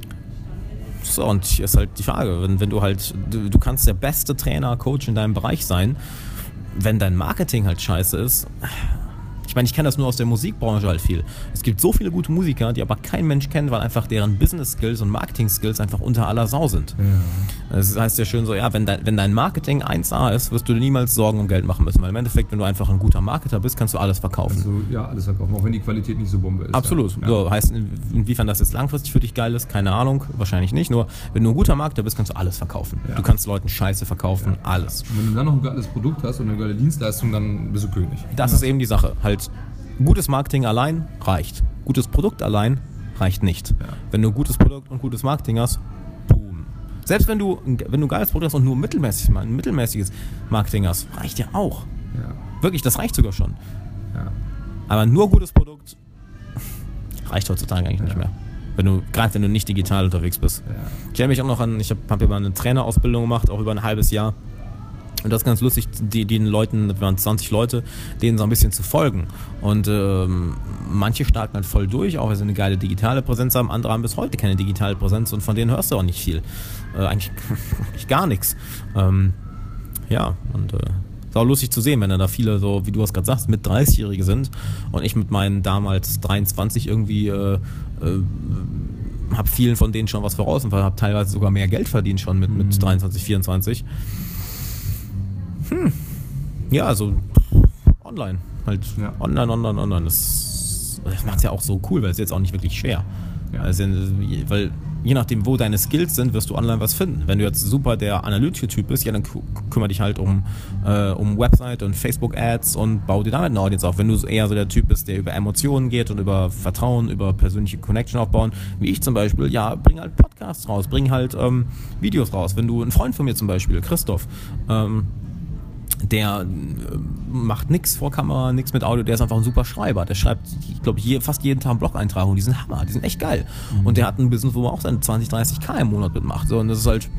So, und hier ist halt die Frage, wenn, wenn du halt, du, du kannst der beste Trainer, Coach in deinem Bereich sein, wenn dein Marketing halt scheiße ist. Ich meine, ich kenne das nur aus der Musikbranche halt viel. Es gibt so viele gute Musiker, die aber kein Mensch kennt, weil einfach deren Business-Skills und Marketing-Skills einfach unter aller Sau sind. Ja. Das heißt ja schön so, ja, wenn dein, wenn dein Marketing eins A ist, wirst du dir niemals Sorgen um Geld machen müssen, weil im Endeffekt, wenn du einfach ein guter Marketer bist, kannst du alles verkaufen.
Also, ja, alles verkaufen, auch wenn die Qualität nicht so Bombe ist.
Absolut. Ja. So, heißt, inwiefern das jetzt langfristig für dich geil ist, keine Ahnung, wahrscheinlich nicht. Nur, wenn du ein guter Marketer bist, kannst du alles verkaufen. Ja. Du kannst Leuten Scheiße verkaufen, ja. alles.
Und wenn du dann noch ein geiles Produkt hast und eine geile Dienstleistung, dann bist du König.
Das ja. ist eben die Sache. Halt, gutes Marketing allein reicht. Gutes Produkt allein reicht nicht.
Ja.
Wenn du ein gutes Produkt und gutes Marketing hast, boom. Selbst wenn du, wenn du ein geiles Produkt hast und nur mittelmäßig, ein mittelmäßiges Marketing hast, reicht ja auch.
Ja.
Wirklich, das reicht sogar schon.
Ja.
Aber nur gutes Produkt reicht heutzutage eigentlich
Ja.
nicht mehr. Wenn du, gerade wenn du nicht digital unterwegs bist.
Ja.
Ich erinnere mich auch noch an, ich habe hab über eine Trainerausbildung gemacht, auch über ein halbes Jahr. Und das ist ganz lustig, die, den Leuten, das waren zwanzig Leute, denen so ein bisschen zu folgen. Und ähm, manche starten halt voll durch, auch weil sie eine geile digitale Präsenz haben. Andere haben bis heute keine digitale Präsenz und von denen hörst du auch nicht viel. Äh, eigentlich, eigentlich gar nichts. Ähm, ja, und äh, ist auch lustig zu sehen, wenn da viele so, wie du es gerade sagst, mit dreißigjährige sind und ich mit meinen damals dreiundzwanzig irgendwie äh, äh, habe vielen von denen schon was voraus und habe teilweise sogar mehr Geld verdient schon mit, mit dreiundzwanzig, vierundzwanzig. Hm. Ja, also online. Halt
Ja.
online, online, online. Das, das macht es ja auch so cool, weil es ist jetzt auch nicht wirklich schwer.
Ja.
Also, weil je nachdem, wo deine Skills sind, wirst du online was finden. Wenn du jetzt super der Analytiker-Typ bist, ja, dann kü- kümmere dich halt um, äh, um Website und Facebook-Ads und bau dir damit eine Audience auf. Wenn du eher so der Typ bist, der über Emotionen geht und über Vertrauen, über persönliche Connection aufbauen, wie ich zum Beispiel, ja, bring halt Podcasts raus, bring halt ähm, Videos raus. Wenn du, ein Freund von mir zum Beispiel, Christoph, ähm, der äh, macht nichts vor Kamera, nichts mit Audio, der ist einfach ein super Schreiber. Der schreibt, ich glaube, je, fast jeden Tag Blog-Eintragungen, die sind Hammer, die sind echt geil. Mhm. Und der hat ein Business, wo man auch seine zwanzig, dreißig K im Monat mitmacht. So, und das ist halt,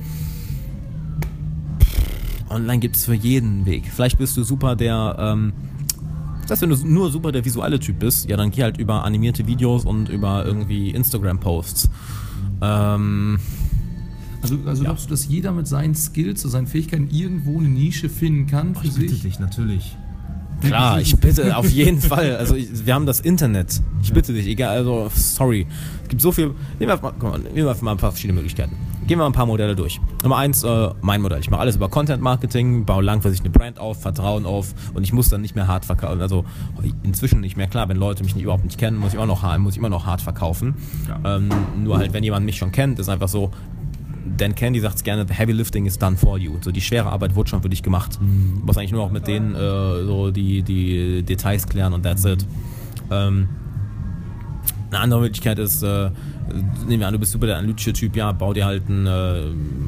online gibt es für jeden einen Weg. Vielleicht bist du super der, ähm, das heißt, wenn du nur super der visuelle Typ bist, ja, dann geh halt über animierte Videos und über irgendwie Instagram-Posts. Ähm,
Also, also
Ja.
glaubst du, dass jeder mit seinen Skills und seinen Fähigkeiten irgendwo eine Nische finden kann für sich?
dich, natürlich. Klar, ich bitte, auf jeden Fall. Also ich, wir haben das Internet. Ich bitte dich, egal, also sorry. Es gibt so viel. Nehmen wir, mal, komm, nehmen wir mal ein paar verschiedene Möglichkeiten. Gehen wir mal ein paar Modelle durch. Nummer eins, äh, mein Modell. Ich mache alles über Content Marketing, baue langfristig eine Brand auf, Vertrauen auf und ich muss dann nicht mehr hart verkaufen. Also inzwischen nicht mehr, klar, wenn Leute mich nicht, überhaupt nicht kennen, muss ich immer noch, muss ich immer noch hart verkaufen.
Ja.
Ähm, nur halt, wenn jemand mich schon kennt, ist einfach so, Dan Candy sagt es gerne, the heavy lifting is done for you. So die schwere Arbeit wurde schon für dich gemacht. Du musst eigentlich nur noch mit denen äh, so die, die Details klären und that's it. Ähm, eine andere Möglichkeit ist, äh, nehmen wir an, du bist super der analytische Typ, ja, bau dir halt ein äh,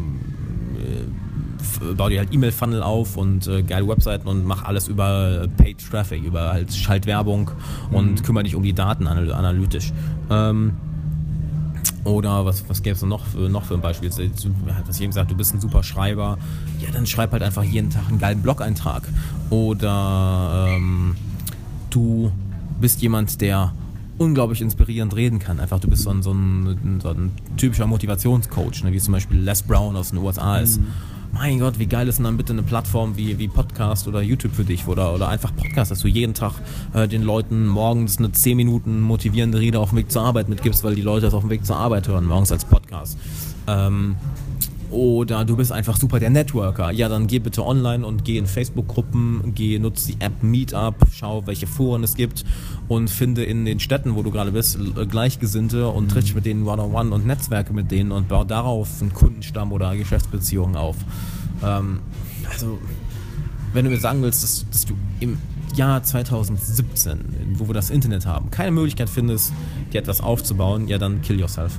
f- bau dir halt E-Mail-Funnel auf und äh, geile Webseiten und mach alles über Paid Traffic, über halt Schaltwerbung und
Mhm.
kümmere dich um die Daten anal- analytisch. Ähm, Oder was, was gäbe es noch für, noch für ein Beispiel? Jetzt, was ich eben gesagt, du bist ein super Schreiber. Ja, dann schreib halt einfach jeden Tag einen geilen Blog-Eintrag. Oder ähm, du bist jemand, der unglaublich inspirierend reden kann. Einfach, du bist so ein, so ein, so ein typischer Motivationscoach, ne, wie zum Beispiel Les Brown aus den U S A ist. Mhm. Mein Gott, wie geil ist denn dann bitte eine Plattform wie, wie Podcast oder YouTube für dich oder, oder einfach Podcast, dass du jeden Tag äh, den Leuten morgens eine zehn Minuten motivierende Rede auf dem Weg zur Arbeit mitgibst, weil die Leute das auf dem Weg zur Arbeit hören, morgens als Podcast. Ähm, oder du bist einfach super der Networker. Ja, dann geh bitte online und geh in Facebook-Gruppen, geh, nutz die App Meetup, schau, welche Foren es gibt und finde in den Städten, wo du gerade bist, Gleichgesinnte und tritt dich mit denen one-on-one und netzwerke mit denen und bau darauf einen Kundenstamm oder Geschäftsbeziehungen auf. Ähm, also, wenn du mir sagen willst, dass, dass du im Jahr zwanzig siebzehn, wo wir das Internet haben, keine Möglichkeit findest, dir etwas aufzubauen, ja, dann kill yourself.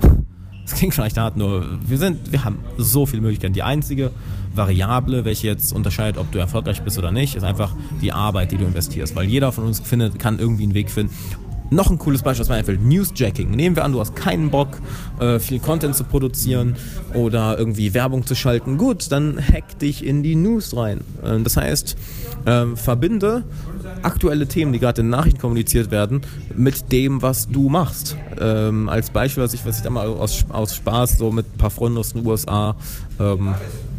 Das klingt vielleicht hart, nur wir sind, wir haben so viele Möglichkeiten. Die einzige Variable, welche jetzt unterscheidet, ob du erfolgreich bist oder nicht, ist einfach die Arbeit, die du investierst. Weil jeder von uns findet, kann irgendwie einen Weg finden. Noch ein cooles Beispiel, was mir einfällt, Newsjacking. Nehmen wir an, du hast keinen Bock, äh, viel Content zu produzieren oder irgendwie Werbung zu schalten. Gut, dann hack dich in die News rein. Äh, das heißt, äh, verbinde aktuelle Themen, die gerade in Nachrichten kommuniziert werden, mit dem, was du machst. Ähm, als Beispiel, was ich, was ich da mal aus, aus Spaß so mit ein paar Freunden aus den U S A ähm,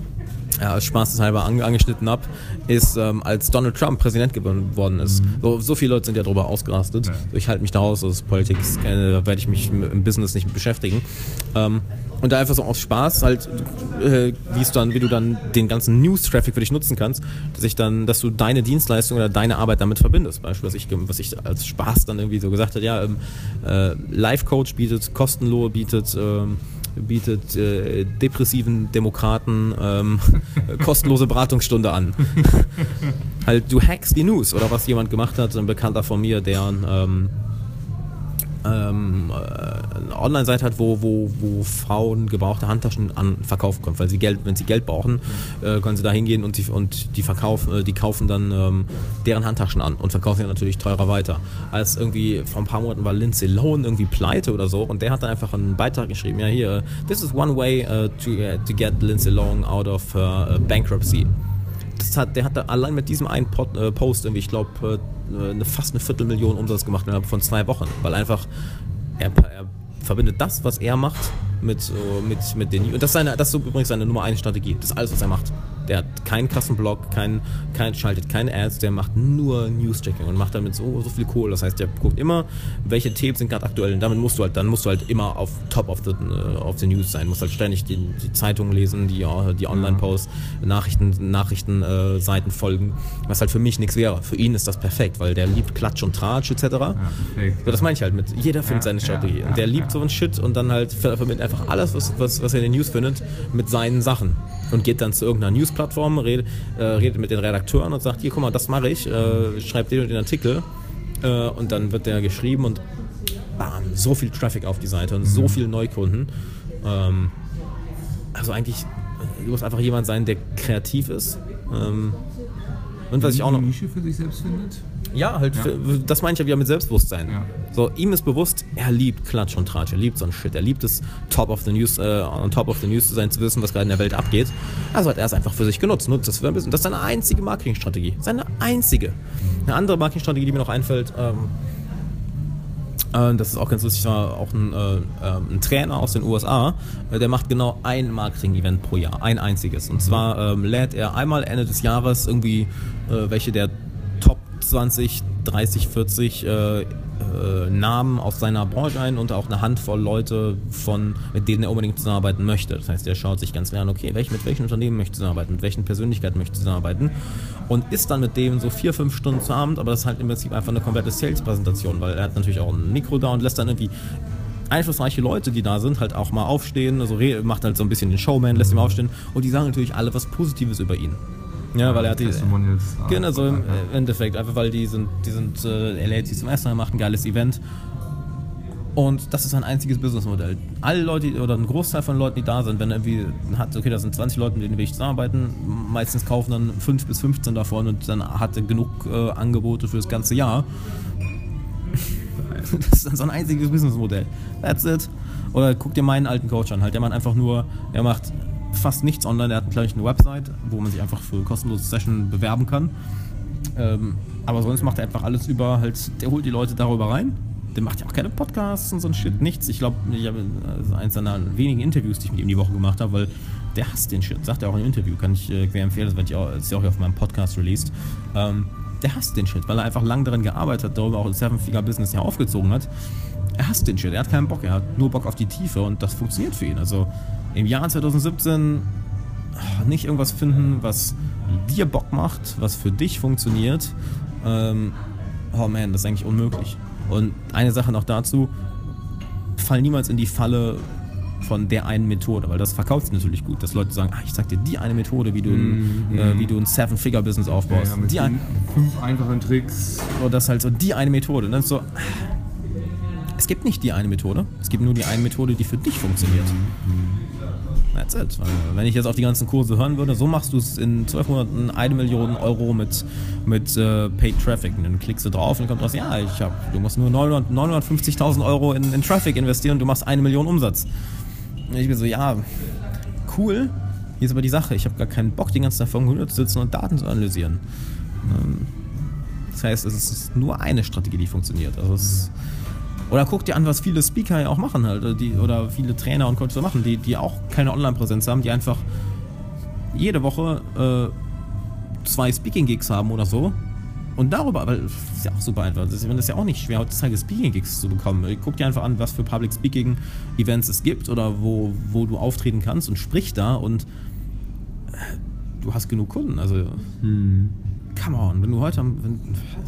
ja, als spaßeshalber ange- angeschnitten habe, ist, ähm, als Donald Trump Präsident geworden ist. Mhm. So, so viele Leute sind ja darüber ausgerastet. Ja. Ich halte mich da raus, aus Politik, keine, da werde ich mich im Business nicht mit beschäftigen. Ähm, und da einfach so aus Spaß halt, äh, wie es dann, wie du dann den ganzen News-Traffic für dich nutzen kannst, dass ich dann, dass du deine Dienstleistung oder deine Arbeit damit verbindest. Beispielsweise, was ich, was ich als Spaß dann irgendwie so gesagt habe, ja, ähm, äh, Life-Coach bietet, kostenlos bietet, ähm, bietet äh, depressiven Demokraten ähm, kostenlose Beratungsstunde an. Halt, du hackst die News oder was jemand gemacht hat, ein Bekannter von mir, der ähm, ähm, eine Online-Seite hat, wo, wo, wo Frauen gebrauchte Handtaschen an verkaufen können, weil sie Geld, wenn sie Geld brauchen, äh, können sie da hingehen und, sie, und die verkaufen, die kaufen dann ähm, deren Handtaschen an und verkaufen sie natürlich teurer weiter. Als irgendwie vor ein paar Monaten war Lindsay Lohan irgendwie pleite oder so und der hat dann einfach einen Beitrag geschrieben, ja hier, this is one way uh, to, uh, to get Lindsay Lohan out of uh, bankruptcy. Das hat, der hat da allein mit diesem einen Pod, äh, Post irgendwie, ich glaube, äh, eine, fast eine Viertelmillion Umsatz gemacht innerhalb von zwei Wochen, weil einfach er, er verbindet das, was er macht, mit, uh, mit, mit den, und das ist, seine, das ist so übrigens seine Nummer eins Strategie, das ist alles, was er macht. Der hat keinen krassen Blog, kein, kein, schaltet keine Ads, der macht nur News-Checking und macht damit so, so viel Kohle. Das heißt, der guckt immer, welche Themen sind gerade aktuell und damit musst du halt, dann musst du halt immer auf top of the, uh, of the News sein, musst halt ständig die, die Zeitungen lesen, die, die Online-Posts, Nachrichten, Nachrichtenseiten äh, folgen, was halt für mich nichts wäre. Für ihn ist das perfekt, weil der liebt Klatsch und Tratsch et cetera. Ja, so, das meine ich halt mit, jeder findet ja, seine Strategie. Ja, und der ja, liebt ja. so einen Shit und dann halt verbindet einfach alles, was, was, was er in den News findet, mit seinen Sachen. Und geht dann zu irgendeiner News-Plattform, redet, äh, redet mit den Redakteuren und sagt, hier, guck mal, das mache ich, äh, schreibt den und den Artikel äh, und dann wird der geschrieben und bam, so viel Traffic auf die Seite und mhm. so viele Neukunden. Ähm, also eigentlich, du musst einfach jemand sein, der kreativ ist. Ähm, und was ich auch noch...
Nische für sich selbst findet?
Ja, halt, ja. Für, das meine ich ja wieder mit Selbstbewusstsein. Ja. So, ihm ist bewusst, er liebt Klatsch und Tratsch, er liebt so einen Shit, er liebt es, top of the news, äh, on top of the news zu sein, zu wissen, was gerade in der Welt abgeht. Also hat er es einfach für sich genutzt, nutzt das für ein bisschen. Das ist seine einzige Marketingstrategie, seine einzige. Eine andere Marketingstrategie, die mir noch einfällt, ähm, äh, das ist auch ganz lustig, war auch ein, äh, ein Trainer aus den U S A, äh, der macht genau ein Marketing-Event pro Jahr, ein einziges. Und zwar ähm, lädt er einmal Ende des Jahres irgendwie äh, welche der Top zwanzig, dreißig, vierzig äh, äh, Namen aus seiner Branche ein und auch eine Handvoll Leute, von, mit denen er unbedingt zusammenarbeiten möchte. Das heißt, er schaut sich ganz klar an, okay, welch, mit welchen Unternehmen möchte ich zusammenarbeiten, mit welchen Persönlichkeiten möchte ich zusammenarbeiten und ist dann mit denen so vier, fünf Stunden zu Abend, aber das ist halt im Prinzip einfach eine komplette Sales-Präsentation, weil er hat natürlich auch ein Mikro da und lässt dann irgendwie einflussreiche Leute, die da sind, halt auch mal aufstehen, also macht halt so ein bisschen den Showman, lässt ihn aufstehen und die sagen natürlich alle was Positives über ihn. Ja, weil er hat die. Genau, so im Endeffekt, einfach weil die sind, die sind, äh, er lädt sie zum ersten Mal, macht ein geiles Event. Und das ist ein einziges Businessmodell. Alle Leute oder ein Großteil von Leuten, die da sind, wenn er irgendwie hat, okay, da sind zwanzig Leute, mit denen will ich zusammenarbeiten, meistens kaufen dann fünf bis fünfzehn davon und dann hat er genug äh, Angebote für das ganze Jahr. Das ist dann so ein einziges Businessmodell. That's it. Oder guck dir meinen alten Coach an, halt, der macht einfach nur, er macht fast nichts online, er hat gleich eine Website, wo man sich einfach für kostenlose Session bewerben kann. Ähm, aber sonst macht er einfach alles über, halt, der holt die Leute darüber rein. Der macht ja auch keine Podcasts und so ein Shit, nichts. Ich glaube, ich habe also eins seiner wenigen Interviews, die ich mit ihm die Woche gemacht habe, weil der hasst den Shit, sagt er auch in einem Interview, kann ich äh, sehr empfehlen, das wird ja auch, ist ja auch auf meinem Podcast released. Ähm, der hasst den Shit, weil er einfach lang daran gearbeitet hat, darüber auch ein Seven-Figure-Business ja aufgezogen hat. Er hasst den Shit, er hat keinen Bock, er hat nur Bock auf die Tiefe und das funktioniert für ihn. Also im Jahr zwanzig siebzehn nicht irgendwas finden, was dir Bock macht, was für dich funktioniert. Ähm, oh man, das ist eigentlich unmöglich. Und eine Sache noch dazu, fall niemals in die Falle von der einen Methode, weil das verkauft sich natürlich gut, dass Leute sagen, ah, ich sag dir die eine Methode, wie du ein, mm, äh, wie du ein Seven-Figure-Business aufbaust.
Ja, ja, mit
die ein,
fünf einfachen Tricks.
Oder das halt so die eine Methode. Und dann ist so, es gibt nicht die eine Methode, es gibt nur die eine Methode, die für dich funktioniert. That's it. Wenn ich jetzt auf die ganzen Kurse hören würde, so machst du es in zwölf Monaten eine Million Euro mit, mit äh, Paid Traffic. Und dann klickst du drauf und dann kommt raus, ja, ich hab, du musst nur neunhundertfünfzigtausend Euro in, in Traffic investieren und du machst eine Million Umsatz. Und ich bin so, ja, cool. Hier ist aber die Sache, ich habe gar keinen Bock, den ganzen Tag vor dem Computer zu sitzen und Daten zu analysieren. Das heißt, es ist nur eine Strategie, die funktioniert. Also es Oder guck dir an, was viele Speaker ja auch machen halt, die, oder viele Trainer und Coaches machen, die, die auch keine Online-Präsenz haben, die einfach jede Woche äh, zwei Speaking-Gigs haben oder so. Und darüber, weil das ist ja auch super einfach, das ist, das ist ja auch nicht schwer, heutzutage Speaking-Gigs zu bekommen. Guck dir einfach an, was für Public-Speaking-Events es gibt oder wo, wo du auftreten kannst und sprich da und äh, du hast genug Kunden. Also, hm. come on, wenn du heute am... Wenn,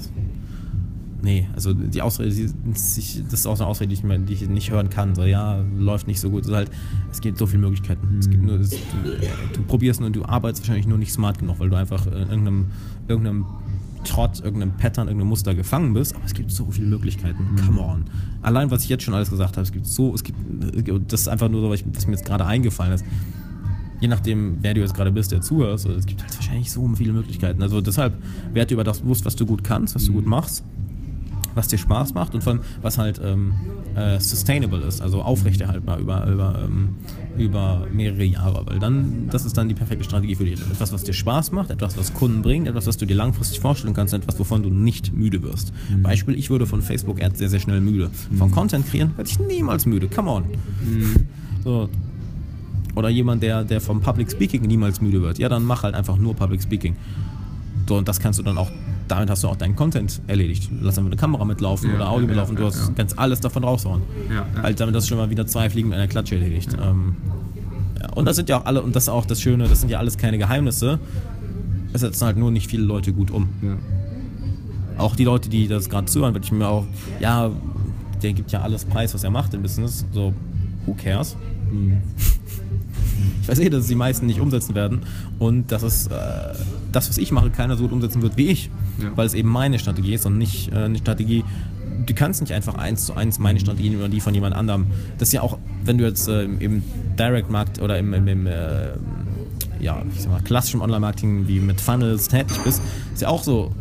Nee, also die Ausrede, die, das ist auch eine Ausrede, die ich, die ich nicht hören kann. So, ja, läuft nicht so gut. Also halt, es gibt so viele Möglichkeiten. Mhm. Es gibt nur, es, du, du probierst nur und du arbeitest wahrscheinlich nur nicht smart genug, weil du einfach in irgendeinem, irgendeinem Trott, irgendeinem Pattern, irgendeinem Muster gefangen bist, aber es gibt so viele Möglichkeiten. Mhm. Come on. Allein, was ich jetzt schon alles gesagt habe, es gibt so, es gibt, das ist einfach nur so, was mir jetzt gerade eingefallen ist. Je nachdem, wer du jetzt gerade bist, der zuhörst, es gibt halt wahrscheinlich so viele Möglichkeiten. Also deshalb werd dir über das bewusst, was du gut kannst, was du gut machst, was dir Spaß macht und vor allem, was halt ähm, äh, sustainable ist, also aufrechterhaltbar über, über, ähm, über mehrere Jahre, weil dann, das ist dann die perfekte Strategie für dich. Etwas, was dir Spaß macht, etwas, was Kunden bringt, etwas, was du dir langfristig vorstellen kannst, etwas, wovon du nicht müde wirst. Mhm. Beispiel, ich würde von Facebook Ads sehr, sehr schnell müde. Mhm. Von Content kreieren werde ich niemals müde, come on. Mhm. So. Oder jemand, der, der vom Public Speaking niemals müde wird, ja, dann mach halt einfach nur Public Speaking. So, und das kannst du dann auch, damit hast du auch deinen Content erledigt. Lass einfach eine Kamera mitlaufen ja, oder Audio ja, mitlaufen, ja, du hast, ja. kannst alles davon raushauen. Ja, ja. Halt, damit hast du schon mal wieder zwei Fliegen mit einer Klatsche erledigt. Ja. Ähm, ja. Und das sind ja auch alle, und das ist auch das Schöne, das sind ja alles keine Geheimnisse. Es setzen halt nur nicht viele Leute gut um. Ja. Auch die Leute, die das gerade zuhören, würde ich mir auch, ja, der gibt ja alles preis, was er macht im Business, so, who cares? Hm. Ich weiß eh, dass es die meisten nicht umsetzen werden und dass es äh, das, was ich mache, keiner so gut umsetzen wird wie ich, ja. weil es eben meine Strategie ist und nicht äh, eine Strategie, du kannst nicht einfach eins zu eins meine Strategien oder die von jemand anderem. Das ist ja auch, wenn du jetzt äh, im Direct-Markt oder im, im, im äh, ja, ich sag mal, klassischen Online-Marketing wie mit Funnels tätig bist, ist ja auch so,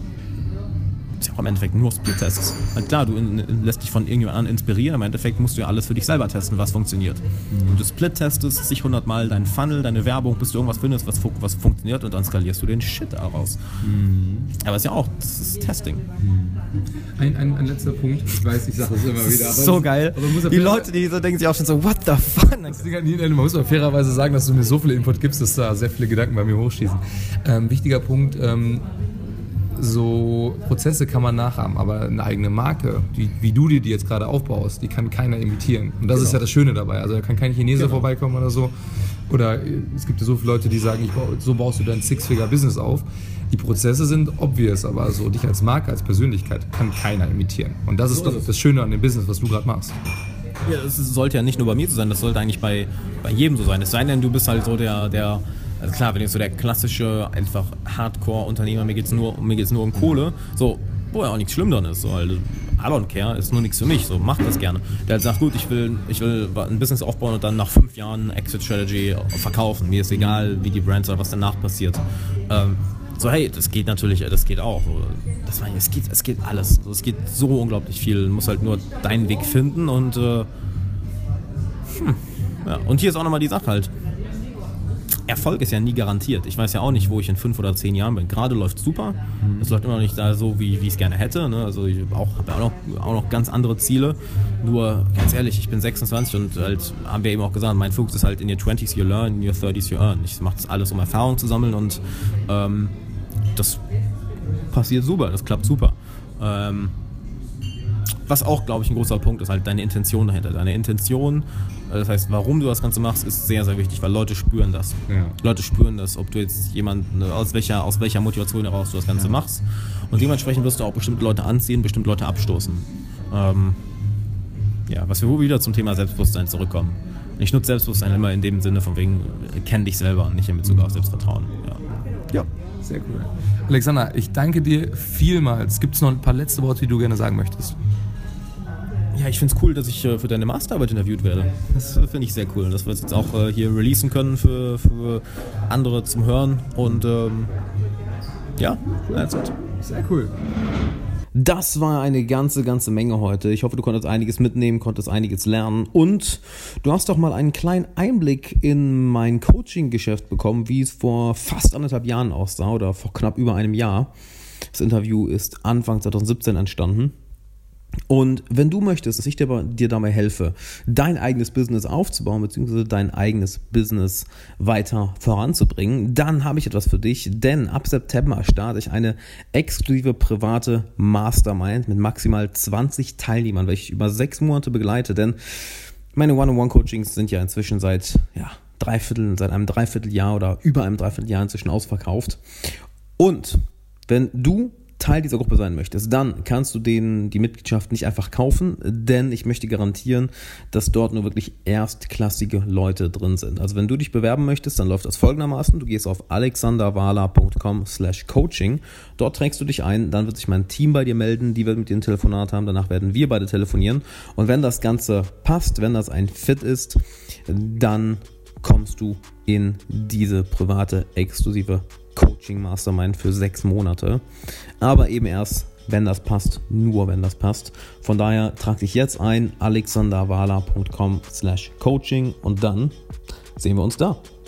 ist ja auch im Endeffekt nur Split-Tests. Halt klar, du in, in, lässt dich von irgendjemand anderen inspirieren, im Endeffekt musst du ja alles für dich selber testen, was funktioniert. Mhm. Und du Split-testest sich hundertmal deinen Funnel, deine Werbung, bis du irgendwas findest, was, was funktioniert und dann skalierst du den Shit daraus. Mhm. Aber es ist ja auch, das ist Testing.
Mhm. Ein, ein, ein letzter Punkt, ich weiß, ich sage das immer wieder. Aber
so das, geil. Aber die Leute, die so denken sich auch schon so, what the fuck?
Man muss mal fairerweise sagen, dass du mir so viel Input gibst, dass da sehr viele Gedanken bei mir hochschießen. Ähm, wichtiger Punkt, ähm, so Prozesse kann man nachahmen, aber eine eigene Marke, die, wie du dir die jetzt gerade aufbaust, die kann keiner imitieren. Und das genau. ist ja das Schöne dabei. Also da kann kein Chinese genau. vorbeikommen oder so. Oder es gibt ja so viele Leute, die sagen, ich baue, so baust du dein Six-Figure-Business auf. Die Prozesse sind obvious, aber so dich als Marke, als Persönlichkeit kann keiner imitieren. Und das ist doch das Schöne an dem Business, was du gerade machst.
Ja, das sollte ja nicht nur bei mir so sein, das sollte eigentlich bei, bei jedem so sein. Es sei denn, du bist halt so der... der Also klar, wenn jetzt so der klassische, einfach Hardcore-Unternehmer, mir geht's nur, mir geht's nur um Kohle, so, wo ja auch nichts schlimm dran ist, so, halt, I don't care, ist nur nichts für mich, so, mach das gerne. Der halt sagt, gut, ich will, ich will ein Business aufbauen und dann nach fünf Jahren Exit-Strategy verkaufen, mir ist egal, wie die Brands oder was danach passiert. Ähm, so, hey, das geht natürlich, das geht auch. Das war, es geht, es geht alles, es geht so unglaublich viel, du musst halt nur deinen Weg finden und, äh, hm, ja, und hier ist auch nochmal die Sache halt. Erfolg ist ja nie garantiert. Ich weiß ja auch nicht, wo ich in fünf oder zehn Jahren bin. Gerade läuft es super. Es läuft immer noch nicht da so, wie, wie ich es gerne hätte. Ne? Also ich auch, habe ja auch noch, auch noch ganz andere Ziele. Nur, ganz ehrlich, ich bin sechsundzwanzig und halt, haben wir eben auch gesagt, mein Fokus ist halt in your twenties you learn, in your thirties you earn. Ich mache das alles, um Erfahrung zu sammeln und ähm, das passiert super, das klappt super. Ähm, was auch, glaube ich, ein großer Punkt ist, halt deine Intention dahinter. Deine Intention, das heißt, warum du das Ganze machst, ist sehr, sehr wichtig, weil Leute spüren das. Ja. Leute spüren das, ob du jetzt jemanden, aus welcher, aus welcher Motivation heraus du das Ganze ja. machst. Und dementsprechend wirst du auch bestimmte Leute anziehen, bestimmte Leute abstoßen. Ähm, ja, was wir wieder zum Thema Selbstbewusstsein zurückkommen. Ich nutze Selbstbewusstsein immer in dem Sinne von wegen, kenn dich selber und nicht in Bezug auf Selbstvertrauen. Ja.
ja. Sehr cool. Alexander, ich danke dir vielmals. Gibt es noch ein paar letzte Worte, die du gerne sagen möchtest?
Ja, ich finde es cool, dass ich äh, für deine Masterarbeit interviewt werde. Das äh, finde ich sehr cool, dass wir es jetzt auch äh, hier releasen können für, für andere zum Hören. Und ähm, ja, that's it.
Sehr cool.
Das war eine ganze, ganze Menge heute. Ich hoffe, du konntest einiges mitnehmen, konntest einiges lernen und du hast doch mal einen kleinen Einblick in mein Coaching-Geschäft bekommen, wie es vor fast anderthalb Jahren aussah oder vor knapp über einem Jahr. Das Interview ist Anfang zwanzig siebzehn entstanden. Und wenn du möchtest, dass ich dir, dir dabei helfe, dein eigenes Business aufzubauen, beziehungsweise dein eigenes Business weiter voranzubringen, dann habe ich etwas für dich, denn ab September starte ich eine exklusive private Mastermind mit maximal zwanzig Teilnehmern, welche ich über sechs Monate begleite, denn meine One-on-One-Coachings sind ja inzwischen seit, ja, Dreiviertel, seit einem Dreivierteljahr oder über einem Dreivierteljahr inzwischen ausverkauft. Und wenn du Teil dieser Gruppe sein möchtest, dann kannst du denen die Mitgliedschaft nicht einfach kaufen, denn ich möchte garantieren, dass dort nur wirklich erstklassige Leute drin sind. Also wenn du dich bewerben möchtest, dann läuft das folgendermaßen. Du gehst auf alexanderwahler punkt com slash coaching. Dort trägst du dich ein, dann wird sich mein Team bei dir melden, die wird mit dir ein Telefonat haben, danach werden wir beide telefonieren. Und wenn das Ganze passt, wenn das ein Fit ist, dann kommst du in diese private, exklusive Coaching Mastermind für sechs Monate. Aber eben erst, wenn das passt, nur wenn das passt. Von daher trag dich jetzt ein, alexanderwahler punkt com slash coaching und dann sehen wir uns da.